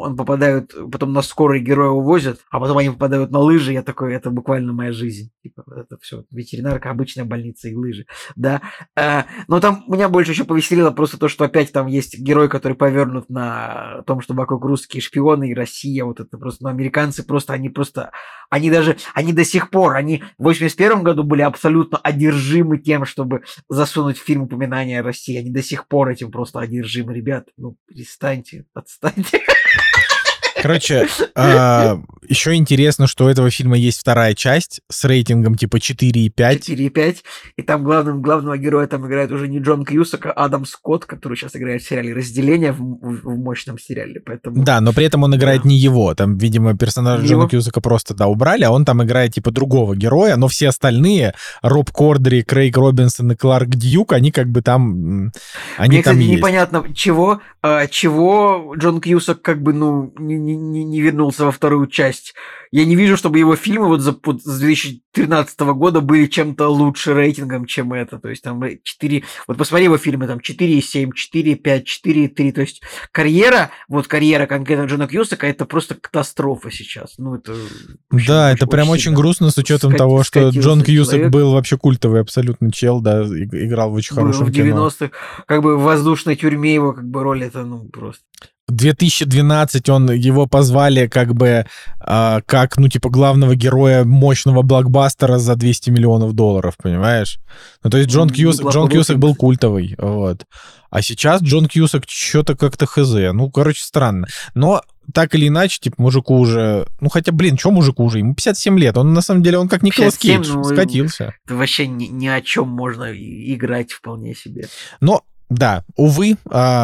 на скорой героя увозят, а потом они попадают на лыжи, я такой, это буквально моя жизнь. Типа, это все, ветеринарка, обычная больница и лыжи, да. Но там меня больше еще повеселило просто то, что опять там есть герой, который повернут на том, что вокруг русские шпионы и Россия, вот это просто, ну, американцы они до сих пор, они в 81 году были абсолютно одержимы тем, чтобы засунуть в фильм упоминание о России, они до сих пор этим просто одержимы, ребят, ну, перестаньте, отстаньте. Короче, еще интересно, что у этого фильма есть вторая часть с рейтингом типа 4,5. 4,5. И там главного героя там играет уже не Джон Кьюсак, а Адам Скотт, который сейчас играет в сериале «Разделение», в мощном сериале. Поэтому... Да, но при этом он играет не его. Там, видимо, персонажа Джона Кьюсака просто, да, убрали, а он там играет типа другого героя, но все остальные, Роб Кордри, Крейг Робинсон и Кларк Дьюк, они как бы там... Мне, кстати, непонятно, чего Джон Кьюсак как бы, ну, не вернулся во вторую часть. Я не вижу, чтобы его фильмы вот с 2013 года были чем-то лучше рейтингом, чем это. То есть там 4... Вот посмотри его фильмы, там 4,7, 4,5, 4,3. То есть карьера конкретно Джона Кьюсака, это просто катастрофа сейчас. Ну, это... Да, это прям очень грустно с учетом того, что Джон Кьюсак был вообще культовый абсолютно чел, да, играл в очень хорошем кино. В 90-х, как бы в «Воздушной тюрьме» его как бы роль, это, ну, просто... 2012 его позвали как бы как, ну, типа, главного героя мощного блокбастера за $200 миллионов, понимаешь? Ну, то есть Джон Кьюсак был культовый, вот. А сейчас Джон Кьюсак что-то как-то хз. Ну, короче, странно. Но так или иначе, типа, мужику уже... Ну, хотя, блин, что мужику уже? Ему 57 лет. Он, на самом деле, он как Николас Кейдж, скатился. Это вообще ни о чем можно играть вполне себе. Но... Да, увы,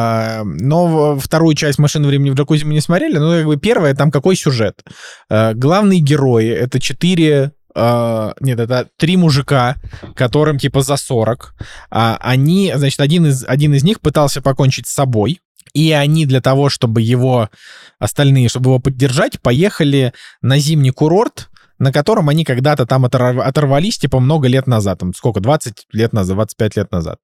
но вторую часть «Машины времени в джакузи» мы не смотрели, но как бы первая, там какой сюжет? Главные герои — это это 3 мужика, которым типа за 40. Они, значит, один из них пытался покончить с собой, И они для того, чтобы его поддержать, поехали на зимний курорт, на котором они когда-то там оторвались, типа, много лет назад, там, сколько, 20 лет назад, 25 лет назад.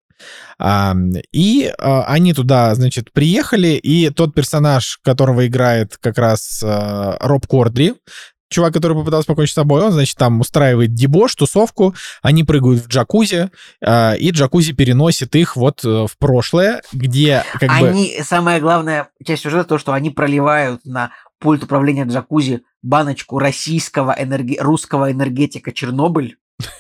Они туда, значит, приехали, и тот персонаж, которого играет как раз Роб Кордри, чувак, который попытался покончить с собой, он, значит, там устраивает дебош, тусовку, они прыгают в джакузи, и джакузи переносит их вот в прошлое, где как бы... Самая главная часть сюжета то, что они проливают на пульт управления джакузи баночку русского энергетика Чернобыль.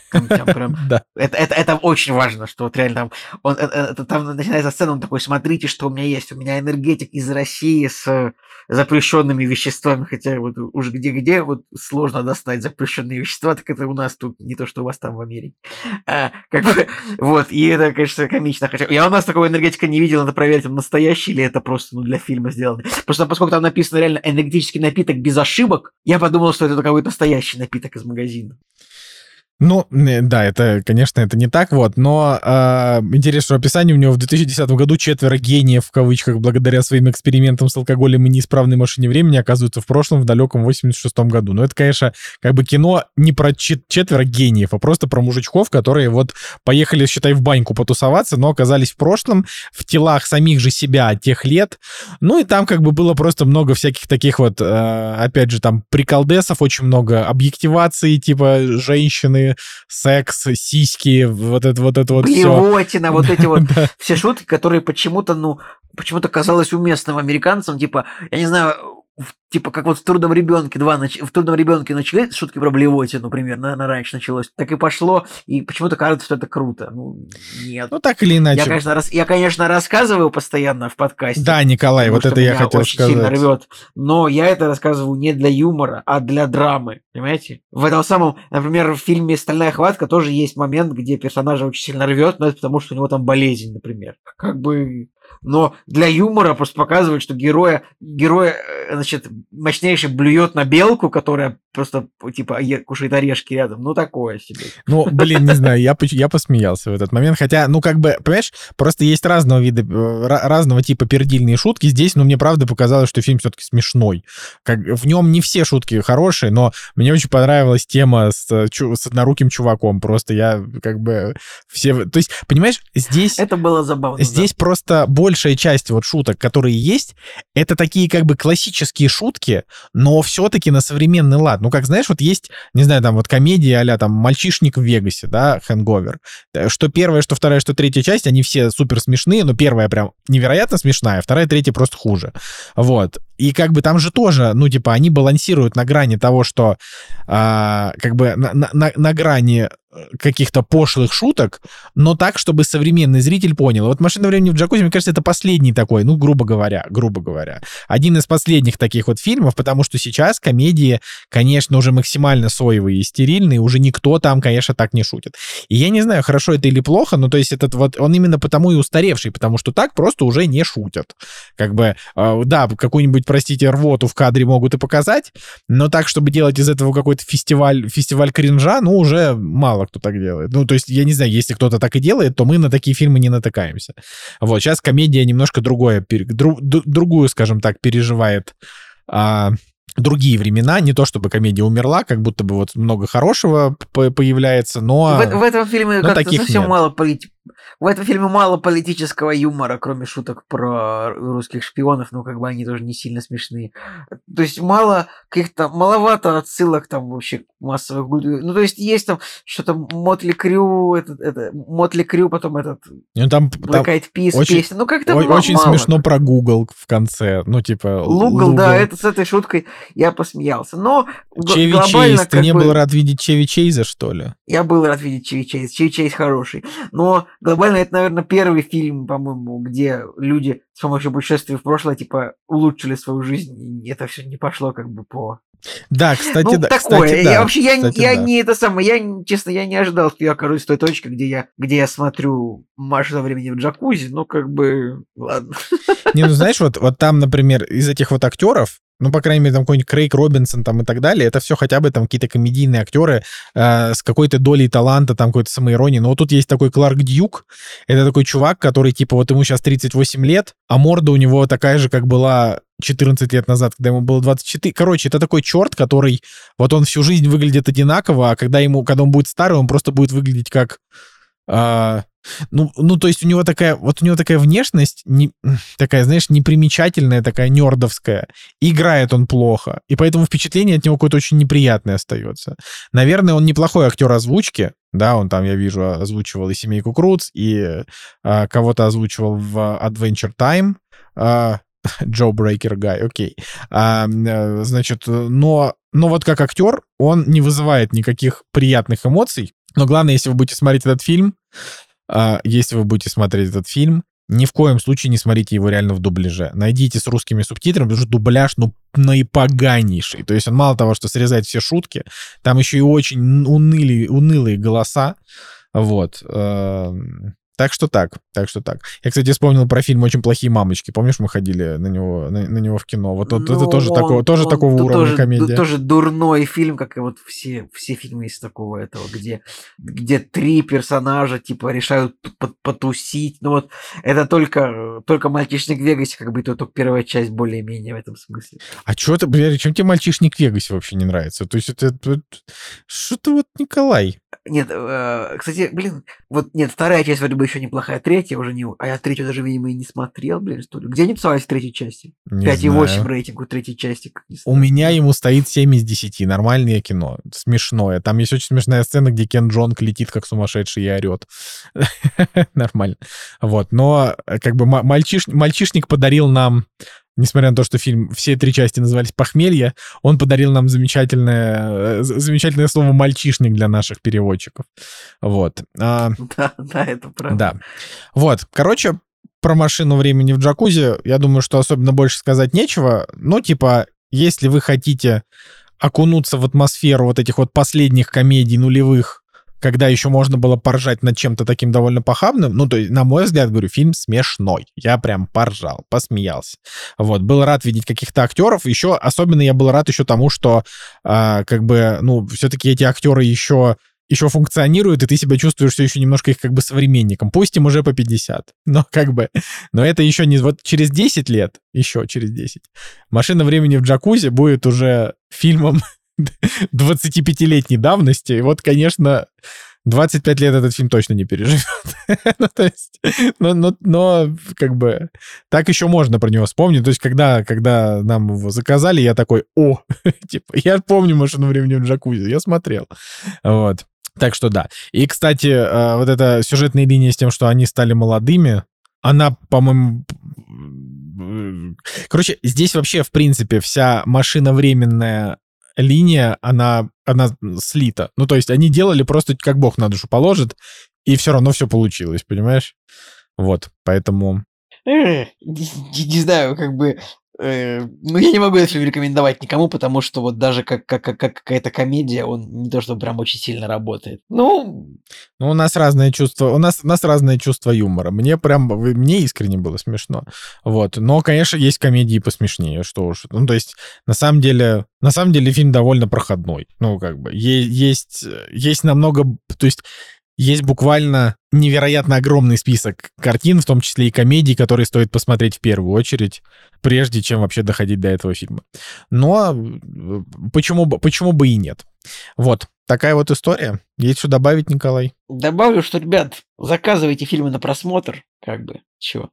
Это очень важно, что вот реально там начинается сцена, он такой: смотрите, что у меня есть. У меня энергетик из России с запрещенными веществами, хотя вот уж где-где вот сложно достать запрещенные вещества, так это у нас тут не то, что у вас там в Америке. Вот, и это, конечно, комично. Я у нас такого энергетика не видел, надо проверить, он настоящий или это просто для фильма сделано. Просто поскольку там написано реально энергетический напиток без ошибок, я подумал, что это какой-то настоящий напиток из магазина. Ну, да, это, конечно, это не так, вот, но интересно, что описание у него в 2010 году 4 гениев, в кавычках, благодаря своим экспериментам с алкоголем и неисправной машине времени, оказываются в прошлом, в далеком 86-м году. Но это, конечно, как бы кино не про 4 гениев, а просто про мужичков, которые вот поехали, считай, в баньку потусоваться, но оказались в прошлом, в телах самих же себя тех лет. Ну, и там как бы было просто много всяких таких вот, опять же, там, приколдесов, очень много объективации, типа, женщины, секс, сиськи, вот это вот все. Блевотина, вот эти вот все шутки, которые почему-то казалось уместным американцам, типа, я не знаю, типа, как вот в «Трудном ребенке» начали шутки про блевотину, например, наверное, раньше началось, так и пошло, и почему-то кажется, что это круто. Ну, нет. Ну, так или иначе. Я, конечно, рассказываю постоянно в подкасте. Да, Николай, вот это я хотел сказать. Сильно рвет, но я это рассказываю не для юмора, а для драмы, понимаете? В этом самом, например, в фильме «Стальная хватка» тоже есть момент, где персонажа очень сильно рвет, но это потому, что у него там болезнь, например. Как бы... Но для юмора просто показывают, что герой, значит, мощнейший блюет на белку, которая просто, типа, кушает орешки рядом. Ну, такое себе. Ну, блин, не знаю, я посмеялся в этот момент. Хотя, ну, как бы, понимаешь, просто есть разного типа пердильные шутки. Здесь, ну, мне правда показалось, что фильм все-таки смешной. В нем не все шутки хорошие, но мне очень понравилась тема с одноруким чуваком. Просто я, как бы, все... То есть, понимаешь, здесь... Это было забавно. Здесь просто большая часть вот шуток, которые есть, это такие как бы классические шутки, но все-таки на современный лад. Ну, как, знаешь, вот есть, не знаю, там вот комедия а-ля там «Мальчишник в Вегасе», да, «Хэнговер». Что первая, что вторая, что третья часть, они все супер смешные, но первая прям невероятно смешная, вторая, третья просто хуже. Вот. И как бы там же тоже, ну, типа, они балансируют на грани того, что как бы на грани каких-то пошлых шуток, но так, чтобы современный зритель понял. Вот «Машина времени в джакузи», мне кажется, это последний такой, ну, грубо говоря, один из последних таких вот фильмов, потому что сейчас комедии, конечно, уже максимально соевые и стерильные, уже никто там, конечно, так не шутит. И я не знаю, хорошо это или плохо, но то есть этот вот, он именно потому и устаревший, потому что так просто уже не шутят. Как бы, да, какую-нибудь, простите, рвоту в кадре могут и показать, но так, чтобы делать из этого какой-то фестиваль кринжа, ну, уже мало кто так делает. Ну, то есть, я не знаю, если кто-то так и делает, то мы на такие фильмы не натыкаемся. Вот, сейчас комедия немножко другую, скажем так, переживает другие времена. Не то, чтобы комедия умерла, как будто бы вот много хорошего появляется, но... В этом фильме как-то совсем нет. мало В этом фильме мало политического юмора, кроме шуток про русских шпионов, но как бы они тоже не сильно смешные. То есть маловато отсылок там вообще массовых культур. Ну, то есть там что-то Мотли Крю, потом этот ну, там Black Eyed Peas очень, песня. Ну, как-то очень мало. смешно про Google в конце. Ну, типа... Лугл, да, это с этой шуткой я посмеялся. Но Чеви глобально... Чейз. Ты не был рад видеть Чеви Чейза, что ли? Я был рад видеть Чеви Чейз. Чеви Чейз хороший. Но глобально это, наверное, первый фильм, по-моему, где люди с помощью путешествий в прошлое, типа, улучшили свою жизнь, и это все не пошло как бы по... Да, кстати, ну, да. такое. Кстати, да. Я вообще, да. не это самое, честно, я не ожидал, что я окажусь в той точке, где я смотрю «Машину времени в джакузи», ну, как бы, ладно. Не, ну, знаешь, вот там, например, из этих вот актеров, ну, по крайней мере, там какой-нибудь Крейг Робинсон там и так далее, это все хотя бы там какие-то комедийные актеры с какой-то долей таланта, там какой-то самоиронии. Но вот тут есть такой Кларк Дьюк, это такой чувак, который, типа, вот ему сейчас 38 лет, а морда у него такая же, как была 14 лет назад, когда ему было 24. Короче, это такой черт, который, вот он всю жизнь выглядит одинаково, а когда он будет старый, он просто будет выглядеть как... Ну, то есть у него такая внешность, такая, знаешь, непримечательная, такая нердовская. Играет он плохо, и поэтому впечатление от него какое-то очень неприятное остается. Наверное, он неплохой актер озвучки, да, он там, я вижу, озвучивал и «Семейку Крудс», и кого-то озвучивал в Adventure Time, Джо Брейкер Гай, окей. Значит, но вот как актер он не вызывает никаких приятных эмоций. Но главное, если вы будете смотреть этот фильм, ни в коем случае не смотрите его реально в дубляже. Найдите с русскими субтитрами, потому что дубляж, наипоганейший. То есть он мало того, что срезает все шутки, там еще и очень унылые голоса. Вот. Так что так. Я, кстати, вспомнил про фильм «Очень плохие мамочки». Помнишь, мы ходили на него в кино? Вот это тоже такого уровня комедия. Тоже дурной фильм, как и вот все фильмы из такого этого, где 3 персонажа, типа, решают потусить. Ну вот, это только «Мальчишник в Вегасе», как бы, только первая часть более-менее в этом смысле. А чем тебе «Мальчишник в Вегасе» вообще не нравится? То есть это... Что-то вот, Николай... Нет, кстати, вторая часть вроде бы еще неплохая, третья уже не... А я третью даже, видимо, и не смотрел, что ли. Где они писались в третьей части? 5,8 рейтинг у третьей части. У меня ему стоит 7 из 10. Нормальное кино. Смешное. Там есть очень смешная сцена, где Кен Джонг летит как сумасшедший и орет. Нормально. Вот. Но как бы мальчишник подарил нам... Несмотря на то, что фильм, все 3 части назывались «Похмелье», он подарил нам замечательное слово «мальчишник» для наших переводчиков. Вот. Да, это правда. Да. Вот. Короче, про «Машину времени в джакузи», я думаю, что особенно больше сказать нечего. Но, типа, если вы хотите окунуться в атмосферу вот этих вот последних комедий нулевых, когда еще можно было поржать над чем-то таким довольно похабным, ну, то есть, на мой взгляд, говорю, фильм смешной. Я прям поржал, посмеялся. Вот, был рад видеть каких-то актеров. Еще, особенно я был рад еще тому, что, все-таки эти актеры еще функционируют, и ты себя чувствуешь все еще немножко их как бы современником. Пусть им уже по 50, но это еще не... Вот через 10 лет, еще через 10, «Машина времени в джакузи» будет уже фильмом 25-летней давности. И вот, конечно, 25 лет этот фильм точно не переживет. но как бы так еще можно про него вспомнить. То есть, когда нам его заказали, я такой, типа, я помню «Машину времени в джакузи», я смотрел. Вот. Так что да. И, кстати, вот эта сюжетная линия с тем, что они стали молодыми, она, по-моему... Короче, здесь вообще, в принципе, вся машиновременная линия, она слита. Ну, то есть они делали просто как Бог на душу положит, и все равно все получилось, понимаешь? Вот, поэтому... Не знаю, как бы... я не могу этот фильм рекомендовать никому, потому что вот даже как какая-то комедия, он не то, что прям очень сильно работает. Ну, у нас разное чувство, у нас разное чувство юмора. Мне искренне было смешно. Вот. Но, конечно, есть комедии посмешнее, что уж. Ну, то есть, на самом деле фильм довольно проходной. Ну, как бы, есть намного... То есть, есть буквально невероятно огромный список картин, в том числе и комедий, которые стоит посмотреть в первую очередь, прежде чем вообще доходить до этого фильма. Но почему бы и нет? Вот, такая вот история. Есть что добавить, Николай? Добавлю, что, ребят, заказывайте фильмы на просмотр, как бы, чего?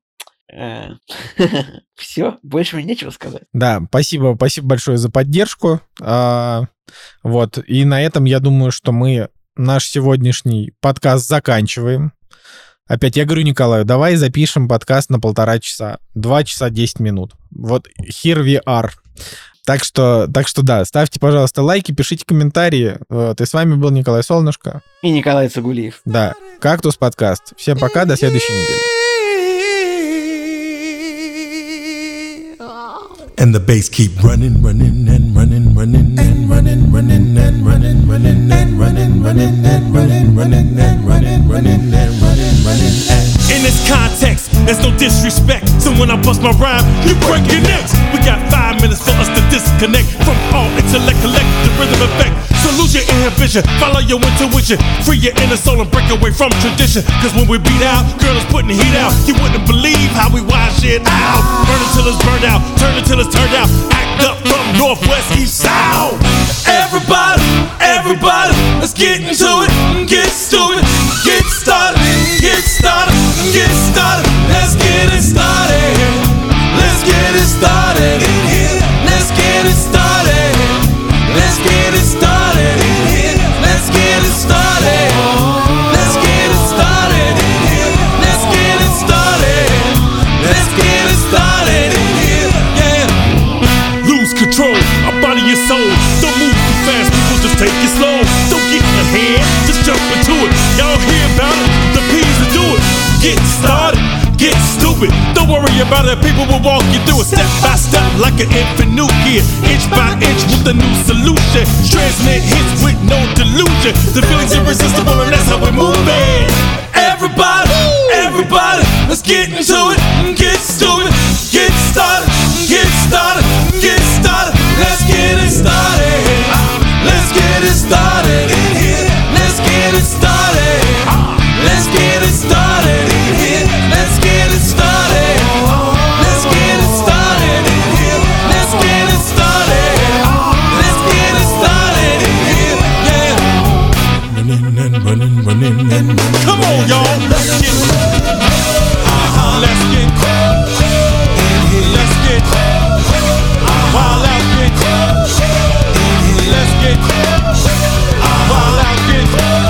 Все, больше мне нечего сказать. Да, спасибо большое за поддержку. Вот, и на этом, я думаю, что мы наш сегодняшний подкаст заканчиваем. Опять я говорю Николаю, давай запишем подкаст на 1,5 часа. 2 часа 10 минут. Вот here we are. Так что да, ставьте, пожалуйста, лайки, пишите комментарии. Вот, и с вами был Николай Солнышко. И Николай Цугулиев. Да, «Кактус» подкаст. Всем пока, до следующей недели. And the bass keep running and running and running and running and running and running and running and running and running and running and running. In this context, There's no disrespect. So when I bust my rhyme, you break your necks. We got 5 minutes for us to disconnect from all intellect, collect the rhythm effect. So lose your inhibition, follow your intuition, free your inner soul and break away from tradition. Cause when we beat out, girl is putting heat out. You wouldn't believe how we wash it out. Burn it till it's burned out, turn it till it's turned out. Act up from northwest, east, south. Everybody, everybody, let's get into it, get stupid, get started, get started, get started. Let's get it started. Let's get it started in here. Let's get it started. Let's get it started in here. Let's get it started. Let's get it started in here. Let's get it started. Let's get it started in here. Yeah. Lose control, our body and soul. Don't move too fast, people, just take it slow. Don't get ahead, just jump into it. Y'all hear about it? The P's to do it. Get started. Get stupid, don't worry about it, people will walk you through it step by step like an infant new gear, inch by inch with a new solution, transmit hits with no delusion, the feeling's irresistible and that's how we move it. Everybody, everybody, let's get into it, get stupid, get started, get started, get started, let's get it started, let's get it started in here, let's get it started, let's get it started in here. Let's get it started. Let's get it started in here. Let's get it started. Let's get it started in here. Yeah. Running and running, running and running. Come on, y'all. Let's get. Let's get. Let's get. While out get. Let's get. While out get.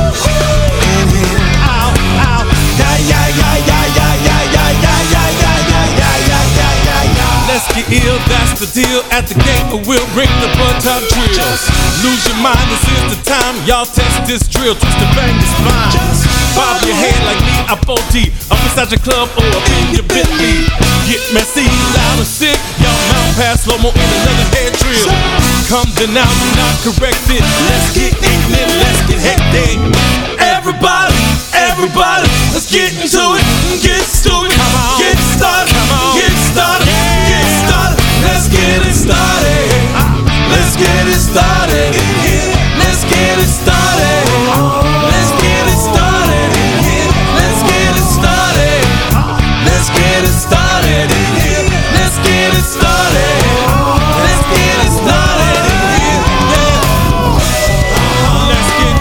Ow, ow. Yeah, yeah, yeah, yeah, yeah, yeah, yeah, yeah, yeah, yeah, yeah, yeah, yeah, yeah, yeah. Let's get ill, that's the deal. At the gate, we'll bring the one-time drills. Lose your mind, this is the time. Y'all test this drill, twist and bang the spine. Bob your head like me, I'm 4D. Up inside your club or up in your Bentley. Get messy, loud and sick. Y'all mount past slow-mo in another head drill. Come denounce, not corrected. Let's get ignorant, let's get hectic. Everybody, everybody, let's get into it, get stupid, get started, get started, get started. Let's get it started. Let's get it started in here. Let's get it started. Let's get it started in here. Let's get it started. Let's get it started in here. Let's get it started. Let's get it started in here. Yeah. Let's get.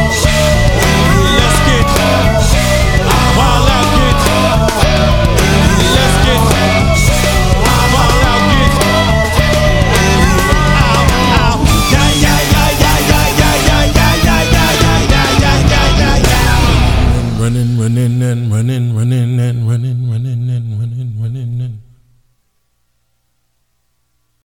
Let's get. While out get. Let's get. While out get. Ow, ow. Yeah, yeah, yeah, yeah, yeah, yeah, yeah, yeah, yeah, yeah, yeah, yeah, yeah, yeah, yeah. Running, running and running, running and running, running.